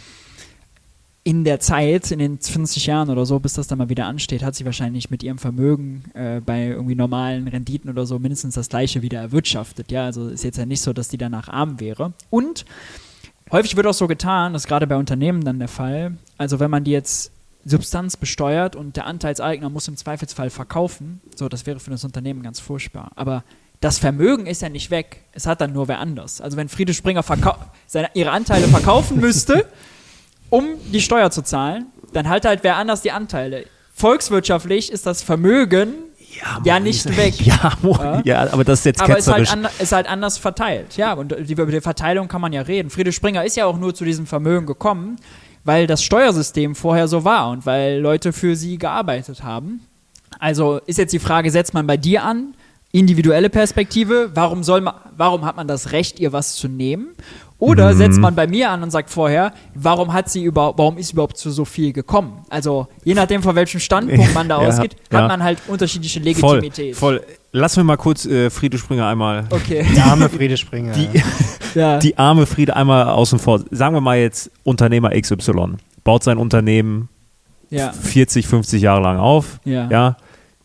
in der Zeit, in den fünfzig Jahren oder so, bis das dann mal wieder ansteht, hat sie wahrscheinlich mit ihrem Vermögen äh, bei irgendwie normalen Renditen oder so mindestens das Gleiche wieder erwirtschaftet. Ja, also ist jetzt ja nicht so, dass die danach arm wäre. Und häufig wird auch so getan, das ist gerade bei Unternehmen dann der Fall, also wenn man die jetzt Substanz besteuert und der Anteilseigner muss im Zweifelsfall verkaufen, so, das wäre für das Unternehmen ganz furchtbar. Aber das Vermögen ist ja nicht weg, es hat dann nur wer anders. Also wenn Friede Springer verkau- seine, ihre Anteile verkaufen müsste, um die Steuer zu zahlen, dann halt halt wer anders die Anteile. Volkswirtschaftlich ist das Vermögen ja nicht weg. Ja, Mo- Ja. ja, aber das ist jetzt Aber es ist halt, ketzerisch. an, ist halt anders verteilt. Ja, und die- über die Verteilung kann man ja reden. Friede Springer ist ja auch nur zu diesem Vermögen gekommen, weil das Steuersystem vorher so war und weil Leute für sie gearbeitet haben. Also ist jetzt die Frage, setzt man bei dir an, individuelle Perspektive, warum, soll man, warum hat man das Recht, ihr was zu nehmen? Oder Mhm. setzt man bei mir an und sagt vorher, warum hat sie überhaupt, warum ist überhaupt zu so viel gekommen? Also je nachdem, von welchem Standpunkt man da Ja, ausgeht, ja. hat man halt unterschiedliche Voll, Legitimität. voll. Lass mir mal kurz äh, Friede Springer einmal, Okay. Der arme Friede Springer. Die- Ja. die arme Friede einmal außen vor. Sagen wir mal jetzt Unternehmer X Y, baut sein Unternehmen ja. vierzig, fünfzig Jahre lang auf, Ja. ja,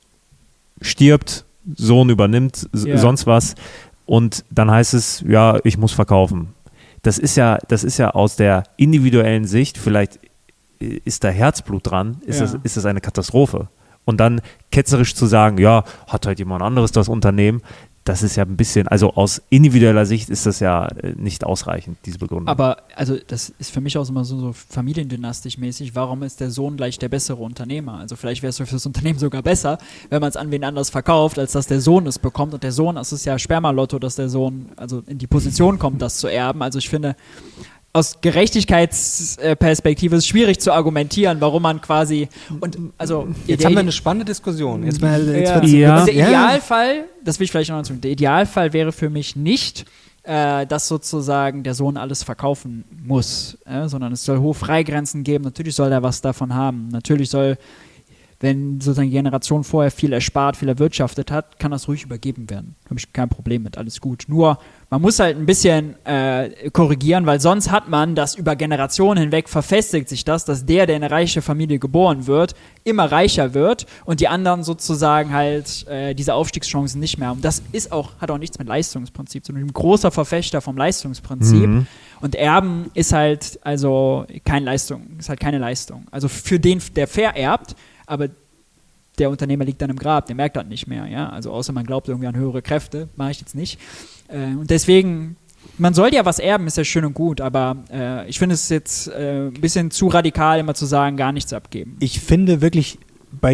stirbt, Sohn übernimmt, s- Ja. sonst was und dann heißt es, ja, ich muss verkaufen. Das ist ja, das ist ja aus der individuellen Sicht, vielleicht äh, ist da Herzblut dran, ist, Ja. das, ist das eine Katastrophe. Und dann ketzerisch zu sagen, ja, hat halt jemand anderes das Unternehmen, das ist ja ein bisschen, also aus individueller Sicht ist das ja äh, nicht ausreichend, diese Begründung. Aber also das ist für mich auch immer so, so familiendynastisch mäßig. Warum ist der Sohn gleich der bessere Unternehmer? Also vielleicht wäre es für das Unternehmen sogar besser, wenn man es an wen anders verkauft, als dass der Sohn es bekommt. Und der Sohn, es ist ja Spermalotto, dass der Sohn also in die Position kommt, das zu erben. Also ich finde, aus Gerechtigkeitsperspektive ist es schwierig zu argumentieren, warum man quasi und also Jetzt der- haben wir eine spannende Diskussion. Jetzt mal, jetzt ja. wird's- Ja. Und der Ja. Idealfall, das will ich vielleicht noch dazu, der Idealfall wäre für mich nicht, äh, dass sozusagen der Sohn alles verkaufen muss, äh, sondern es soll hohe Freigrenzen geben. Natürlich soll er was davon haben. Natürlich soll, wenn sozusagen die Generation vorher viel erspart, viel erwirtschaftet hat, kann das ruhig übergeben werden. Habe ich kein Problem mit, alles gut. Nur, man muss halt ein bisschen äh, korrigieren, weil sonst hat man das über Generationen hinweg, verfestigt sich das, dass der, der in eine reiche Familie geboren wird, immer reicher wird und die anderen sozusagen halt äh, diese Aufstiegschancen nicht mehr haben. Das ist auch, hat auch nichts mit Leistungsprinzip zu tun. Ich bin ein großer Verfechter vom Leistungsprinzip. Mhm. Und Erben ist halt also keine Leistung, ist halt keine Leistung. Also für den, der vererbt, aber der Unternehmer liegt dann im Grab, der merkt das nicht mehr, ja. Also außer man glaubt irgendwie an höhere Kräfte, mache ich jetzt nicht. Äh, und deswegen, man sollte ja was erben, ist ja schön und gut, aber äh, ich finde es jetzt äh, ein bisschen zu radikal, immer zu sagen, gar nichts abgeben. Ich finde wirklich bei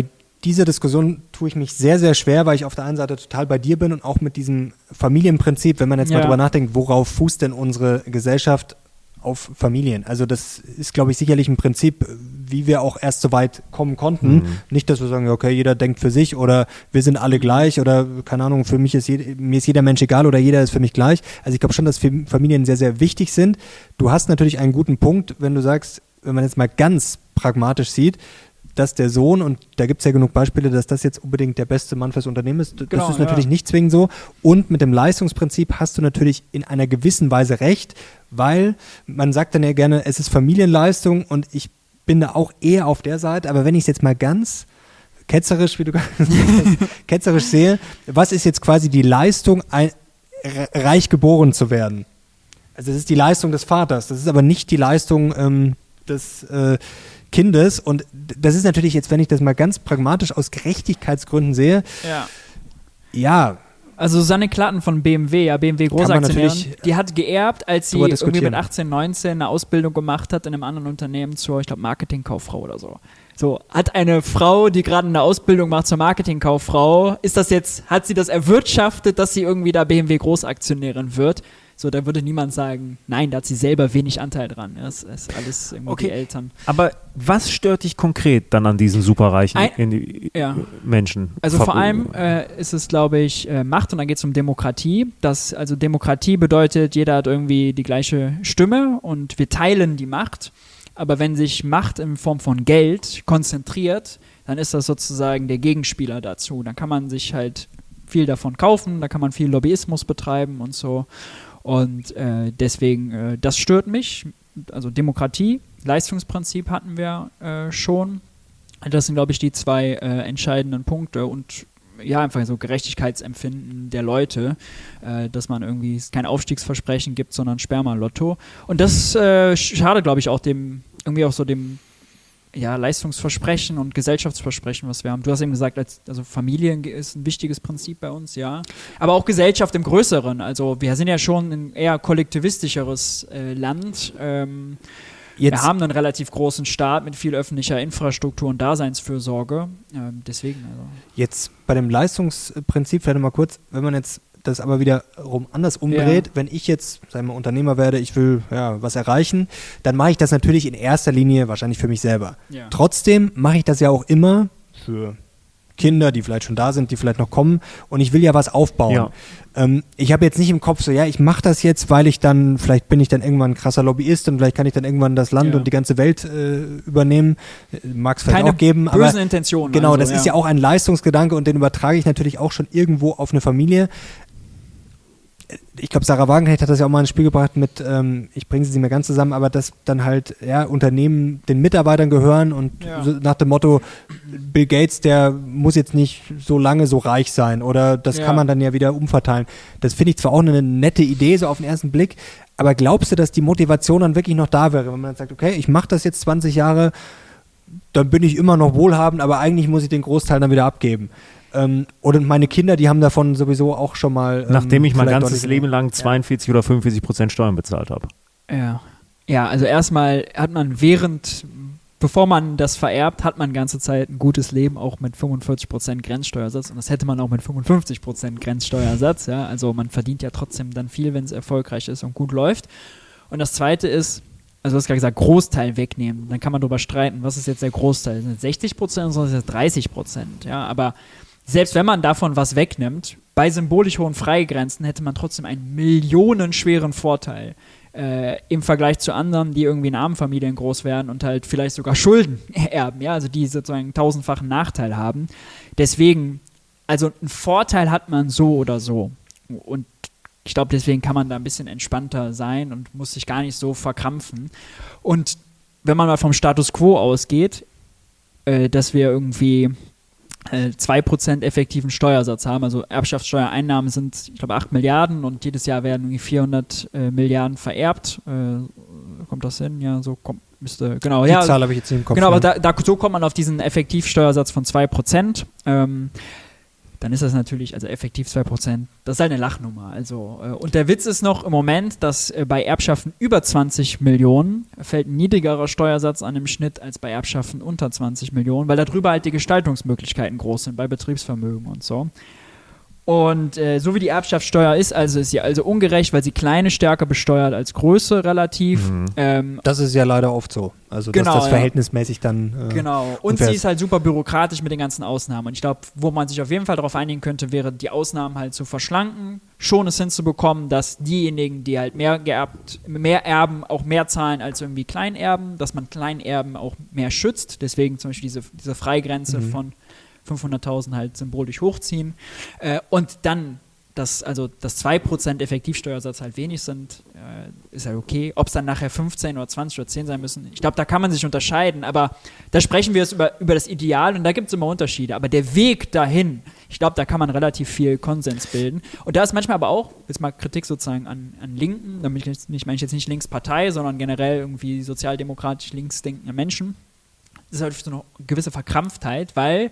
dieser Diskussion tue ich mich sehr, sehr schwer, weil ich auf der einen Seite total bei dir bin und auch mit diesem Familienprinzip, wenn man jetzt Ja. mal drüber nachdenkt, worauf fußt denn unsere Gesellschaft auf Familien? Also das ist, glaube ich, sicherlich ein Prinzip, wie wir auch erst so weit kommen konnten. Mhm. Nicht, dass wir sagen, okay, jeder denkt für sich oder wir sind alle gleich oder keine Ahnung, für mich ist jed- mir ist jeder Mensch egal oder jeder ist für mich gleich. Also ich glaube schon, dass Fam- Familien sehr, sehr wichtig sind. Du hast natürlich einen guten Punkt, wenn du sagst, wenn man jetzt mal ganz pragmatisch sieht, dass der Sohn, und da gibt es ja genug Beispiele, dass das jetzt unbedingt der beste Mann fürs Unternehmen ist, das Genau, ist natürlich ja. nicht zwingend so. Und mit dem Leistungsprinzip hast du natürlich in einer gewissen Weise recht, weil man sagt dann ja gerne, es ist Familienleistung und ich bin da auch eher auf der Seite, aber wenn ich es jetzt mal ganz ketzerisch, wie du gesagt hast, ketzerisch sehe, was ist jetzt quasi die Leistung, ein, reich geboren zu werden? Also das ist die Leistung des Vaters, das ist aber nicht die Leistung ähm, des äh, Kindes und das ist natürlich jetzt, wenn ich das mal ganz pragmatisch aus Gerechtigkeitsgründen sehe, Ja. ja, Also Susanne Klatten von B M W, ja, B M W Kann man Großaktionärin, natürlich die hat geerbt, als sie drüber irgendwie diskutieren. mit achtzehn, neunzehn eine Ausbildung gemacht hat in einem anderen Unternehmen zur, ich glaube, Marketingkauffrau oder so. So, hat eine Frau, die gerade eine Ausbildung macht zur Marketingkauffrau, ist das jetzt, hat sie das erwirtschaftet, dass sie irgendwie da B M W Großaktionärin wird? So, da würde niemand sagen, nein, da hat sie selber wenig Anteil dran. Ja, das ist alles irgendwie Okay. die Eltern. Aber was stört dich konkret dann an diesen superreichen Ein- Indi- ja. Menschen? Also Ver- vor allem äh, ist es, glaube ich, äh, Macht und dann geht es um Demokratie. Das, also Demokratie bedeutet, jeder hat irgendwie die gleiche Stimme und wir teilen die Macht. Aber wenn sich Macht in Form von Geld konzentriert, dann ist das sozusagen der Gegenspieler dazu. Dann kann man sich halt viel davon kaufen, da kann man viel Lobbyismus betreiben und so. Und äh, deswegen, äh, das stört mich. Also Demokratie, Leistungsprinzip hatten wir äh, schon. Das sind, glaube ich, die zwei äh, entscheidenden Punkte und ja, einfach so Gerechtigkeitsempfinden der Leute, äh, dass man irgendwie es kein Aufstiegsversprechen gibt, sondern Sperma-Lotto. Und das äh, schade, glaube ich, auch dem, irgendwie auch so dem ja, Leistungsversprechen und Gesellschaftsversprechen, was wir haben. Du hast eben gesagt, als, also Familie ist ein wichtiges Prinzip bei uns, ja. Aber auch Gesellschaft im Größeren. Also wir sind ja schon ein eher kollektivistischeres äh, Land. Ähm, jetzt wir haben einen relativ großen Staat mit viel öffentlicher Infrastruktur und Daseinsfürsorge. Ähm, deswegen, also. Jetzt bei dem Leistungsprinzip, vielleicht noch mal kurz, wenn man jetzt das aber wiederum anders umdreht, Ja. wenn ich jetzt, sagen wir mal, Unternehmer werde, ich will ja, was erreichen, dann mache ich das natürlich in erster Linie wahrscheinlich für mich selber. Ja. Trotzdem mache ich das ja auch immer für Kinder, die vielleicht schon da sind, die vielleicht noch kommen und ich will ja was aufbauen. Ja. Ähm, ich habe jetzt nicht im Kopf so, ja, ich mache das jetzt, weil ich dann, vielleicht bin ich dann irgendwann ein krasser Lobbyist und vielleicht kann ich dann irgendwann das Land Ja. und die ganze Welt äh, übernehmen. Mag es vielleicht Keine auch geben, bösen aber Intentionen. genau, also, das ist ja auch ein Leistungsgedanke und den übertrage ich natürlich auch schon irgendwo auf eine Familie. Ich glaube, Sarah Wagenknecht hat das ja auch mal ins Spiel gebracht mit, ähm, ich bringe sie nicht mehr ganz zusammen, aber dass dann halt ja, Unternehmen den Mitarbeitern gehören und Ja. so nach dem Motto, Bill Gates, der muss jetzt nicht so lange so reich sein oder das Ja. kann man dann ja wieder umverteilen. Das finde ich zwar auch eine nette Idee, so auf den ersten Blick, aber glaubst du, dass die Motivation dann wirklich noch da wäre, wenn man dann sagt, okay, ich mache das jetzt zwanzig Jahre, dann bin ich immer noch wohlhabend, aber eigentlich muss ich den Großteil dann wieder abgeben. Ähm, oder meine Kinder, die haben davon sowieso auch schon mal. Ähm, Nachdem ich mein vielleicht ganzes deutlich- Leben lang zweiundvierzig oder fünfundvierzig Prozent Steuern bezahlt habe. Ja. Ja, also erstmal hat man während, bevor man das vererbt, hat man die ganze Zeit ein gutes Leben, auch mit fünfundvierzig Prozent Grenzsteuersatz. Und das hätte man auch mit fünfundfünfzig Prozent Grenzsteuersatz. Ja? Also man verdient ja trotzdem dann viel, wenn es erfolgreich ist und gut läuft. Und das Zweite ist, also du hast gerade gesagt, Großteil wegnehmen. Dann kann man darüber streiten, was ist jetzt der Großteil? Sind es sechzig Prozent oder sind es dreißig Prozent? Ja, aber selbst wenn man davon was wegnimmt, bei symbolisch hohen Freigrenzen hätte man trotzdem einen millionenschweren Vorteil äh, im Vergleich zu anderen, die irgendwie in armen Familien groß werden und halt vielleicht sogar Schulden erben, ja, also die sozusagen einen tausendfachen Nachteil haben. Deswegen, also einen Vorteil hat man so oder so. Und ich glaube, deswegen kann man da ein bisschen entspannter sein und muss sich gar nicht so verkrampfen. Und wenn man mal vom Status Quo ausgeht, äh, dass wir irgendwie zwei Prozent effektiven Steuersatz haben. Also Erbschaftssteuereinnahmen sind, ich glaube, acht Milliarden und jedes Jahr werden irgendwie vierhundert äh, Milliarden vererbt. Äh, kommt das hin? Ja, so kommt, müsste, genau. Die ja, Zahl habe ich jetzt nicht im Kopf. Genau, aber ne? da, da, so kommt man auf diesen Effektivsteuersatz von zwei Prozent. Ähm, dann ist das natürlich, also effektiv zwei Prozent, das ist halt eine Lachnummer. Also, äh, und der Witz ist noch im Moment, dass äh, bei Erbschaften über zwanzig Millionen fällt ein niedrigerer Steuersatz an im Schnitt als bei Erbschaften unter zwanzig Millionen, weil darüber halt die Gestaltungsmöglichkeiten groß sind, bei Betriebsvermögen und so. Und äh, so wie die Erbschaftssteuer ist, also ist sie also ungerecht, weil sie kleine stärker besteuert als Größe relativ. Mhm. Ähm, Das ist ja leider oft so. Also Genau, dass das ja. verhältnismäßig dann äh, Genau. Und unfair sie ist halt super bürokratisch mit den ganzen Ausnahmen. Und ich glaube, wo man sich auf jeden Fall darauf einigen könnte, wäre, die Ausnahmen halt zu verschlanken, schon es hinzubekommen, dass diejenigen, die halt mehr geerbt, mehr erben, auch mehr zahlen als irgendwie Kleinerben, dass man Kleinerben auch mehr schützt. Deswegen zum Beispiel diese, diese Freigrenze Mhm. von fünfhunderttausend halt symbolisch hochziehen. Äh, und dann, dass also das zwei Prozent Effektivsteuersatz halt wenig sind, äh, ist halt okay. Ob es dann nachher fünfzehn oder zwanzig oder zehn sein müssen, ich glaube, da kann man sich unterscheiden, aber da sprechen wir jetzt über, über das Ideal und da gibt es immer Unterschiede. Aber der Weg dahin, ich glaube, da kann man relativ viel Konsens bilden. Und da ist manchmal aber auch, jetzt mal Kritik sozusagen an, an Linken, damit ich, nicht, meine ich jetzt nicht Linkspartei, sondern generell irgendwie sozialdemokratisch linksdenkende Menschen, das ist halt so eine gewisse Verkrampftheit, weil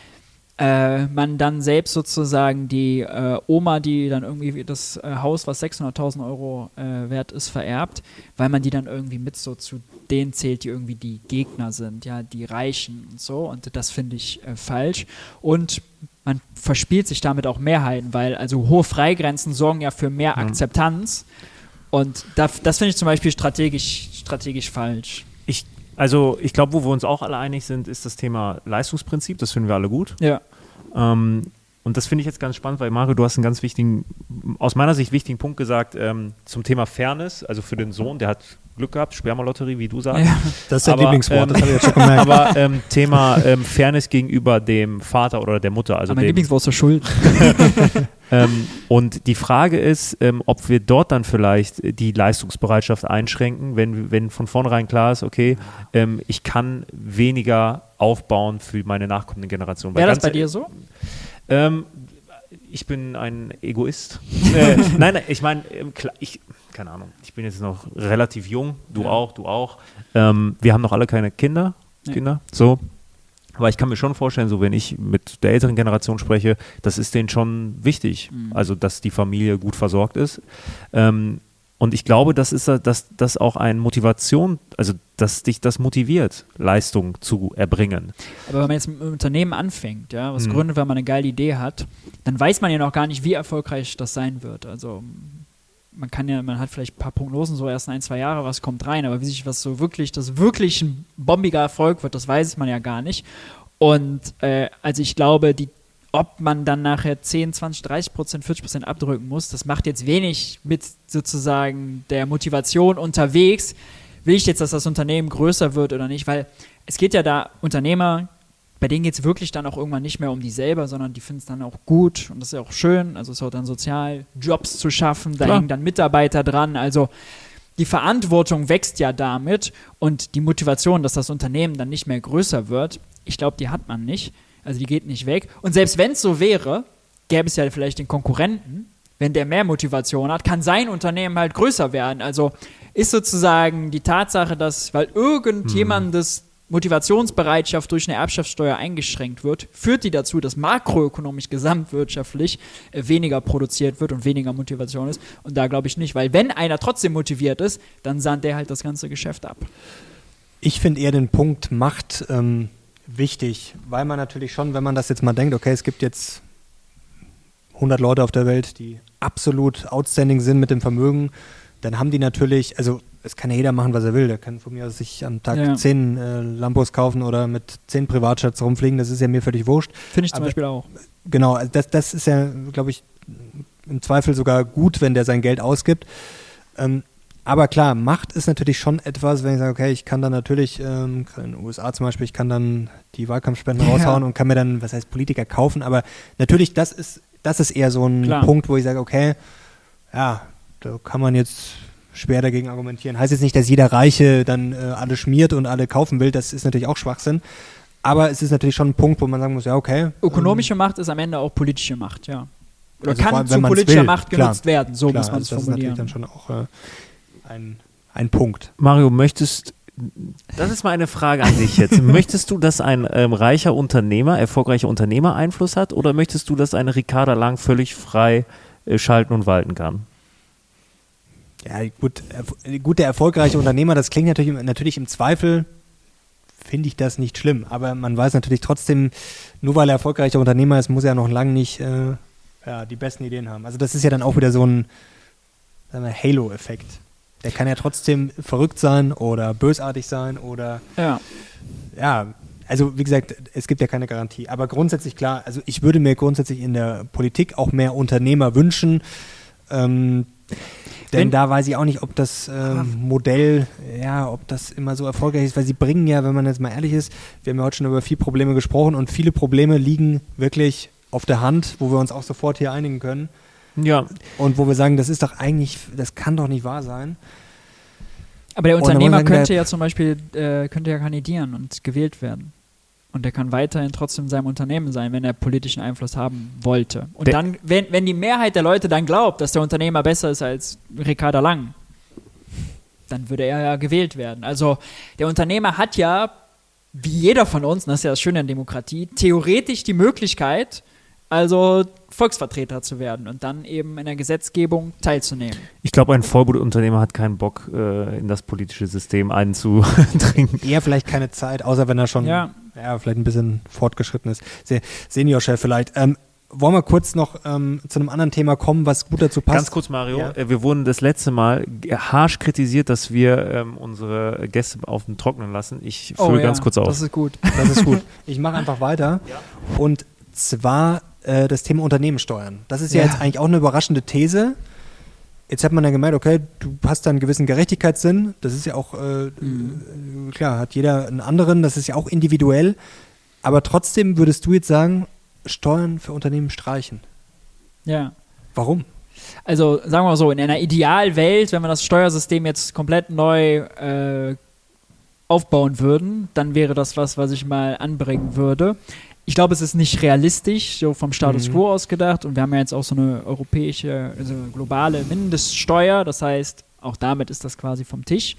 äh, man dann selbst sozusagen die äh, Oma, die dann irgendwie das äh, Haus, was sechshunderttausend Euro äh, wert ist, vererbt, weil man die dann irgendwie mit so zu denen zählt, die irgendwie die Gegner sind, ja, die Reichen und so. Und das finde ich äh, falsch. Und man verspielt sich damit auch Mehrheiten, weil also hohe Freigrenzen sorgen ja für mehr Ja. Akzeptanz. Und da, das finde ich zum Beispiel strategisch, strategisch falsch. Ich, also ich glaube, wo wir uns auch alle einig sind, ist das Thema Leistungsprinzip. Das finden wir alle gut. Ja. Ähm, und das finde ich jetzt ganz spannend, weil Mario, du hast einen ganz wichtigen, aus meiner Sicht wichtigen Punkt gesagt ähm, zum Thema Fairness. Also für den Sohn, der hat Glück gehabt, Spermalotterie, wie du sagst. Ja. Das ist dein Aber, Lieblingswort, ähm, das habe ich jetzt schon gemerkt. Aber ähm, Thema ähm, Fairness gegenüber dem Vater oder der Mutter. Also Aber mein dem, Lieblingswort zur Schuld. ähm, und die Frage ist, ähm, ob wir dort dann vielleicht die Leistungsbereitschaft einschränken, wenn, wenn von vornherein klar ist, okay, ähm, ich kann weniger aufbauen für meine nachkommende Generation. Weil Wäre das ganz- bei dir so? Ähm, ich bin ein Egoist. äh, nein, nein, ich meine, ähm, klar, ich, keine Ahnung, ich bin jetzt noch relativ jung, du Ja. auch, du auch. Ähm, wir haben noch alle keine Kinder, Nee. Kinder, so. Aber ich kann mir schon vorstellen, so wenn ich mit der älteren Generation spreche, das ist denen schon wichtig, Mhm. also dass die Familie gut versorgt ist. Ähm, und ich glaube, das ist dass das auch eine Motivation, also dass dich das motiviert, Leistung zu erbringen. Aber wenn man jetzt mit einem Unternehmen anfängt, ja, was Mhm. gründet, weil man eine geile Idee hat, dann weiß man ja noch gar nicht, wie erfolgreich das sein wird. Also man kann ja, man hat vielleicht ein paar Prognosen, so erst ein, zwei Jahre, was kommt rein, aber wie sich was so wirklich, das wirklich ein bombiger Erfolg wird, das weiß man ja gar nicht. Und äh, also ich glaube, die ob man dann nachher zehn, zwanzig, dreißig Prozent, vierzig Prozent abdrücken muss, das macht jetzt wenig mit sozusagen der Motivation unterwegs. Will ich jetzt, dass das Unternehmen größer wird oder nicht? Weil es geht ja da, Unternehmer, bei denen geht es wirklich dann auch irgendwann nicht mehr um die selber, sondern die finden es dann auch gut und das ist ja auch schön. Also es ist auch dann sozial, Jobs zu schaffen, da Klar. hängen dann Mitarbeiter dran. Also die Verantwortung wächst ja damit und die Motivation, dass das Unternehmen dann nicht mehr größer wird, ich glaube, die hat man nicht. Also die geht nicht weg. Und selbst wenn es so wäre, gäbe es ja vielleicht den Konkurrenten, wenn der mehr Motivation hat, kann sein Unternehmen halt größer werden. Also ist sozusagen die Tatsache, dass, weil irgendjemandes Motivationsbereitschaft durch eine Erbschaftssteuer eingeschränkt wird, führt die dazu, dass makroökonomisch gesamtwirtschaftlich äh, weniger produziert wird und weniger Motivation ist. Und da glaube ich nicht, weil wenn einer trotzdem motiviert ist, dann sandt der halt das ganze Geschäft ab. Ich finde eher den Punkt Macht ähm, wichtig, weil man natürlich schon, wenn man das jetzt mal denkt, okay, es gibt jetzt hundert Leute auf der Welt, die absolut outstanding sind mit dem Vermögen, dann haben die natürlich, also es kann ja jeder machen, was er will, der kann von mir aus sich am Tag Ja. zehn äh, Lambos kaufen oder mit zehn Privatjets rumfliegen, das ist ja mir völlig wurscht. Finde ich zum Aber- Beispiel auch. Genau, also das, das ist ja, glaube ich, im Zweifel sogar gut, wenn der sein Geld ausgibt. Ähm, aber klar, Macht ist natürlich schon etwas, wenn ich sage, okay, ich kann dann natürlich, ähm, in den U S A zum Beispiel, ich kann dann die Wahlkampfspenden Ja. raushauen und kann mir dann, was heißt Politiker kaufen, aber natürlich, das ist, das ist eher so ein Klar. Punkt, wo ich sage, okay, ja, da kann man jetzt schwer dagegen argumentieren. Heißt jetzt nicht, dass jeder Reiche dann äh, alle schmiert und alle kaufen will, das ist natürlich auch Schwachsinn. Aber es ist natürlich schon ein Punkt, wo man sagen muss, ja, okay. Ökonomische Macht ist am Ende auch politische Macht, ja. Oder Also vor kann allem, wenn zu man's politischer will, Macht klar. genutzt werden, so Klar, muss man es das ist natürlich formulieren. dann schon auch äh, ein, ein Punkt. Mario, möchtest Das ist mal eine Frage an dich jetzt. Möchtest du, dass ein ähm, reicher Unternehmer, erfolgreicher Unternehmer Einfluss hat oder möchtest du, dass eine Ricarda Lang völlig frei äh, schalten und walten kann? Ja, gut, äh, gut, der erfolgreiche Unternehmer, das klingt natürlich, natürlich im Zweifel, finde ich das nicht schlimm. Aber man weiß natürlich trotzdem, nur weil er erfolgreicher Unternehmer ist, muss er noch lange nicht äh, ja, die besten Ideen haben. Also das ist ja dann auch wieder so ein sagen wir, Halo-Effekt. Der kann ja trotzdem verrückt sein oder bösartig sein oder Ja. ja, also wie gesagt, es gibt ja keine Garantie. Aber grundsätzlich klar, also ich würde mir grundsätzlich in der Politik auch mehr Unternehmer wünschen. Ähm, denn Wenn- da weiß ich auch nicht, ob das ähm, Modell, ja, ob das immer so erfolgreich ist, weil sie bringen ja, wenn man jetzt mal ehrlich ist, wir haben ja heute schon über viele Probleme gesprochen und viele Probleme liegen wirklich auf der Hand, wo wir uns auch sofort hier einigen können. Ja, Und wo wir sagen, das ist doch eigentlich, das kann doch nicht wahr sein. Aber der Und dann Unternehmer wollen wir sagen, könnte der- ja zum Beispiel äh, könnte ja kandidieren und gewählt werden. Und er kann weiterhin trotzdem in seinem Unternehmen sein, wenn er politischen Einfluss haben wollte. Und Der- dann, wenn, wenn die Mehrheit der Leute dann glaubt, dass der Unternehmer besser ist als Ricarda Lang, dann würde er ja gewählt werden. Also der Unternehmer hat ja, wie jeder von uns, und das ist ja das Schöne an Demokratie, theoretisch die Möglichkeit, also Volksvertreter zu werden und dann eben in der Gesetzgebung teilzunehmen. ich glaube, ein Vollblutunternehmer hat keinen Bock, äh, in das politische System einzudringen. Eher vielleicht keine Zeit, außer wenn er schon Ja. ja, vielleicht ein bisschen fortgeschritten ist. Se- Seniorchef vielleicht. Ähm, wollen wir kurz noch ähm, zu einem anderen Thema kommen, was gut dazu passt? Ganz kurz, Mario, Ja. äh, wir wurden das letzte Mal g- harsch kritisiert, dass wir ähm, unsere Gäste auf dem Trocknen lassen. Ich fülle ja, ganz kurz auf. Das ist gut. Das ist gut. Ich mache einfach weiter. Und zwar äh, das Thema Unternehmenssteuern. Das ist ja, Ja. jetzt eigentlich auch eine überraschende These. Jetzt hat man dann gemeint, okay, du hast da einen gewissen Gerechtigkeitssinn. Das ist ja auch, äh, Mhm. äh, klar, hat jeder einen anderen. Das ist ja auch individuell. Aber trotzdem würdest du jetzt sagen, Steuern für Unternehmen streichen. Ja. Warum? Also sagen wir mal so, in einer Idealwelt, wenn wir das Steuersystem jetzt komplett neu äh, aufbauen würden, dann wäre das was, was ich mal anbringen würde. Ich glaube, es ist nicht realistisch, so vom Status Mhm. quo aus gedacht. Und wir haben ja jetzt auch so eine europäische, also globale Mindeststeuer. Das heißt, auch damit ist das quasi vom Tisch.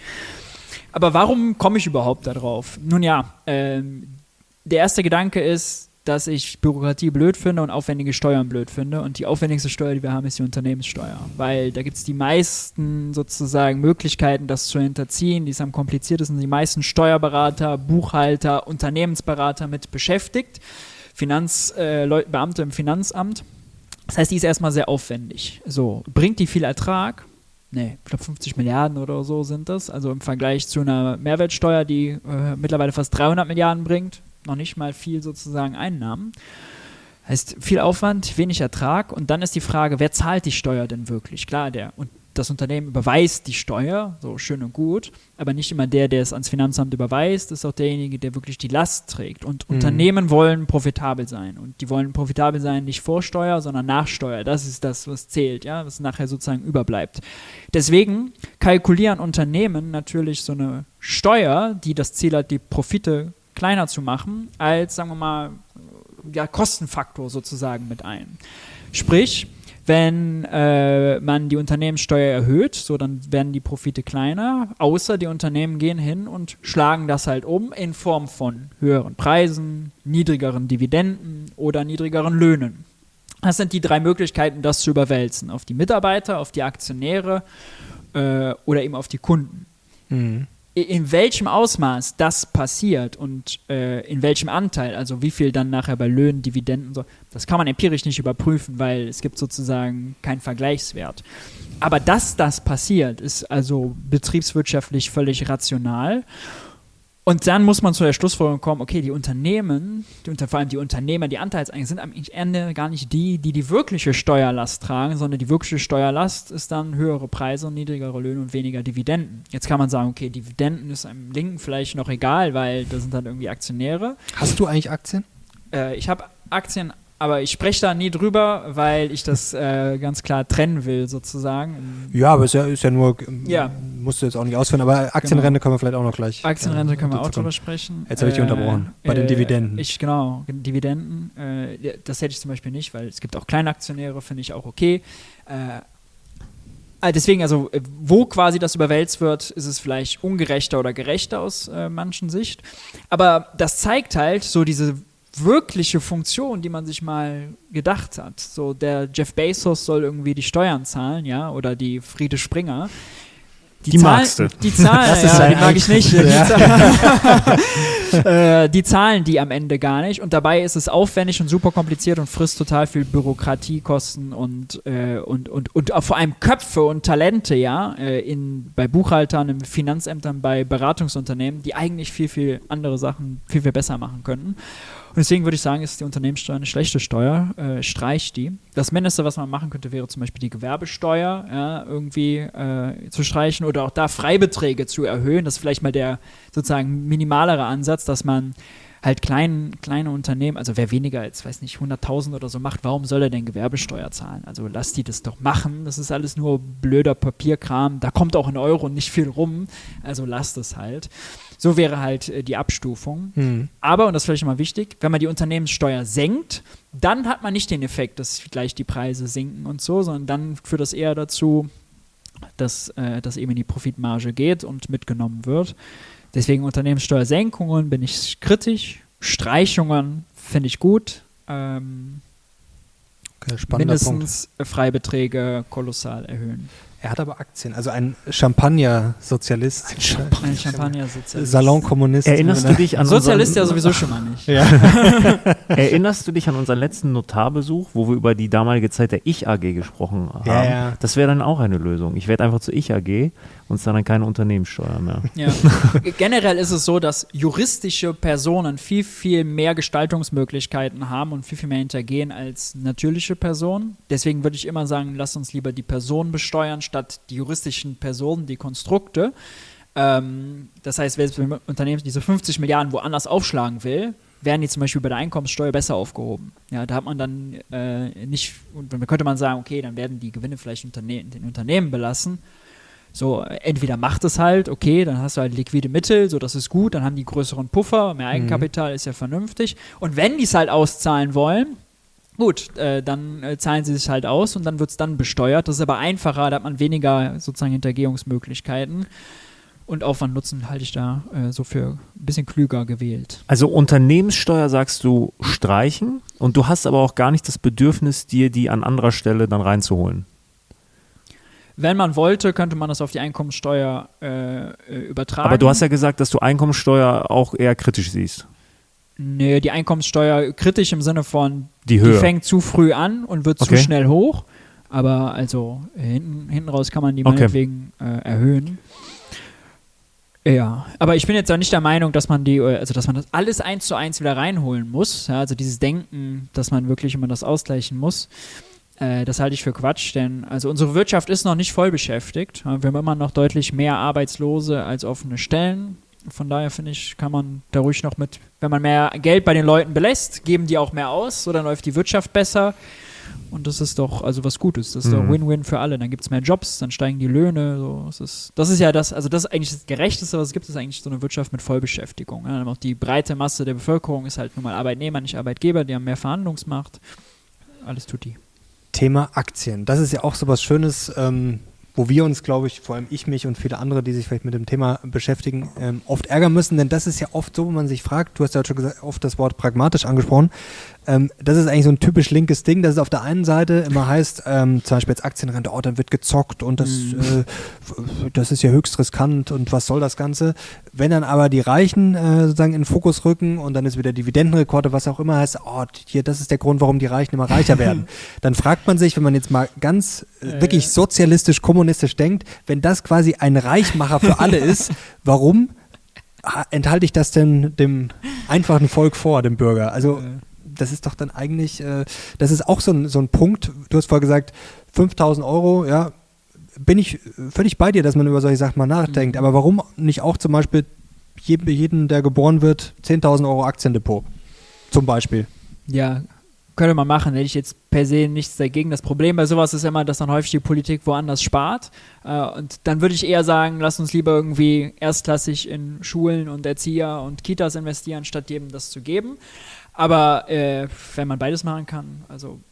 Aber warum komme ich überhaupt darauf? Nun ja, ähm, der erste Gedanke ist, dass ich Bürokratie blöd finde und aufwendige Steuern blöd finde. Und die aufwendigste Steuer, die wir haben, ist die Unternehmenssteuer. Weil da gibt es die meisten sozusagen Möglichkeiten, das zu hinterziehen. Die ist am kompliziertesten. Die meisten Steuerberater, Buchhalter, Unternehmensberater mit beschäftigt. Finanz, äh, Leut- Beamte im Finanzamt. Das heißt, die ist erstmal sehr aufwendig. So, bringt die viel Ertrag? Nee, ich glaube fünfzig Milliarden oder so sind das. Also im Vergleich zu einer Mehrwertsteuer, die äh, mittlerweile fast dreihundert Milliarden bringt. Noch nicht mal viel sozusagen Einnahmen. Heißt viel Aufwand, wenig Ertrag und dann ist die Frage, wer zahlt die Steuer denn wirklich? Klar, der und das Unternehmen überweist die Steuer, so schön und gut, aber nicht immer der, der es ans Finanzamt überweist, ist auch derjenige, der wirklich die Last trägt. Und Mhm. Unternehmen wollen profitabel sein und die wollen profitabel sein nicht vor Steuer, sondern nach Steuer. Das ist das, was zählt, ja, was nachher sozusagen überbleibt. Deswegen kalkulieren Unternehmen natürlich so eine Steuer, die das Ziel hat, die Profite kleiner zu machen, als, sagen wir mal, ja, Kostenfaktor sozusagen mit ein. Sprich, wenn äh, man die Unternehmenssteuer erhöht, so dann werden die Profite kleiner, außer die Unternehmen gehen hin und schlagen das halt um in Form von höheren Preisen, niedrigeren Dividenden oder niedrigeren Löhnen. Das sind die drei Möglichkeiten, das zu überwälzen. Auf die Mitarbeiter, auf die Aktionäre äh, oder eben auf die Kunden. Mhm. In welchem Ausmaß das passiert und äh, in welchem Anteil, also wie viel dann nachher bei Löhnen, Dividenden und so, das kann man empirisch nicht überprüfen, weil es gibt sozusagen keinen Vergleichswert. Aber dass das passiert, ist also betriebswirtschaftlich völlig rational. Und dann muss man zu der Schlussfolgerung kommen, okay, die Unternehmen, die unter, vor allem die Unternehmer, die Anteilseigner sind am Ende gar nicht die, die die wirkliche Steuerlast tragen, sondern die wirkliche Steuerlast ist dann höhere Preise und niedrigere Löhne und weniger Dividenden. Jetzt kann man sagen, okay, Dividenden ist einem Linken vielleicht noch egal, weil das sind dann irgendwie Aktionäre. Hast du eigentlich Aktien? Äh, ich habe Aktien, aber ich spreche da nie drüber, weil ich das äh, ganz klar trennen will, sozusagen. Ja, aber ist ja, ist ja nur, ähm, Ja. musst du jetzt auch nicht ausführen, aber Aktienrente können wir vielleicht auch noch gleich. Aktienrente äh, können wir auch dazu kommen. drüber sprechen. Jetzt habe ich dich unterbrochen. Bei den Dividenden. Ich, genau, Dividenden. Äh, das hätte ich zum Beispiel nicht, weil es gibt auch Kleinaktionäre, finde ich auch okay. Äh, deswegen, also wo quasi das überwälzt wird, ist es vielleicht ungerechter oder gerechter aus äh, manchen Sicht. Aber das zeigt halt so diese wirkliche Funktion, die man sich mal gedacht hat. So der Jeff Bezos soll irgendwie die Steuern zahlen, ja, oder die Friede Springer. Die, die Zahlen, magst du. Die Zahlen, ja, die mag ich nicht. Ja. Die, Zahlen, äh, die zahlen die am Ende gar nicht. Und dabei ist es aufwendig und super kompliziert und frisst total viel Bürokratiekosten und, äh, und, und, und vor allem Köpfe und Talente, ja, äh, in, bei Buchhaltern, in Finanzämtern, bei Beratungsunternehmen, die eigentlich viel, viel andere Sachen viel, viel besser machen könnten. Und deswegen würde ich sagen, ist die Unternehmenssteuer eine schlechte Steuer. Äh, streicht die. Das Mindeste, was man machen könnte, wäre zum Beispiel die Gewerbesteuer ja, irgendwie äh, zu streichen oder auch da Freibeträge zu erhöhen. Das ist vielleicht mal der sozusagen minimalere Ansatz, dass man halt klein, kleine Unternehmen, also wer weniger als, weiß nicht, hunderttausend oder so macht, warum soll er denn Gewerbesteuer zahlen? Also lass die das doch machen. Das ist alles nur blöder Papierkram. Da kommt auch in Euro nicht viel rum. Also lasst es halt. So wäre halt äh, die Abstufung. Hm. Aber, und das ist vielleicht mal wichtig, wenn man die Unternehmenssteuer senkt, dann hat man nicht den Effekt, dass gleich die Preise sinken und so, sondern dann führt das eher dazu, dass äh, das eben in die Profitmarge geht und mitgenommen wird. Deswegen Unternehmenssteuersenkungen bin ich kritisch, Streichungen finde ich gut. Ähm, okay, mindestens Punkt. Freibeträge kolossal erhöhen. Er hat aber Aktien, also ein Champagner-Sozialist. Ein, Champagner ein Champagner-Sozialist. Salonkommunist. Erinnerst du dich an Sozialist ja sowieso schon mal nicht. Ja. Erinnerst du dich an unseren letzten Notarbesuch, wo wir über die damalige Zeit der Ich-A G gesprochen haben? Ja, ja. Das wäre dann auch eine Lösung. Ich werde einfach zur Ich-A G und es dann keine Unternehmenssteuer mehr. Ja. Generell ist es so, dass juristische Personen viel, viel mehr Gestaltungsmöglichkeiten haben und viel, viel mehr hintergehen als natürliche Personen. Deswegen würde ich immer sagen, lass uns lieber die Personen besteuern, statt die juristischen Personen, die Konstrukte. Ähm, das heißt, wenn das Unternehmen diese fünfzig Milliarden woanders aufschlagen will, wären die zum Beispiel bei der Einkommenssteuer besser aufgehoben. Ja, da hat man dann äh, nicht, und dann könnte man sagen, okay, dann werden die Gewinne vielleicht Unterne- den Unternehmen belassen. So, entweder macht es halt, okay, dann hast du halt liquide Mittel, so das ist gut, dann haben die größeren Puffer, mehr Eigenkapital mhm. ist ja vernünftig. Und wenn die es halt auszahlen wollen, gut, äh, dann äh, zahlen sie sich halt aus und dann wird es dann besteuert. Das ist aber einfacher, da hat man weniger sozusagen Hintergehungsmöglichkeiten. Und Aufwand Nutzen halte ich da äh, so für ein bisschen klüger gewählt. Also Unternehmenssteuer sagst du streichen und du hast aber auch gar nicht das Bedürfnis, dir die an anderer Stelle dann reinzuholen. Wenn man wollte, könnte man das auf die Einkommenssteuer äh, übertragen. Aber du hast ja gesagt, dass du Einkommenssteuer auch eher kritisch siehst. Nee, die Einkommenssteuer kritisch im Sinne von, die, Höhe. die fängt zu früh an und wird okay. zu schnell hoch. Aber also hinten, hinten raus kann man die okay. meinetwegen äh, erhöhen. Ja, aber ich bin jetzt auch nicht der Meinung, dass man die, also dass man das alles eins zu eins wieder reinholen muss. Ja, also dieses Denken, dass man wirklich immer das ausgleichen muss. Äh, das halte ich für Quatsch, denn also unsere Wirtschaft ist noch nicht voll beschäftigt. Wir haben immer noch deutlich mehr Arbeitslose als offene Stellen. Von daher finde ich, kann man da ruhig noch mit, wenn man mehr Geld bei den Leuten belässt, geben die auch mehr aus, so dann läuft die Wirtschaft besser. Und das ist doch also was Gutes. Das ist mhm. doch Win-Win für alle. Dann gibt es mehr Jobs, dann steigen die Löhne. So. Das, ist, das ist ja das, also das ist eigentlich das Gerechteste, was es gibt, ist eigentlich so eine Wirtschaft mit Vollbeschäftigung. Ja, auch die breite Masse der Bevölkerung ist halt nun mal Arbeitnehmer, nicht Arbeitgeber, die haben mehr Verhandlungsmacht. Alles tut die. Thema Aktien. Das ist ja auch so was Schönes, ähm, wo wir uns, glaube ich, vor allem ich mich und viele andere, die sich vielleicht mit dem Thema beschäftigen, ähm, oft ärgern müssen, denn das ist ja oft so, wo man sich fragt, du hast ja schon gesagt, oft das Wort pragmatisch angesprochen, ähm, das ist eigentlich so ein typisch linkes Ding, dass es auf der einen Seite immer heißt, ähm, zum Beispiel jetzt Aktienrente, oh, dann wird gezockt und das, mhm. äh, das ist ja höchst riskant und was soll das Ganze. Wenn dann aber die Reichen äh, sozusagen in den Fokus rücken und dann ist wieder Dividendenrekorde, was auch immer heißt, oh, hier, das ist der Grund, warum die Reichen immer reicher werden. Dann fragt man sich, wenn man jetzt mal ganz äh, wirklich sozialistisch, kommunistisch denkt, wenn das quasi ein Reichmacher für alle ist, warum enthalte ich das denn dem einfachen Volk vor, dem Bürger? Also das ist doch dann eigentlich, äh, das ist auch so ein, so ein Punkt, du hast vorher gesagt, fünftausend Euro, ja, bin ich völlig bei dir, dass man über solche Sachen mal nachdenkt, aber warum nicht auch zum Beispiel jedem, jeden, der geboren wird, zehntausend Euro Aktiendepot, zum Beispiel? Ja, könnte man machen, hätte ich jetzt per se nichts dagegen. Das Problem bei sowas ist immer, dass dann häufig die Politik woanders spart. Äh, und dann würde ich eher sagen, lass uns lieber irgendwie erstklassig in Schulen und Erzieher und Kitas investieren, statt jedem das zu geben. Aber äh, wenn man beides machen kann, also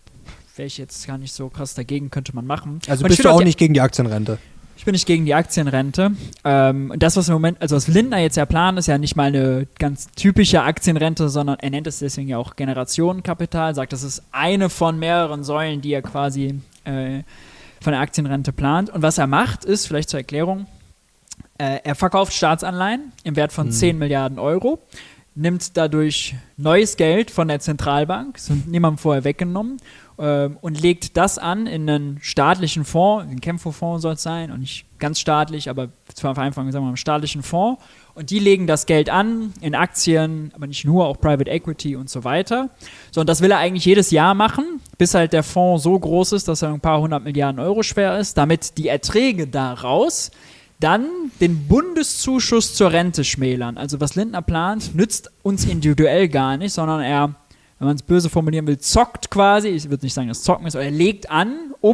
wäre ich jetzt gar nicht so krass dagegen, könnte man machen. Also Und bist ich du find auch die, nicht gegen die Aktienrente? Ich bin nicht gegen die Aktienrente. Ähm, das, was im Moment, also was Lindner jetzt ja plant, ist ja nicht mal eine ganz typische Aktienrente, sondern er nennt es deswegen ja auch Generationenkapital, sagt, das ist eine von mehreren Säulen, die er quasi äh, von der Aktienrente plant. Und was er macht, ist, vielleicht zur Erklärung, äh, er verkauft Staatsanleihen im Wert von hm. zehn Milliarden Euro, nimmt dadurch neues Geld von der Zentralbank, das ist niemandem vorher weggenommen, ähm, und legt das an in einen staatlichen Fonds, ein Kämpferfonds soll es sein, und nicht ganz staatlich, aber zwar vereinfacht sagen wir mal einen staatlichen Fonds, und die legen das Geld an in Aktien, aber nicht nur, auch Private Equity und so weiter. So, und das will er eigentlich jedes Jahr machen, bis halt der Fonds so groß ist, dass er ein paar hundert Milliarden Euro schwer ist, damit die Erträge daraus dann den Bundeszuschuss zur Rente schmälern. Also was Lindner plant, nützt uns individuell gar nicht, sondern er, wenn man es böse formulieren will, zockt quasi, ich würde nicht sagen, dass Zocken ist, aber er legt an, um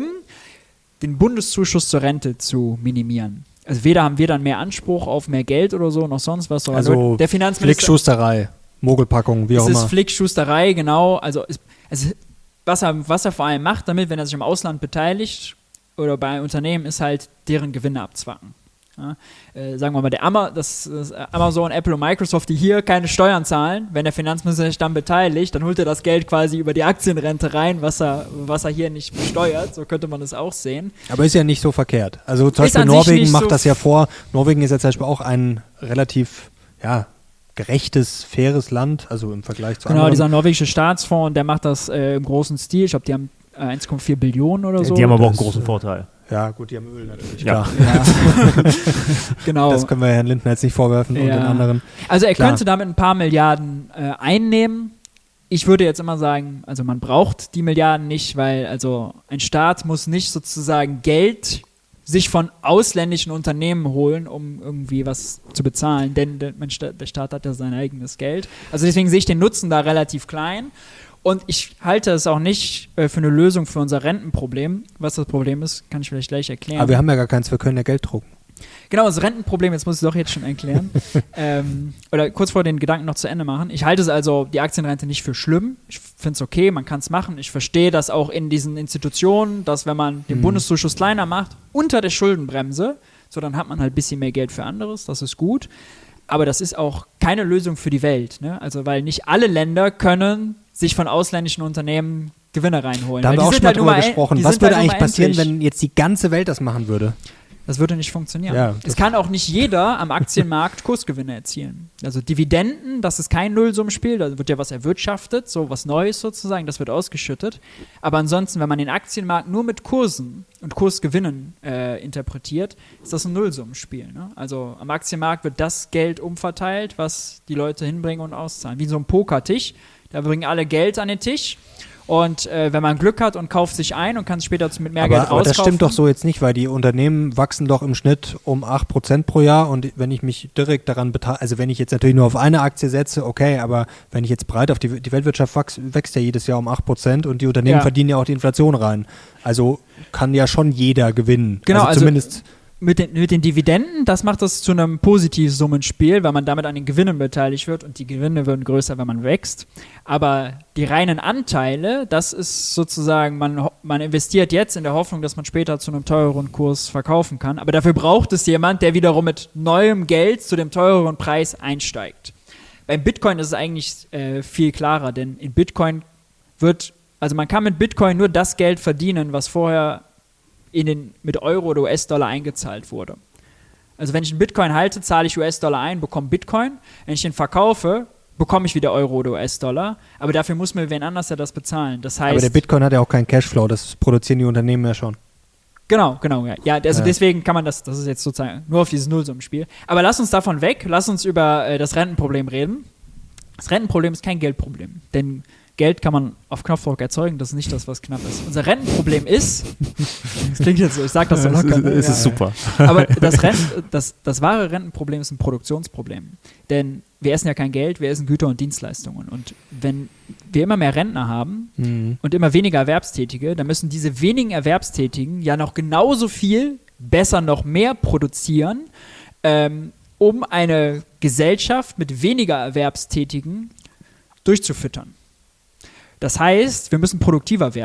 den Bundeszuschuss zur Rente zu minimieren. Also weder haben wir dann mehr Anspruch auf mehr Geld oder so, noch sonst was. Also der Finanzminister, Flickschusterei, Mogelpackung, wie auch immer. Es ist Flickschusterei, genau. Also, es, also was, er, was er vor allem macht damit, wenn er sich im Ausland beteiligt oder bei Unternehmen, ist halt deren Gewinne abzwacken. Ja, äh, sagen wir mal, der Ama- das, das Amazon, Apple und Microsoft, die hier keine Steuern zahlen, wenn der Finanzminister sich dann beteiligt, dann holt er das Geld quasi über die Aktienrente rein, was er, was er hier nicht besteuert. So könnte man das auch sehen. Aber ist ja nicht so verkehrt. Also zum Ist Beispiel an sich Norwegen nicht macht so das ja vor. Norwegen ist ja zum Beispiel auch ein relativ, ja, gerechtes, faires Land, also im Vergleich zu Genau, anderen. dieser norwegische Staatsfonds, der macht das äh, im großen Stil. Ich glaube, die haben äh, eins Komma vier Billionen oder so. Die haben aber auch einen Das, großen äh, Vorteil. Ja, gut, die haben Öl natürlich, Ja. klar. Ja. Genau. Das können wir Herrn Lindner jetzt nicht vorwerfen und Ja. den anderen. Also er Klar. könnte damit ein paar Milliarden äh, einnehmen. Ich würde jetzt immer sagen, also man braucht die Milliarden nicht, weil also ein Staat muss nicht sozusagen Geld sich von ausländischen Unternehmen holen, um irgendwie was zu bezahlen, denn der, mein Sta- der Staat hat ja sein eigenes Geld. Also deswegen sehe ich den Nutzen da relativ klein. Und ich halte es auch nicht äh, für eine Lösung für unser Rentenproblem. Was das Problem ist, kann ich vielleicht gleich erklären. Aber wir haben ja gar keins, wir können ja Geld drucken. Genau, das Rentenproblem, jetzt muss ich es doch jetzt schon erklären. ähm, oder kurz vor den Gedanken noch zu Ende machen. Ich halte es also, die Aktienrente nicht für schlimm. Ich finde es okay, man kann es machen. Ich verstehe das auch in diesen Institutionen, dass wenn man den Mhm. Bundeszuschuss kleiner macht, unter der Schuldenbremse, so dann hat man halt ein bisschen mehr Geld für anderes, das ist gut. Aber das ist auch keine Lösung für die Welt. Ne? Also, weil nicht alle Länder können sich von ausländischen Unternehmen Gewinne reinholen. Da haben Weil wir die auch sind schon mal halt drüber nur mal- gesprochen. die Was sind würde halt nur eigentlich mal passieren, endlich. wenn jetzt die ganze Welt das machen würde? Das würde nicht funktionieren. Ja, es das- kann auch nicht jeder am Aktienmarkt Kursgewinne erzielen. Also Dividenden, das ist kein Nullsummenspiel, da wird ja was erwirtschaftet, so was Neues sozusagen, das wird ausgeschüttet. Aber ansonsten, wenn man den Aktienmarkt nur mit Kursen und Kursgewinnen äh, interpretiert, ist das ein Nullsummenspiel. Ne? Also am Aktienmarkt wird das Geld umverteilt, was die Leute hinbringen und auszahlen. Wie so ein Pokertisch, da bringen alle Geld an den Tisch. Und äh, wenn man Glück hat und kauft sich ein und kann es später mit mehr Geld Aber, aber rauskaufen. das stimmt doch so jetzt nicht, weil die Unternehmen wachsen doch im Schnitt um acht Prozent pro Jahr und wenn ich mich direkt daran beteilige, also wenn ich jetzt natürlich nur auf eine Aktie setze, okay, aber wenn ich jetzt breit auf die, die Weltwirtschaft wachs, wächst ja jedes Jahr um acht Prozent und die Unternehmen Ja. verdienen ja auch die Inflation rein. Also kann ja schon jeder gewinnen. Genau, also also- zumindest. Mit den, mit den Dividenden, das macht das zu einem Positivsummenspiel, weil man damit an den Gewinnen beteiligt wird und die Gewinne werden größer, wenn man wächst. Aber die reinen Anteile, das ist sozusagen, man, ho- man investiert jetzt in der Hoffnung, dass man später zu einem teureren Kurs verkaufen kann. Aber dafür braucht es jemand, der wiederum mit neuem Geld zu dem teureren Preis einsteigt. Beim Bitcoin ist es eigentlich äh, viel klarer, denn in Bitcoin wird, also man kann mit Bitcoin nur das Geld verdienen, was vorher in den, mit Euro oder U S-Dollar eingezahlt wurde. Also wenn ich einen Bitcoin halte, zahle ich U S-Dollar ein, bekomme Bitcoin. Wenn ich den verkaufe, bekomme ich wieder Euro oder U S-Dollar. Aber dafür muss mir wen anders ja das bezahlen. Das heißt, Aber der Bitcoin hat ja auch keinen Cashflow, das produzieren die Unternehmen ja schon. Genau, genau, ja. Ja, also Ja. deswegen kann man das, das ist jetzt sozusagen nur auf dieses Nullsummenspiel. Aber lass uns davon weg, lass uns über äh, das Rentenproblem reden. Das Rentenproblem ist kein Geldproblem, denn Geld kann man auf Knopfdruck erzeugen, das ist nicht das, was knapp ist. Unser Rentenproblem ist, das klingt jetzt so, ich sag das so locker. ne? Es ist Ja. super. Aber das, Renten, das, das wahre Rentenproblem ist ein Produktionsproblem. Denn wir essen ja kein Geld, wir essen Güter und Dienstleistungen. Und wenn wir immer mehr Rentner haben Mhm. und immer weniger Erwerbstätige, dann müssen diese wenigen Erwerbstätigen ja noch genauso viel, besser noch mehr produzieren, ähm, um eine Gesellschaft mit weniger Erwerbstätigen durchzufüttern. Das heißt, wir müssen produktiver werden.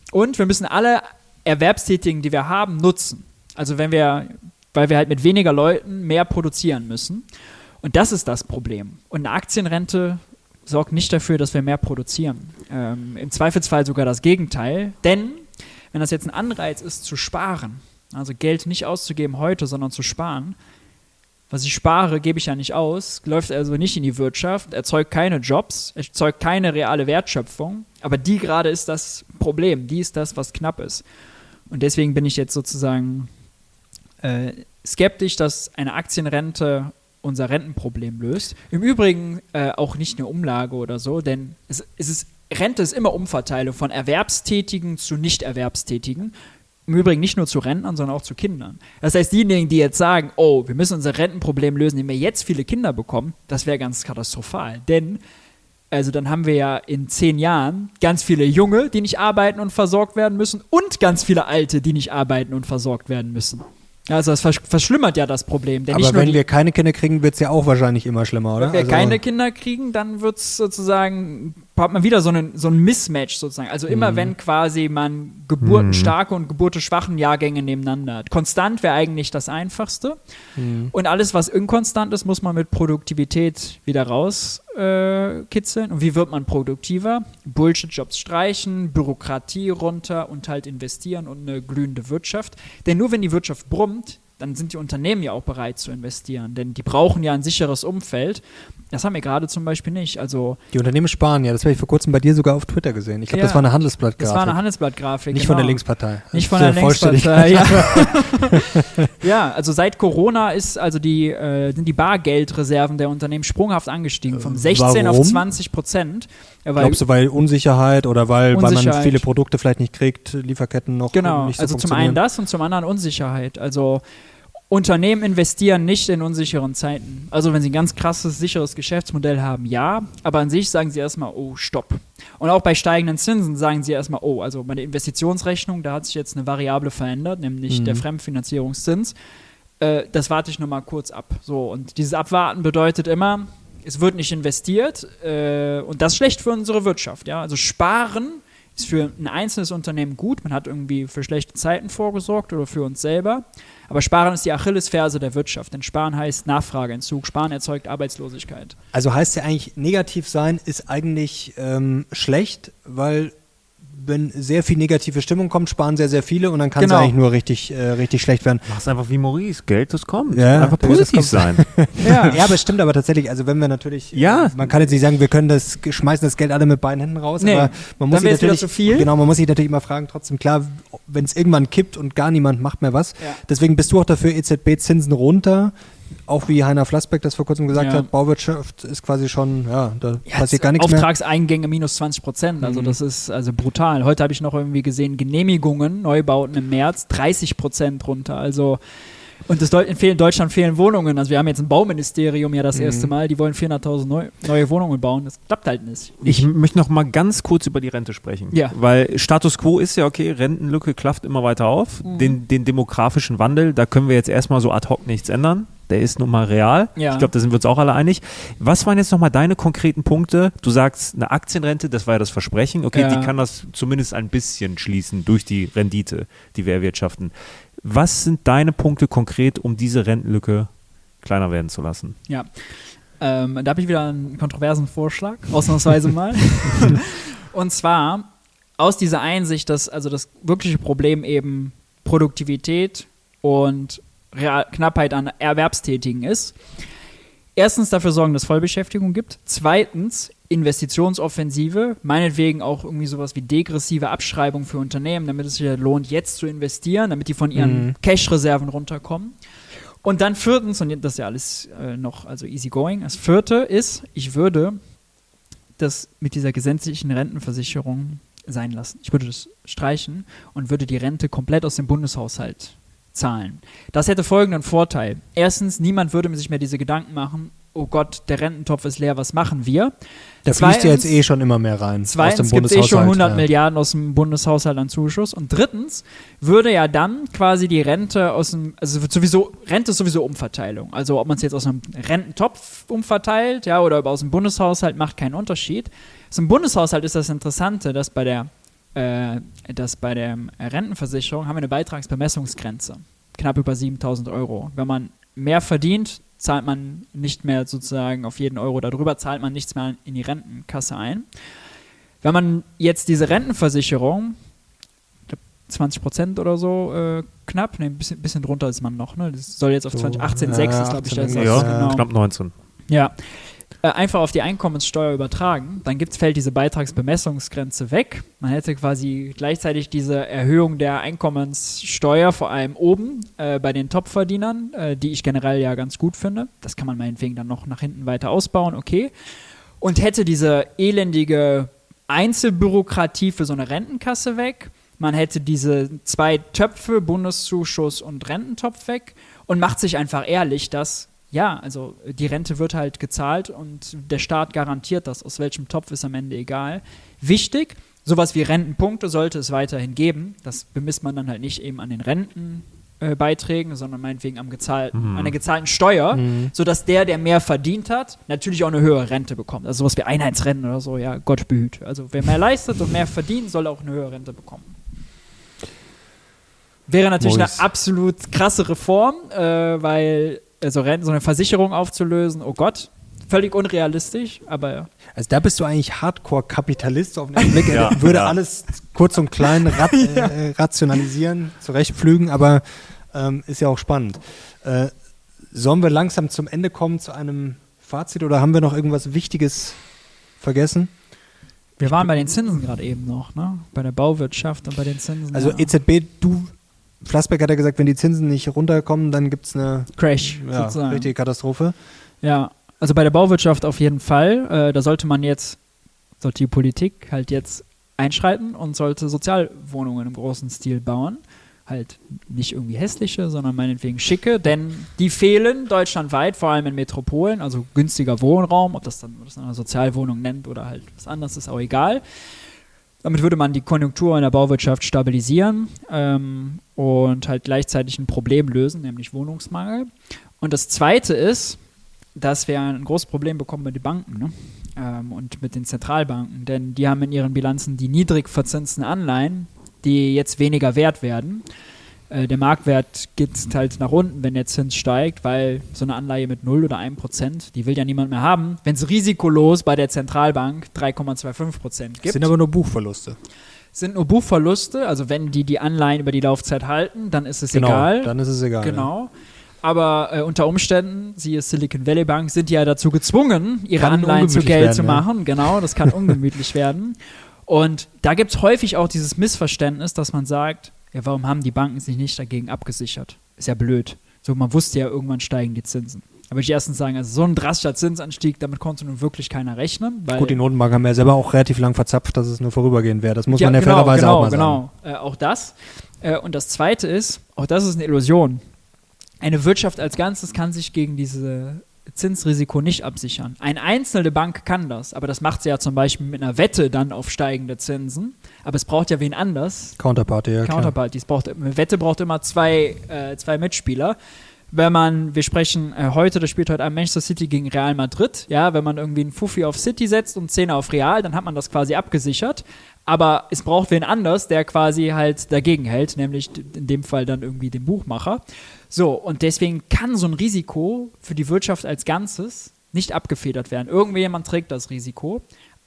Und wir müssen alle Erwerbstätigen, die wir haben, nutzen. Also wenn wir, weil wir halt mit weniger Leuten mehr produzieren müssen. Und das ist das Problem. Und eine Aktienrente sorgt nicht dafür, dass wir mehr produzieren. Ähm, Im Zweifelsfall sogar das Gegenteil. Denn wenn das jetzt ein Anreiz ist, zu sparen, also Geld nicht auszugeben heute, sondern zu sparen, was ich spare, gebe ich ja nicht aus, läuft also nicht in die Wirtschaft, erzeugt keine Jobs, erzeugt keine reale Wertschöpfung, aber die gerade ist das Problem, die ist das, was knapp ist. Und deswegen bin ich jetzt sozusagen äh, skeptisch, dass eine Aktienrente unser Rentenproblem löst. Im Übrigen äh, auch nicht eine Umlage oder so, denn es, es ist, Rente ist immer Umverteilung von Erwerbstätigen zu Nicht-Erwerbstätigen. Im Übrigen nicht nur zu Rentnern, sondern auch zu Kindern. Das heißt, diejenigen, die jetzt sagen, oh, wir müssen unser Rentenproblem lösen, indem wir jetzt viele Kinder bekommen, das wäre ganz katastrophal. Denn, also dann haben wir ja in zehn Jahren ganz viele Junge, die nicht arbeiten und versorgt werden müssen und ganz viele Alte, die nicht arbeiten und versorgt werden müssen. Also das versch- verschlimmert ja das Problem. Denn Aber nicht nur wenn die, wir keine Kinder kriegen, wird es ja auch wahrscheinlich immer schlimmer, oder? wenn wir Also- keine Kinder kriegen, dann wird es sozusagen, hat man wieder so einen, so ein Mismatch sozusagen. Also immer wenn quasi man geburtenstarke und geburtenschwachen Jahrgänge nebeneinander hat. Konstant wäre eigentlich das Einfachste. Mhm. Und alles, was inkonstant ist, muss man mit Produktivität wieder rauskitzeln. Äh, kitzeln. Und wie wird man produktiver? Bullshit-Jobs streichen, Bürokratie runter und halt investieren und eine glühende Wirtschaft. Denn nur wenn die Wirtschaft brummt, dann sind die Unternehmen ja auch bereit zu investieren. Denn die brauchen ja ein sicheres Umfeld. Das haben wir gerade zum Beispiel nicht. Also Die Unternehmen sparen ja, das habe ich vor kurzem bei dir sogar auf Twitter gesehen. Ich glaube, Ja, das war eine Handelsblattgrafik. das war eine Handelsblattgrafik. Nicht genau. von der Linkspartei. Nicht von Zur der Vollständigkeit. Linkspartei, ja. Ja, also seit Corona ist also die, äh, sind die Bargeldreserven der Unternehmen sprunghaft angestiegen, von sechzehn auf Warum? zwanzig Prozent. Ja, weil- Glaubst du, weil Unsicherheit oder weil, weil man Unsicherheit. viele Produkte vielleicht nicht kriegt, Lieferketten noch Genau, nicht so also zum funktionieren? einen das und zum anderen Unsicherheit. Also Unternehmen investieren nicht in unsicheren Zeiten. Also wenn sie ein ganz krasses, sicheres Geschäftsmodell haben, ja, aber an sich sagen sie erstmal, oh, stopp. Und auch bei steigenden Zinsen sagen sie erstmal, oh, also bei der Investitionsrechnung, da hat sich jetzt eine Variable verändert, nämlich Mhm. der Fremdfinanzierungszins. Äh, das warte ich nochmal kurz ab. So, und dieses Abwarten bedeutet immer, es wird nicht investiert äh, und das ist schlecht für unsere Wirtschaft. Ja? Also sparen ist für ein einzelnes Unternehmen gut, man hat irgendwie für schlechte Zeiten vorgesorgt oder für uns selber, aber Sparen ist die Achillesferse der Wirtschaft, denn Sparen heißt Nachfrageentzug, Sparen erzeugt Arbeitslosigkeit. Also heißt ja eigentlich, negativ sein ist eigentlich ähm, schlecht, weil wenn sehr viel negative Stimmung kommt, sparen sehr, sehr viele und dann kann es Genau. eigentlich nur richtig, äh, richtig schlecht werden. Mach's einfach wie Maurice. Geld, das kommt. Ja, einfach das positiv kommt. sein. Ja, Ja, aber es stimmt aber tatsächlich, also wenn wir natürlich, Ja. äh, man kann jetzt nicht sagen, wir können das, schmeißen das Geld alle mit beiden Händen raus, Nee, aber man muss dann wär's sich wieder natürlich, zu viel. genau, man muss sich natürlich immer fragen, trotzdem klar, wenn es irgendwann kippt und gar niemand macht mehr was, Ja. deswegen bist du auch dafür, E Z B-Zinsen runter, auch wie Heiner Flassbeck das vor kurzem gesagt Ja. hat, Bauwirtschaft ist quasi schon, ja, da Ja, passiert gar nichts mehr. Auftragseingänge minus zwanzig Prozent, also Mhm. das ist also brutal. Heute habe ich noch irgendwie gesehen, Genehmigungen, Neubauten im März, dreißig Prozent runter, also und es Deu- in fehlen- Deutschland fehlen Wohnungen, also wir haben jetzt ein Bauministerium ja das Mhm. erste Mal, die wollen vierhunderttausend neu, neue Wohnungen bauen, das klappt halt nicht. Ich möchte noch mal ganz kurz über die Rente sprechen. Ja. Weil Status Quo ist ja okay, Rentenlücke klafft immer weiter auf. Mhm. Den, den demografischen Wandel, da können wir jetzt erstmal so ad hoc nichts ändern. Der ist nun mal real. Ja. Ich glaube, da sind wir uns auch alle einig. Was waren jetzt nochmal deine konkreten Punkte? Du sagst, eine Aktienrente, das war ja das Versprechen. Okay, Ja. die kann das zumindest ein bisschen schließen durch die Rendite, die wir erwirtschaften. Was sind deine Punkte konkret, um diese Rentenlücke kleiner werden zu lassen? Ja. Ähm, da habe ich wieder einen kontroversen Vorschlag, ausnahmsweise mal. Und zwar aus dieser Einsicht, dass also das wirkliche Problem eben Produktivität und Real Knappheit an Erwerbstätigen ist. Erstens dafür sorgen, dass es Vollbeschäftigung gibt. Zweitens Investitionsoffensive, meinetwegen auch irgendwie sowas wie degressive Abschreibung für Unternehmen, damit es sich ja lohnt, jetzt zu investieren, damit die von ihren Mhm. Cash-Reserven runterkommen. Und dann viertens, und das ist ja alles äh, noch also easy going, das vierte ist, ich würde das mit dieser gesetzlichen Rentenversicherung sein lassen. Ich würde das streichen und würde die Rente komplett aus dem Bundeshaushalt zahlen. Das hätte folgenden Vorteil. Erstens, niemand würde sich mehr diese Gedanken machen, oh Gott, der Rententopf ist leer, was machen wir? Da fließt ja jetzt Zweitens- eh schon immer mehr rein Zweitens aus dem gibt es eh schon Bundeshaushalt. hundert ja. Milliarden aus dem Bundeshaushalt an Zuschuss. Und drittens würde ja dann quasi die Rente aus dem, also wird sowieso, Rente ist sowieso Umverteilung. Also ob man es jetzt aus einem Rententopf umverteilt, ja, oder aus dem Bundeshaushalt, macht keinen Unterschied. Aus dem Bundeshaushalt ist das Interessante, dass bei der äh, dass bei der Rentenversicherung haben wir eine Beitragsbemessungsgrenze. Knapp über siebentausend Euro. Wenn man mehr verdient, zahlt man nicht mehr sozusagen auf jeden Euro darüber, zahlt man nichts mehr in die Rentenkasse ein. Wenn man jetzt diese Rentenversicherung, zwanzig Prozent oder so äh, knapp, ne, ein bisschen, bisschen drunter ist man noch, ne? Das soll jetzt auf So, zwanzig achtzehn Komma sechs ja, ist, glaube ich, achtzehn, das. Ja, Genau. knapp neunzehn. Ja, äh, einfach auf die Einkommenssteuer übertragen, dann gibt's, fällt diese Beitragsbemessungsgrenze weg. Man hätte quasi gleichzeitig diese Erhöhung der Einkommenssteuer, vor allem oben äh, bei den Topverdienern, äh, die ich generell ja ganz gut finde. Das kann man meinetwegen dann noch nach hinten weiter ausbauen, okay. Und hätte diese elendige Einzelbürokratie für so eine Rentenkasse weg. Man hätte diese zwei Töpfe, Bundeszuschuss und Rententopf weg und macht sich einfach ehrlich, dass, ja, also die Rente wird halt gezahlt und der Staat garantiert das, aus welchem Topf ist am Ende egal. Wichtig, sowas wie Rentenpunkte sollte es weiterhin geben. Das bemisst man dann halt nicht eben an den Rentenbeiträgen, äh, sondern meinetwegen am gezahlten, mhm. an der gezahlten Steuer, mhm. sodass der, der mehr verdient hat, natürlich auch eine höhere Rente bekommt. Also sowas wie Einheitsrenten oder so, ja, Gott behüte. Also wer mehr leistet und mehr verdient, soll auch eine höhere Rente bekommen. Wäre natürlich Maurice. eine absolut krasse Reform, äh, weil also Renten, so eine Versicherung aufzulösen, oh Gott, völlig unrealistisch, aber ja. Also da bist du eigentlich Hardcore-Kapitalist auf den Blick. Ja, Er würde ja. alles kurz und klein rat, äh, rationalisieren, zurechtpflügen, aber ähm, ist ja auch spannend. Äh, sollen wir langsam zum Ende kommen, zu einem Fazit, oder haben wir noch irgendwas Wichtiges vergessen? Wir waren bei den Zinsen gerade eben noch, ne? Bei der Bauwirtschaft und bei den Zinsen. Also ja. E Z B, du, Flassbeck hat ja gesagt, wenn die Zinsen nicht runterkommen, dann gibt es eine Crash, ja, sozusagen. richtige Katastrophe. Ja, also bei der Bauwirtschaft auf jeden Fall. Äh, da sollte man jetzt, sollte die Politik halt jetzt einschreiten und sollte Sozialwohnungen im großen Stil bauen. Halt nicht irgendwie hässliche, sondern meinetwegen schicke, denn die fehlen deutschlandweit, vor allem in Metropolen, also günstiger Wohnraum, ob das dann, ob das dann eine Sozialwohnung nennt oder halt was anderes, ist auch egal. Damit würde man die Konjunktur in der Bauwirtschaft stabilisieren ähm, und halt gleichzeitig ein Problem lösen, nämlich Wohnungsmangel. Und das Zweite ist, dass wir ein großes Problem bekommen mit den Banken, ne? ähm, und mit den Zentralbanken, denn die haben in ihren Bilanzen die niedrig verzinsten Anleihen, die jetzt weniger wert werden. Äh, der Marktwert geht halt nach unten, wenn der Zins steigt, weil so eine Anleihe mit null oder ein Prozent, die will ja niemand mehr haben, wenn es risikolos bei der Zentralbank drei Komma fünfundzwanzig Prozent gibt. Das sind aber nur Buchverluste. Sind nur Buchverluste, also wenn die die Anleihen über die Laufzeit halten, dann ist es Genau, egal. dann ist es egal. Genau. Aber äh, unter Umständen, siehe Silicon Valley Bank, sind die ja dazu gezwungen, ihre Kann Anleihen zu ungemütlich Geld werden, zu ja. machen. Genau, das kann ungemütlich werden. Und da gibt es häufig auch dieses Missverständnis, dass man sagt, ja, warum haben die Banken sich nicht dagegen abgesichert? Ist ja blöd. So, man wusste ja, irgendwann steigen die Zinsen. Da würde ich erstens sagen, also so ein drastischer Zinsanstieg, damit konnte nun wirklich keiner rechnen. Weil Gut, die Notenbank haben ja selber auch relativ lang verzapft, dass es nur vorübergehend wäre. Das muss ja, man ja genau, fairerweise genau, auch mal sagen. genau. Äh, auch das. Äh, und das Zweite ist, auch das ist eine Illusion. Eine Wirtschaft als Ganzes kann sich gegen diese Zinsrisiko nicht absichern. Eine einzelne Bank kann das, aber das macht sie ja zum Beispiel mit einer Wette dann auf steigende Zinsen. Aber es braucht ja wen anders. Counterparty, ja klar. Counterparty. Es braucht, eine Wette braucht immer zwei, äh, zwei Mitspieler. Wenn man, wir sprechen äh, heute, das spielt heute an Manchester City gegen Real Madrid, ja, wenn man irgendwie einen Fuffi auf City setzt und Zehner auf Real, dann hat man das quasi abgesichert. Aber es braucht wen anders, der quasi halt dagegen hält, nämlich in dem Fall dann irgendwie den Buchmacher. So, und deswegen kann so ein Risiko für die Wirtschaft als Ganzes nicht abgefedert werden. Irgendjemand trägt das Risiko.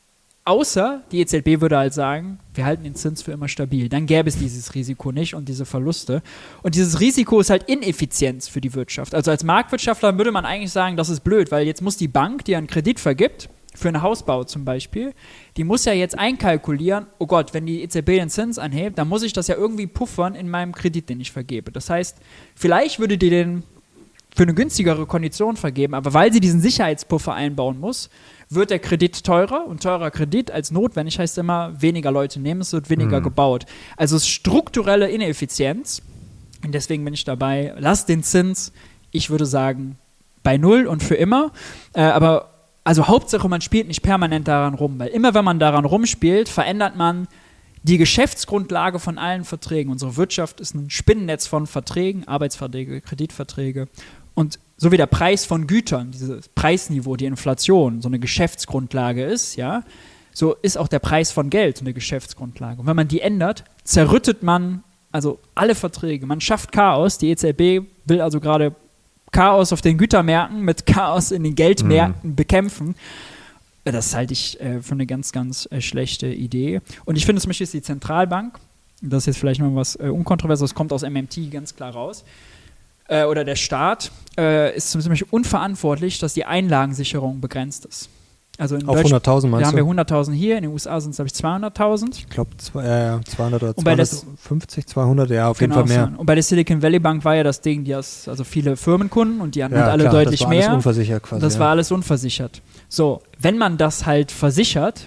Außer die E Z B würde halt sagen, wir halten den Zins für immer stabil. Dann gäbe es dieses Risiko nicht und diese Verluste. Und dieses Risiko ist halt Ineffizienz für die Wirtschaft. Also als Marktwirtschaftler würde man eigentlich sagen, das ist blöd, weil jetzt muss die Bank, die einen Kredit vergibt, für einen Hausbau zum Beispiel, die muss ja jetzt einkalkulieren, oh Gott, wenn die E Z B den Zins anhebt, dann muss ich das ja irgendwie puffern in meinem Kredit, den ich vergebe. Das heißt, vielleicht würde die den für eine günstigere Kondition vergeben, aber weil sie diesen Sicherheitspuffer einbauen muss, wird der Kredit teurer und teurer Kredit als notwendig heißt immer, weniger Leute nehmen, es wird weniger mhm. gebaut. Also es ist strukturelle Ineffizienz und deswegen bin ich dabei, lasst den Zins, ich würde sagen, bei Null und für immer, äh, aber also Hauptsache, man spielt nicht permanent daran rum, weil immer wenn man daran rumspielt, verändert man die Geschäftsgrundlage von allen Verträgen. Unsere Wirtschaft ist ein Spinnennetz von Verträgen, Arbeitsverträge, Kreditverträge und so wie der Preis von Gütern, dieses Preisniveau, die Inflation, so eine Geschäftsgrundlage ist, ja, so ist auch der Preis von Geld eine Geschäftsgrundlage. Und wenn man die ändert, zerrüttet man also alle Verträge. Man schafft Chaos. Die E Z B will also gerade Chaos auf den Gütermärkten mit Chaos in den Geldmärkten mhm. bekämpfen. Das halte ich äh, für eine ganz, ganz äh, schlechte Idee. Und ich finde zum Beispiel ist die Zentralbank, das ist jetzt vielleicht mal was äh, Unkontroverses, kommt aus M M T ganz klar raus, äh, oder der Staat äh, ist zum Beispiel unverantwortlich, dass die Einlagensicherung begrenzt ist. Also in auf hunderttausend meinst du? Da haben wir hunderttausend hier, in den U S A sind es glaube ich zweihunderttausend. Ich glaube äh, zweihundert oder zweihundertfünfzig, zweihundert, ja, auf genau, jeden Fall mehr. So. Und bei der Silicon Valley Bank war ja das Ding, die hast also viele Firmenkunden und die hatten ja, halt alle klar, deutlich das war mehr. Alles unversichert quasi. Das ja. war alles unversichert. So, wenn man das halt versichert,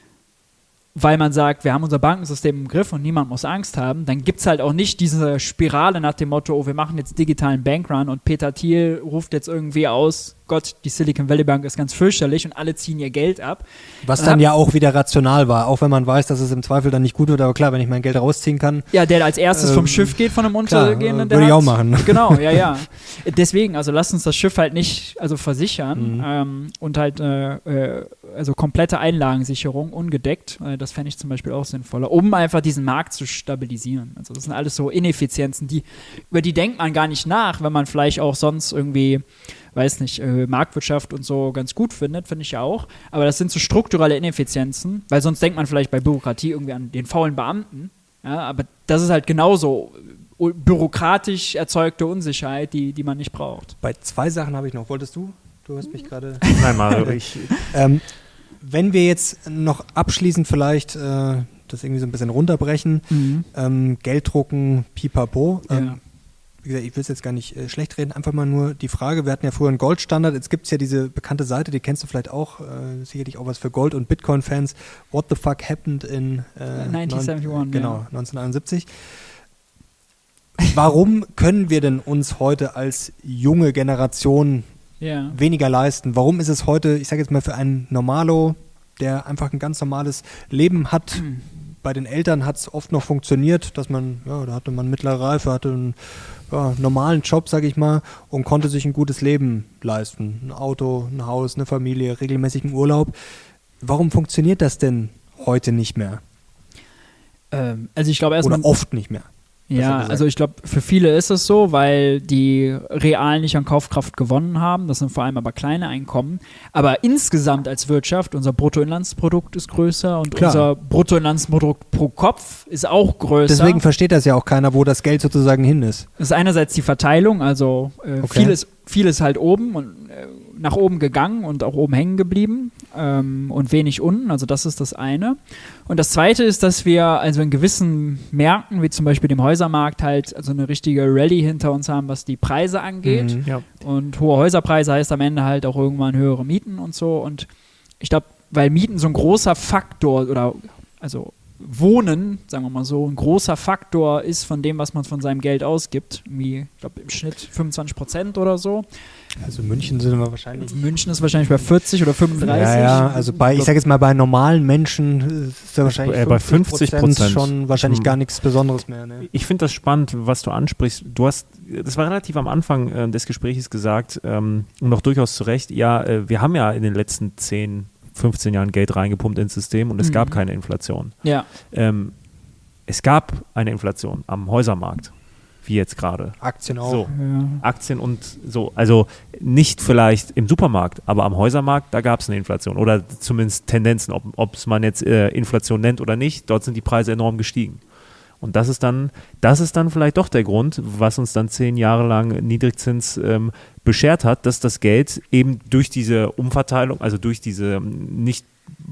weil man sagt, wir haben unser Bankensystem im Griff und niemand muss Angst haben, dann gibt es halt auch nicht diese Spirale nach dem Motto, oh, wir machen jetzt digitalen Bankrun und Peter Thiel ruft jetzt irgendwie aus, Gott, die Silicon Valley Bank ist ganz fürchterlich und alle ziehen ihr Geld ab. Was dann, dann ja auch wieder rational war, auch wenn man weiß, dass es im Zweifel dann nicht gut wird, aber klar, wenn ich mein Geld rausziehen kann. Ja, der als erstes ähm, vom Schiff geht, von einem Untergehenden. Würde ich auch machen. Genau, ja, ja. Deswegen, also lasst uns das Schiff halt nicht also versichern mhm. ähm, und halt äh, äh, also komplette Einlagensicherung ungedeckt, äh, das fände ich zum Beispiel auch sinnvoller, um einfach diesen Markt zu stabilisieren. Also das sind alles so Ineffizienzen, die, über die denkt man gar nicht nach, wenn man vielleicht auch sonst irgendwie weiß nicht, äh, Marktwirtschaft und so ganz gut findet, finde ich ja auch. Aber das sind so strukturelle Ineffizienzen, weil sonst denkt man vielleicht bei Bürokratie irgendwie an den faulen Beamten. Ja, aber das ist halt genauso bürokratisch erzeugte Unsicherheit, die, die man nicht braucht. Bei zwei Sachen habe ich noch. Wolltest du? Du hast mich gerade... Nein, Mario, ich... ähm, wenn wir jetzt noch abschließend vielleicht äh, das irgendwie so ein bisschen runterbrechen, mhm. ähm, Geld drucken, pipapo, ähm, ja. Wie gesagt, ich will es jetzt gar nicht äh, schlecht reden, einfach mal nur die Frage, wir hatten ja früher einen Goldstandard, jetzt gibt es ja diese bekannte Seite, die kennst du vielleicht auch, äh, sicherlich auch was für Gold- und Bitcoin-Fans, What the fuck happened in äh, neunzehnhunderteinundsiebzig, genau, ja. neunzehnhunderteinundsiebzig. Warum können wir denn uns heute als junge Generation ja. weniger leisten? Warum ist es heute, ich sage jetzt mal für einen Normalo, der einfach ein ganz normales Leben hat, mhm. bei den Eltern hat es oft noch funktioniert, dass man, ja, da hatte man mittlere Reife, hatte einen ja, normalen Job, sage ich mal, und konnte sich ein gutes Leben leisten. Ein Auto, ein Haus, eine Familie, regelmäßigen Urlaub. Warum funktioniert das denn heute nicht mehr? Ähm, also ich glaube erstmal... Oder oft nicht mehr. Ja, also ich glaube, für viele ist es so, weil die real nicht an Kaufkraft gewonnen haben. Das sind vor allem aber kleine Einkommen. Aber insgesamt als Wirtschaft, unser Bruttoinlandsprodukt ist größer und Klar. unser Bruttoinlandsprodukt pro Kopf ist auch größer. Deswegen versteht das ja auch keiner, wo das Geld sozusagen hin ist. Das ist einerseits die Verteilung, also äh, okay. vieles, vieles halt oben und äh, nach oben gegangen und auch oben hängen geblieben ähm, und wenig unten, also das ist das eine. Und das zweite ist, dass wir also in gewissen Märkten, wie zum Beispiel dem Häusermarkt, halt also eine richtige Rallye hinter uns haben, was die Preise angeht. Mhm, ja. Und hohe Häuserpreise heißt am Ende halt auch irgendwann höhere Mieten und so. Und ich glaube, weil Mieten so ein großer Faktor oder also Wohnen, sagen wir mal so, ein großer Faktor ist von dem, was man von seinem Geld ausgibt. Wie, ich glaube, im Schnitt fünfundzwanzig Prozent oder so. Also München sind wir wahrscheinlich... München ist wahrscheinlich bei vierzig oder fünfunddreißig. Ja, ja, also bei, ich sage jetzt mal, bei normalen Menschen ist ja wahrscheinlich äh, bei fünfzig Prozent schon wahrscheinlich gar nichts Besonderes mehr. Ne? Ich finde das spannend, was du ansprichst. Du hast, das war relativ am Anfang äh, des Gesprächs gesagt, ähm, und auch durchaus zu Recht, ja, äh, wir haben ja in den letzten zehn, fünfzehn Jahren Geld reingepumpt ins System und es mhm. gab keine Inflation. Ja. Ähm, es gab eine Inflation am Häusermarkt, wie jetzt gerade. Aktien auch. So, ja. Aktien und so, also nicht vielleicht im Supermarkt, aber am Häusermarkt, da gab es eine Inflation oder zumindest Tendenzen, ob es man jetzt äh, Inflation nennt oder nicht, dort sind die Preise enorm gestiegen. Und das ist dann, das ist dann vielleicht doch der Grund, was uns dann zehn Jahre lang Niedrigzins ähm, beschert hat, dass das Geld eben durch diese Umverteilung, also durch diese nicht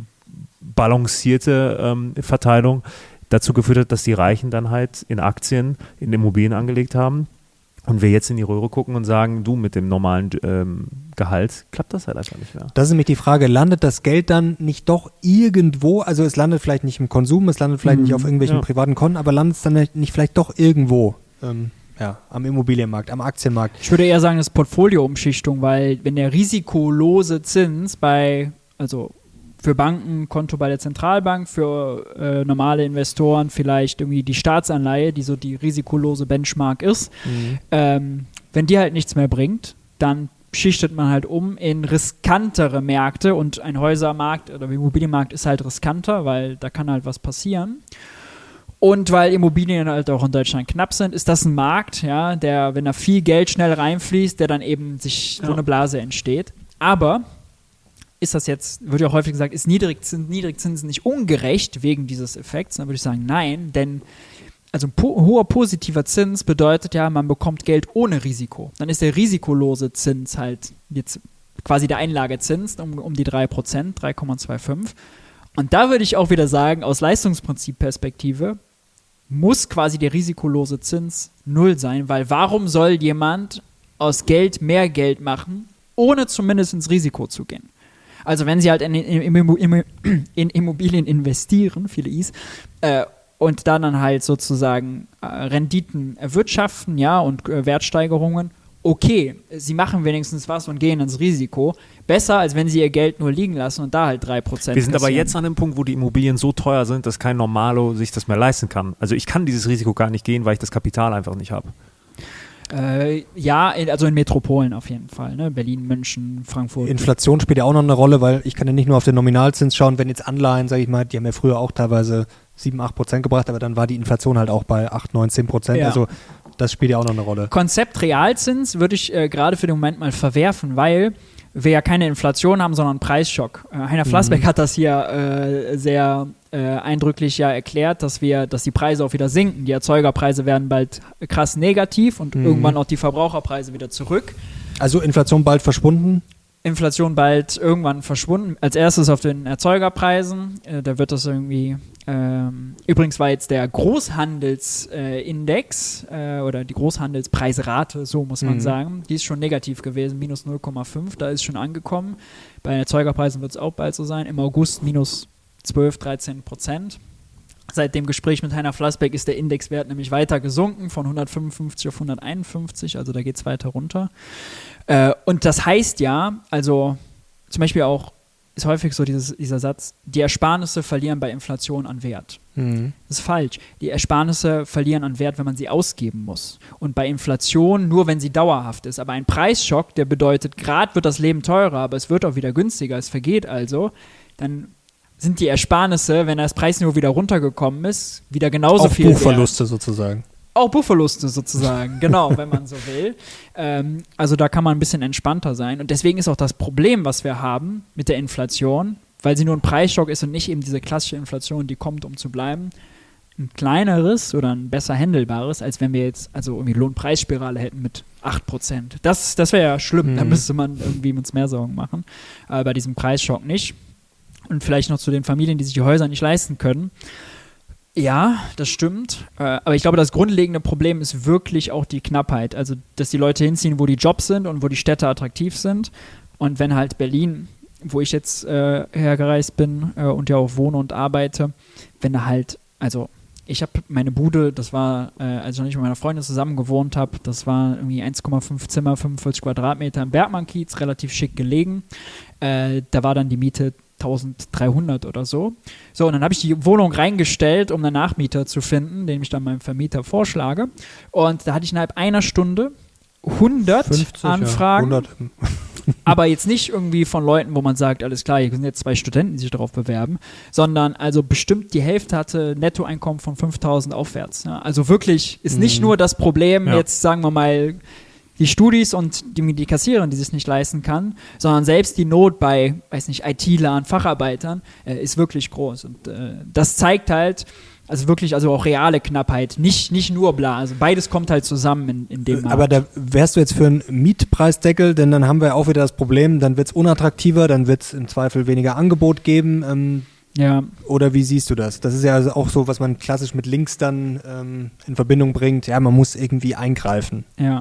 balancierte ähm, Verteilung dazu geführt hat, dass die Reichen dann halt in Aktien, in Immobilien angelegt haben und wir jetzt in die Röhre gucken und sagen, du mit dem normalen ähm, Gehalt klappt das halt einfach nicht mehr. Das ist nämlich die Frage, landet das Geld dann nicht doch irgendwo, also es landet vielleicht nicht im Konsum, es landet vielleicht mhm, nicht auf irgendwelchen ja. privaten Konten, aber landet es dann nicht vielleicht doch irgendwo ähm, ja, am Immobilienmarkt, am Aktienmarkt? Ich würde eher sagen, das ist Portfolioumschichtung, weil wenn der risikolose Zins bei, also für Banken, Konto bei der Zentralbank, für äh, normale Investoren vielleicht irgendwie die Staatsanleihe, die so die risikolose Benchmark ist. Mhm. Ähm, wenn die halt nichts mehr bringt, dann schichtet man halt um in riskantere Märkte und ein Häusermarkt oder Immobilienmarkt ist halt riskanter, weil da kann halt was passieren. Und weil Immobilien halt auch in Deutschland knapp sind, ist das ein Markt, ja, der, wenn da viel Geld schnell reinfließt, der dann eben sich so eine Blase entsteht. Aber ist das jetzt, wird ja häufig gesagt, ist Niedrigzins, Niedrigzinsen nicht ungerecht wegen dieses Effekts? Dann würde ich sagen, nein, denn also ein po- hoher positiver Zins bedeutet ja, man bekommt Geld ohne Risiko. Dann ist der risikolose Zins halt jetzt quasi der Einlagezins um, um die drei Prozent, drei Komma fünfundzwanzig. Und da würde ich auch wieder sagen, aus Leistungsprinzip-Perspektive muss quasi der risikolose Zins null sein, weil warum soll jemand aus Geld mehr Geld machen, ohne zumindest ins Risiko zu gehen? Also wenn sie halt in, in, in, in Immobilien investieren, viele Is, äh, und dann, dann halt sozusagen äh, Renditen erwirtschaften, ja, und äh, Wertsteigerungen, okay, sie machen wenigstens was und gehen ins Risiko. Besser, als wenn sie ihr Geld nur liegen lassen und da halt drei Prozent Wir sind kassieren. aber jetzt an dem Punkt, wo die Immobilien so teuer sind, dass kein Normalo sich das mehr leisten kann. Also ich kann dieses Risiko gar nicht gehen, weil ich das Kapital einfach nicht habe. Äh, ja, in, also in Metropolen auf jeden Fall, ne? Berlin, München, Frankfurt. Inflation spielt ja auch noch eine Rolle, weil ich kann ja nicht nur auf den Nominalzins schauen, wenn jetzt Anleihen, sage ich mal, die haben ja früher auch teilweise sieben, acht Prozent gebracht, aber dann war die Inflation halt auch bei acht, neun, zehn Prozent. Ja. Also das spielt ja auch noch eine Rolle. Konzept Realzins würde ich äh, gerade für den Moment mal verwerfen, weil wir ja keine Inflation haben, sondern einen Preisschock. Äh, Heiner Flassbeck mhm. hat das hier äh, sehr äh, eindrücklich ja erklärt, dass wir, dass die Preise auch wieder sinken. Die Erzeugerpreise werden bald krass negativ und mhm. irgendwann auch die Verbraucherpreise wieder zurück. Also Inflation bald verschwunden? Inflation bald irgendwann verschwunden. Als erstes auf den Erzeugerpreisen. Äh, da wird das irgendwie. Ähm, übrigens war jetzt der Großhandelsindex äh, oder die Großhandelspreisrate, so muss man mhm. sagen, die ist schon negativ gewesen, minus null Komma fünf. Da ist schon angekommen. Bei den Erzeugerpreisen wird es auch bald so sein. Im August minus zwölf, dreizehn Prozent. Seit dem Gespräch mit Heiner Flassbeck ist der Indexwert nämlich weiter gesunken von hundertfünfundfünfzig auf hunderteinundfünfzig, also da geht es weiter runter. Äh, und das heißt ja, also zum Beispiel auch, ist häufig so dieses, dieser Satz, die Ersparnisse verlieren bei Inflation an Wert. Mhm. Das ist falsch. Die Ersparnisse verlieren an Wert, wenn man sie ausgeben muss. Und bei Inflation nur, wenn sie dauerhaft ist. Aber ein Preisschock, der bedeutet, gerade wird das Leben teurer, aber es wird auch wieder günstiger, es vergeht also, dann sind die Ersparnisse, wenn das Preisniveau wieder runtergekommen ist, wieder genauso auch viel wert. Buchverluste sozusagen. Auch Buchverluste sozusagen, genau, wenn man so will. Ähm, also da kann man ein bisschen entspannter sein. Und deswegen ist auch das Problem, was wir haben mit der Inflation, weil sie nur ein Preisschock ist und nicht eben diese klassische Inflation, die kommt, um zu bleiben, ein kleineres oder ein besser handelbares, als wenn wir jetzt also irgendwie Lohnpreisspirale hätten mit acht Prozent. Das, das wäre ja schlimm, mhm. da müsste man irgendwie uns mehr Sorgen machen. Aber bei diesem Preisschock nicht. Und vielleicht noch zu den Familien, die sich die Häuser nicht leisten können. Ja, das stimmt. Äh, aber ich glaube, das grundlegende Problem ist wirklich auch die Knappheit. Also, dass die Leute hinziehen, wo die Jobs sind und wo die Städte attraktiv sind. Und wenn halt Berlin, wo ich jetzt äh, hergereist bin äh, und ja auch wohne und arbeite, wenn da halt, also ich habe meine Bude, das war, äh, als ich noch nicht mit meiner Freundin zusammen gewohnt habe, das war irgendwie eins Komma fünf Zimmer, fünfundvierzig Quadratmeter im Bergmann-Kiez, relativ schick gelegen. Äh, da war dann die Miete eintausenddreihundert oder so. So, und dann habe ich die Wohnung reingestellt, um einen Nachmieter zu finden, den ich dann meinem Vermieter vorschlage. Und da hatte ich innerhalb einer Stunde hundert fünfzig, Anfragen. Ja, hundert. Aber jetzt nicht irgendwie von Leuten, wo man sagt, alles klar, hier sind jetzt zwei Studenten, die sich darauf bewerben, sondern also bestimmt die Hälfte hatte Nettoeinkommen von fünftausend aufwärts. Ja. Also wirklich ist nicht mhm. nur das Problem, ja. jetzt sagen wir mal, die Studis und die, die Kassiererin, die sich nicht leisten kann, sondern selbst die Not bei, weiß nicht, I T-Lern, Facharbeitern äh, ist wirklich groß. Und äh, das zeigt halt, also wirklich, also auch reale Knappheit, nicht, nicht nur bla, also beides kommt halt zusammen in, in dem Markt. Aber da wärst du jetzt für einen Mietpreisdeckel, denn dann haben wir auch wieder das Problem, dann wird es unattraktiver, dann wird es im Zweifel weniger Angebot geben. Ähm, ja. Oder wie siehst du das? Das ist ja also auch so, was man klassisch mit Links dann ähm, in Verbindung bringt. Ja, man muss irgendwie eingreifen. Ja.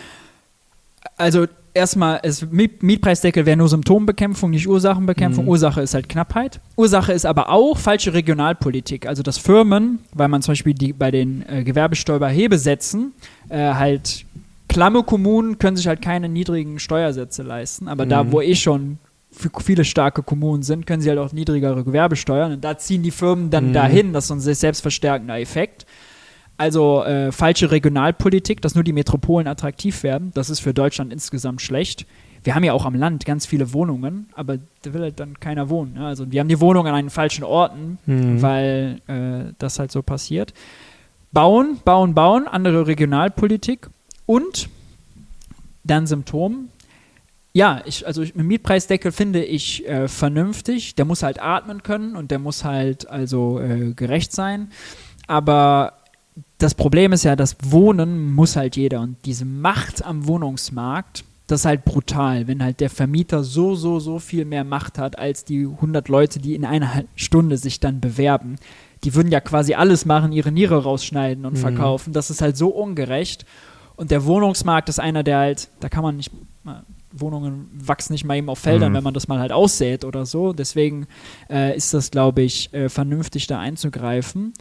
Also erstmal, Mietpreisdeckel wäre nur Symptombekämpfung, nicht Ursachenbekämpfung. Mhm. Ursache ist halt Knappheit. Ursache ist aber auch falsche Regionalpolitik. Also dass Firmen, weil man zum Beispiel die, bei den äh, Gewerbesteuerhebesätzen äh, halt klamme Kommunen können sich halt keine niedrigen Steuersätze leisten. Aber mhm. da, wo eh schon viele starke Kommunen sind, können sie halt auch niedrigere Gewerbesteuern. Und da ziehen die Firmen dann mhm. dahin. Das ist so ein selbstverstärkender Effekt. Also äh, falsche Regionalpolitik, dass nur die Metropolen attraktiv werden, das ist für Deutschland insgesamt schlecht. wir haben ja auch am Land ganz viele Wohnungen, aber da will halt dann keiner wohnen. Ja? Also wir haben die Wohnungen an den falschen Orten, mhm. weil äh, das halt so passiert. Bauen, bauen, bauen, andere Regionalpolitik und dann Symptom. Ja, ich, also ich, einen Mietpreisdeckel finde ich äh, vernünftig. Der muss halt atmen können und der muss halt also äh, gerecht sein. Aber das Problem ist ja, das Wohnen muss halt jeder. Und diese Macht am Wohnungsmarkt, das ist halt brutal, wenn halt der Vermieter so, so, so viel mehr Macht hat als die hundert Leute, die in einer Stunde sich dann bewerben. Die würden ja quasi alles machen, ihre Niere rausschneiden und mhm. verkaufen. Das ist halt so ungerecht. Und der Wohnungsmarkt ist einer, der halt, da kann man nicht... Wohnungen wachsen nicht mal eben auf Feldern, mhm. wenn man das mal halt aussät oder so. Deswegen äh, ist das, glaube ich, äh, vernünftig, da einzugreifen.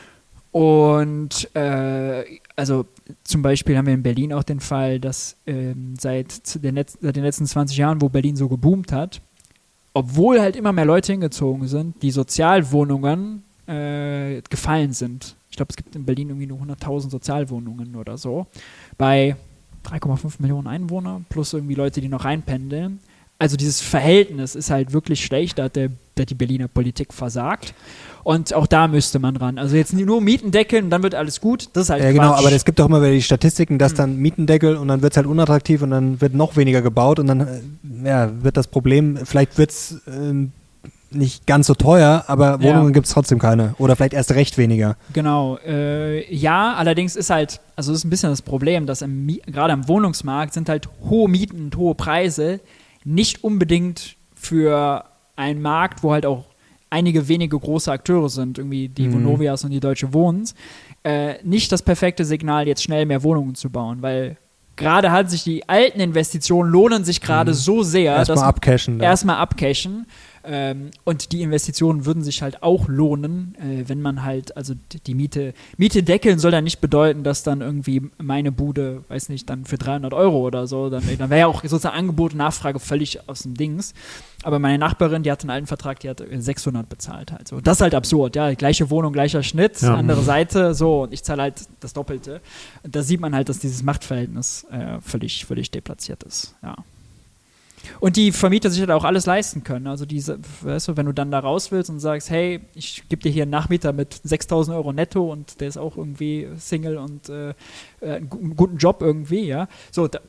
Und äh, also zum Beispiel haben wir in Berlin auch den Fall, dass ähm, seit, den Letz- seit den letzten zwanzig Jahren, wo Berlin so geboomt hat, obwohl halt immer mehr Leute hingezogen sind, die Sozialwohnungen äh, gefallen sind. Ich glaube, es gibt in Berlin irgendwie nur hunderttausend Sozialwohnungen oder so. Bei drei Komma fünf Millionen Einwohner plus irgendwie Leute, die noch reinpendeln. Also dieses Verhältnis ist halt wirklich schlecht, da hat, der, da hat die Berliner Politik versagt. Und auch da müsste man ran. Also jetzt nur Mieten deckeln und dann wird alles gut, das ist halt Ja, Quatsch. genau, aber es gibt doch immer wieder die Statistiken, dass dann Mietendeckel und dann wird es halt unattraktiv und dann wird noch weniger gebaut und dann äh, ja, wird das Problem, vielleicht wird es äh, nicht ganz so teuer, aber Wohnungen ja. gibt es trotzdem keine. Oder vielleicht erst recht weniger. Genau. Äh, ja, allerdings ist halt, also das ist ein bisschen das Problem, dass im Mi- gerade am Wohnungsmarkt sind halt hohe Mieten und hohe Preise nicht unbedingt für einen Markt, wo halt auch einige wenige große Akteure sind, irgendwie die mhm. Vonovias und die Deutsche Wohnens, äh, nicht das perfekte Signal, jetzt schnell mehr Wohnungen zu bauen, weil gerade hat sich die alten Investitionen lohnen sich gerade mhm. so sehr, erstmal dass abcashen. Erstmal abcashen. Ähm, und die Investitionen würden sich halt auch lohnen, äh, wenn man halt, also die Miete, Miete deckeln soll dann nicht bedeuten, dass dann irgendwie meine Bude, weiß nicht, dann für dreihundert Euro oder so, dann, dann wäre ja auch sozusagen Angebot und Nachfrage völlig aus dem Dings. Aber meine Nachbarin, die hat einen alten Vertrag, die hat sechshundert bezahlt halt so. Das ist halt absurd, ja, gleiche Wohnung, gleicher Schnitt, ja. andere Seite, so, und ich zahle halt das Doppelte. Und da sieht man halt, dass dieses Machtverhältnis äh, völlig, völlig deplatziert ist, ja. Und die Vermieter sich halt auch alles leisten können. Also diese, weißt du, wenn du dann da raus willst und sagst, hey, ich gebe dir hier einen Nachmieter mit sechstausend Euro netto und der ist auch irgendwie Single und äh, einen guten Job irgendwie, ja. So, da,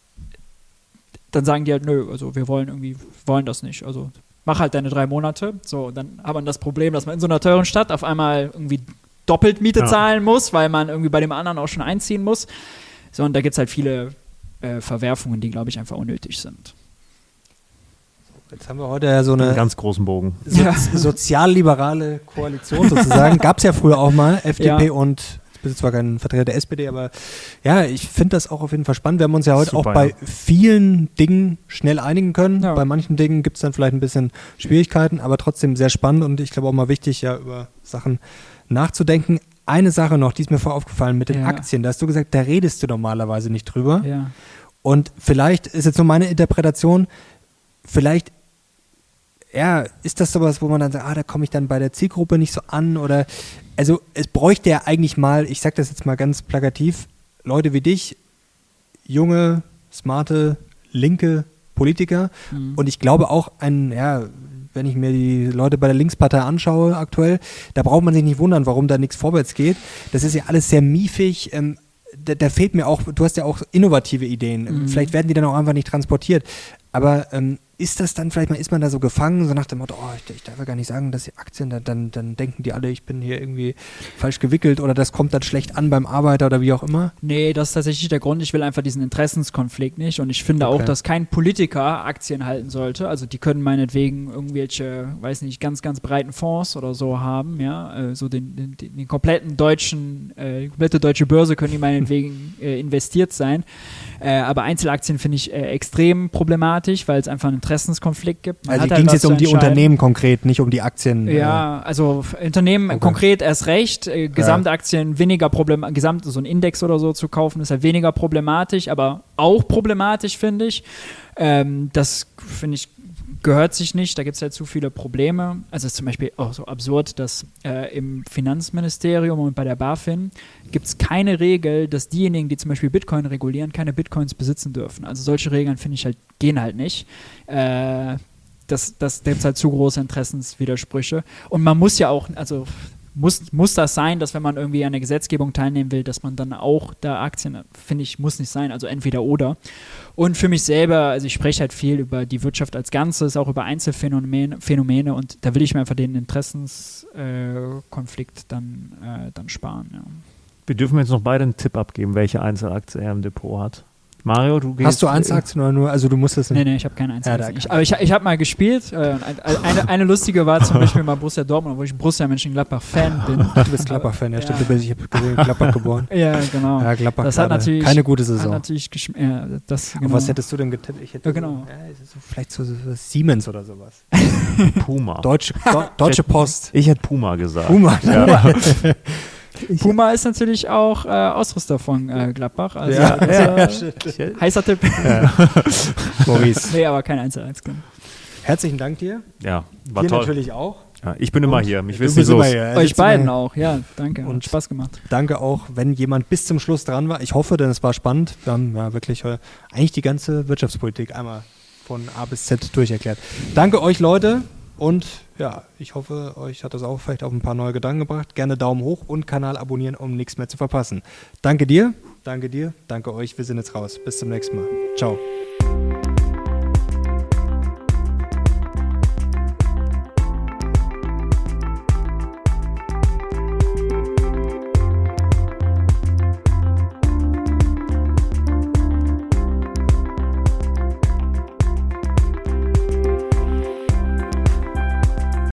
dann sagen die halt, nö, also wir wollen irgendwie, wollen das nicht. Also mach halt deine drei Monate. So, und dann hat man das Problem, dass man in so einer teuren Stadt auf einmal irgendwie doppelt Miete ja. zahlen muss, weil man irgendwie bei dem anderen auch schon einziehen muss. So, und da gibt es halt viele äh, Verwerfungen, die, glaube ich, einfach unnötig sind. Jetzt haben wir heute ja so eine einen ganz großen Bogen. So, ja. sozialliberale Koalition sozusagen. Gab es ja früher auch mal, F D P ja. und, ich bin zwar kein Vertreter der S P D, aber ja, ich finde das auch auf jeden Fall spannend. Wir haben uns ja heute Super, auch bei ja. vielen Dingen schnell einigen können. Ja. Bei manchen Dingen gibt es dann vielleicht ein bisschen Schwierigkeiten, aber trotzdem sehr spannend und ich glaube auch mal wichtig, ja, über Sachen nachzudenken. Eine Sache noch, die ist mir vorher aufgefallen mit den ja. Aktien. Da hast du gesagt, da redest du normalerweise nicht drüber. Ja. Und vielleicht ist jetzt nur meine Interpretation, vielleicht ja, ist das sowas, wo man dann sagt, ah, da komme ich dann bei der Zielgruppe nicht so an oder, also es bräuchte ja eigentlich mal, ich sag das jetzt mal ganz plakativ, Leute wie dich, junge, smarte, linke Politiker mhm. und ich glaube auch ein, ja, wenn ich mir die Leute bei der Linkspartei anschaue aktuell, da braucht man sich nicht wundern, warum da nichts vorwärts geht. Das ist ja alles sehr miefig, ähm, da, da fehlt mir auch, du hast ja auch innovative Ideen, mhm. vielleicht werden die dann auch einfach nicht transportiert, aber ähm, ist das dann vielleicht mal, ist man da so gefangen, so nach dem Motto, oh, ich, ich darf ja gar nicht sagen, dass die Aktien, dann, dann, dann denken die alle, ich bin hier irgendwie falsch gewickelt oder das kommt dann schlecht an beim Arbeiter oder wie auch immer? Nee, das ist tatsächlich der Grund. Ich will einfach diesen Interessenskonflikt nicht und ich finde okay. auch, dass kein Politiker Aktien halten sollte. Also die können meinetwegen irgendwelche, weiß nicht, ganz, ganz breiten Fonds oder so haben, ja, äh, so den, den, den kompletten deutschen, äh, die komplette deutsche Börse können die meinetwegen äh, investiert sein. Äh, aber Einzelaktien finde ich äh, extrem problematisch, weil es einfach einen Interessenskonflikt gibt. Man also halt ging es jetzt um die Unternehmen konkret, nicht um die Aktien? Ja, äh. also Unternehmen okay. konkret erst recht. Äh, Gesamtaktien ja. weniger problematisch, Gesamt, so ein Index oder so zu kaufen, ist halt weniger problematisch, aber auch problematisch, finde ich. Ähm, das finde ich gehört sich nicht, da gibt es halt zu viele Probleme. Also es ist zum Beispiel auch so absurd, dass äh, im Finanzministerium und bei der BaFin gibt es keine Regel, dass diejenigen, die zum Beispiel Bitcoin regulieren, keine Bitcoins besitzen dürfen. Also solche Regeln, finde ich halt, gehen halt nicht. Äh, das, das, da gibt es halt zu große Interessenswidersprüche. Und man muss ja auch, also Muss, muss das sein, dass wenn man irgendwie an der Gesetzgebung teilnehmen will, dass man dann auch da Aktien, finde ich, muss nicht sein, also entweder oder. Und für mich selber, also ich spreche halt viel über die Wirtschaft als Ganzes, auch über Einzelphänomene Phänomene, und da will ich mir einfach den Interessenskonflikt äh, dann, äh, dann sparen. Ja. Wir dürfen jetzt noch beide einen Tipp abgeben, welche Einzelaktie er im Depot hat. Mario, du gehst... Hast du Einzelaktien oder nur, also du musst es nicht... Nee, nee, ich habe keine Einzelaktien. Ja, ich, aber ich, ich habe mal gespielt, äh, eine, eine lustige war zum Beispiel mal Borussia Dortmund, wo ich Borussia Mönchengladbach-Fan bin. Du bist Gladbach-Fan, ja, stimmt, du bist, ich habe gesehen, Gladbach geboren. Ja, genau. Ja, Gladbach das hat natürlich, keine gute Saison. Hat natürlich geschm- ja, das, genau. Aber was hättest du denn getippt? Ich hätte ja, genau. so, ja, so, vielleicht so, so Siemens oder sowas. Puma. Deutsche, Do, Deutsche Post. Ich hätte Puma gesagt. Puma. Ja. Puma ist natürlich auch äh, Ausrüster von äh, Gladbach. Also, Ja, also ja. heißer Tipp. Ja. Maurice. Nee, aber kein Einzelaktien. Herzlichen Dank dir. Ja, war dir toll. natürlich auch. Ja, ich bin immer Und hier. Mich du wisst bist ihr immer los. hier. Euch Sitzt beiden immer hier. auch, ja, danke. Und Hat Spaß gemacht. Danke auch, wenn jemand bis zum Schluss dran war. Ich hoffe, denn es war spannend. Wir haben ja wirklich äh, eigentlich die ganze Wirtschaftspolitik einmal von A bis Z durcherklärt. Danke euch, Leute. Und ja, ich hoffe, euch hat das auch vielleicht auf ein paar neue Gedanken gebracht. Gerne Daumen hoch und Kanal abonnieren, um nichts mehr zu verpassen. Danke dir, danke dir, danke euch. Wir sind jetzt raus. Bis zum nächsten Mal. Ciao.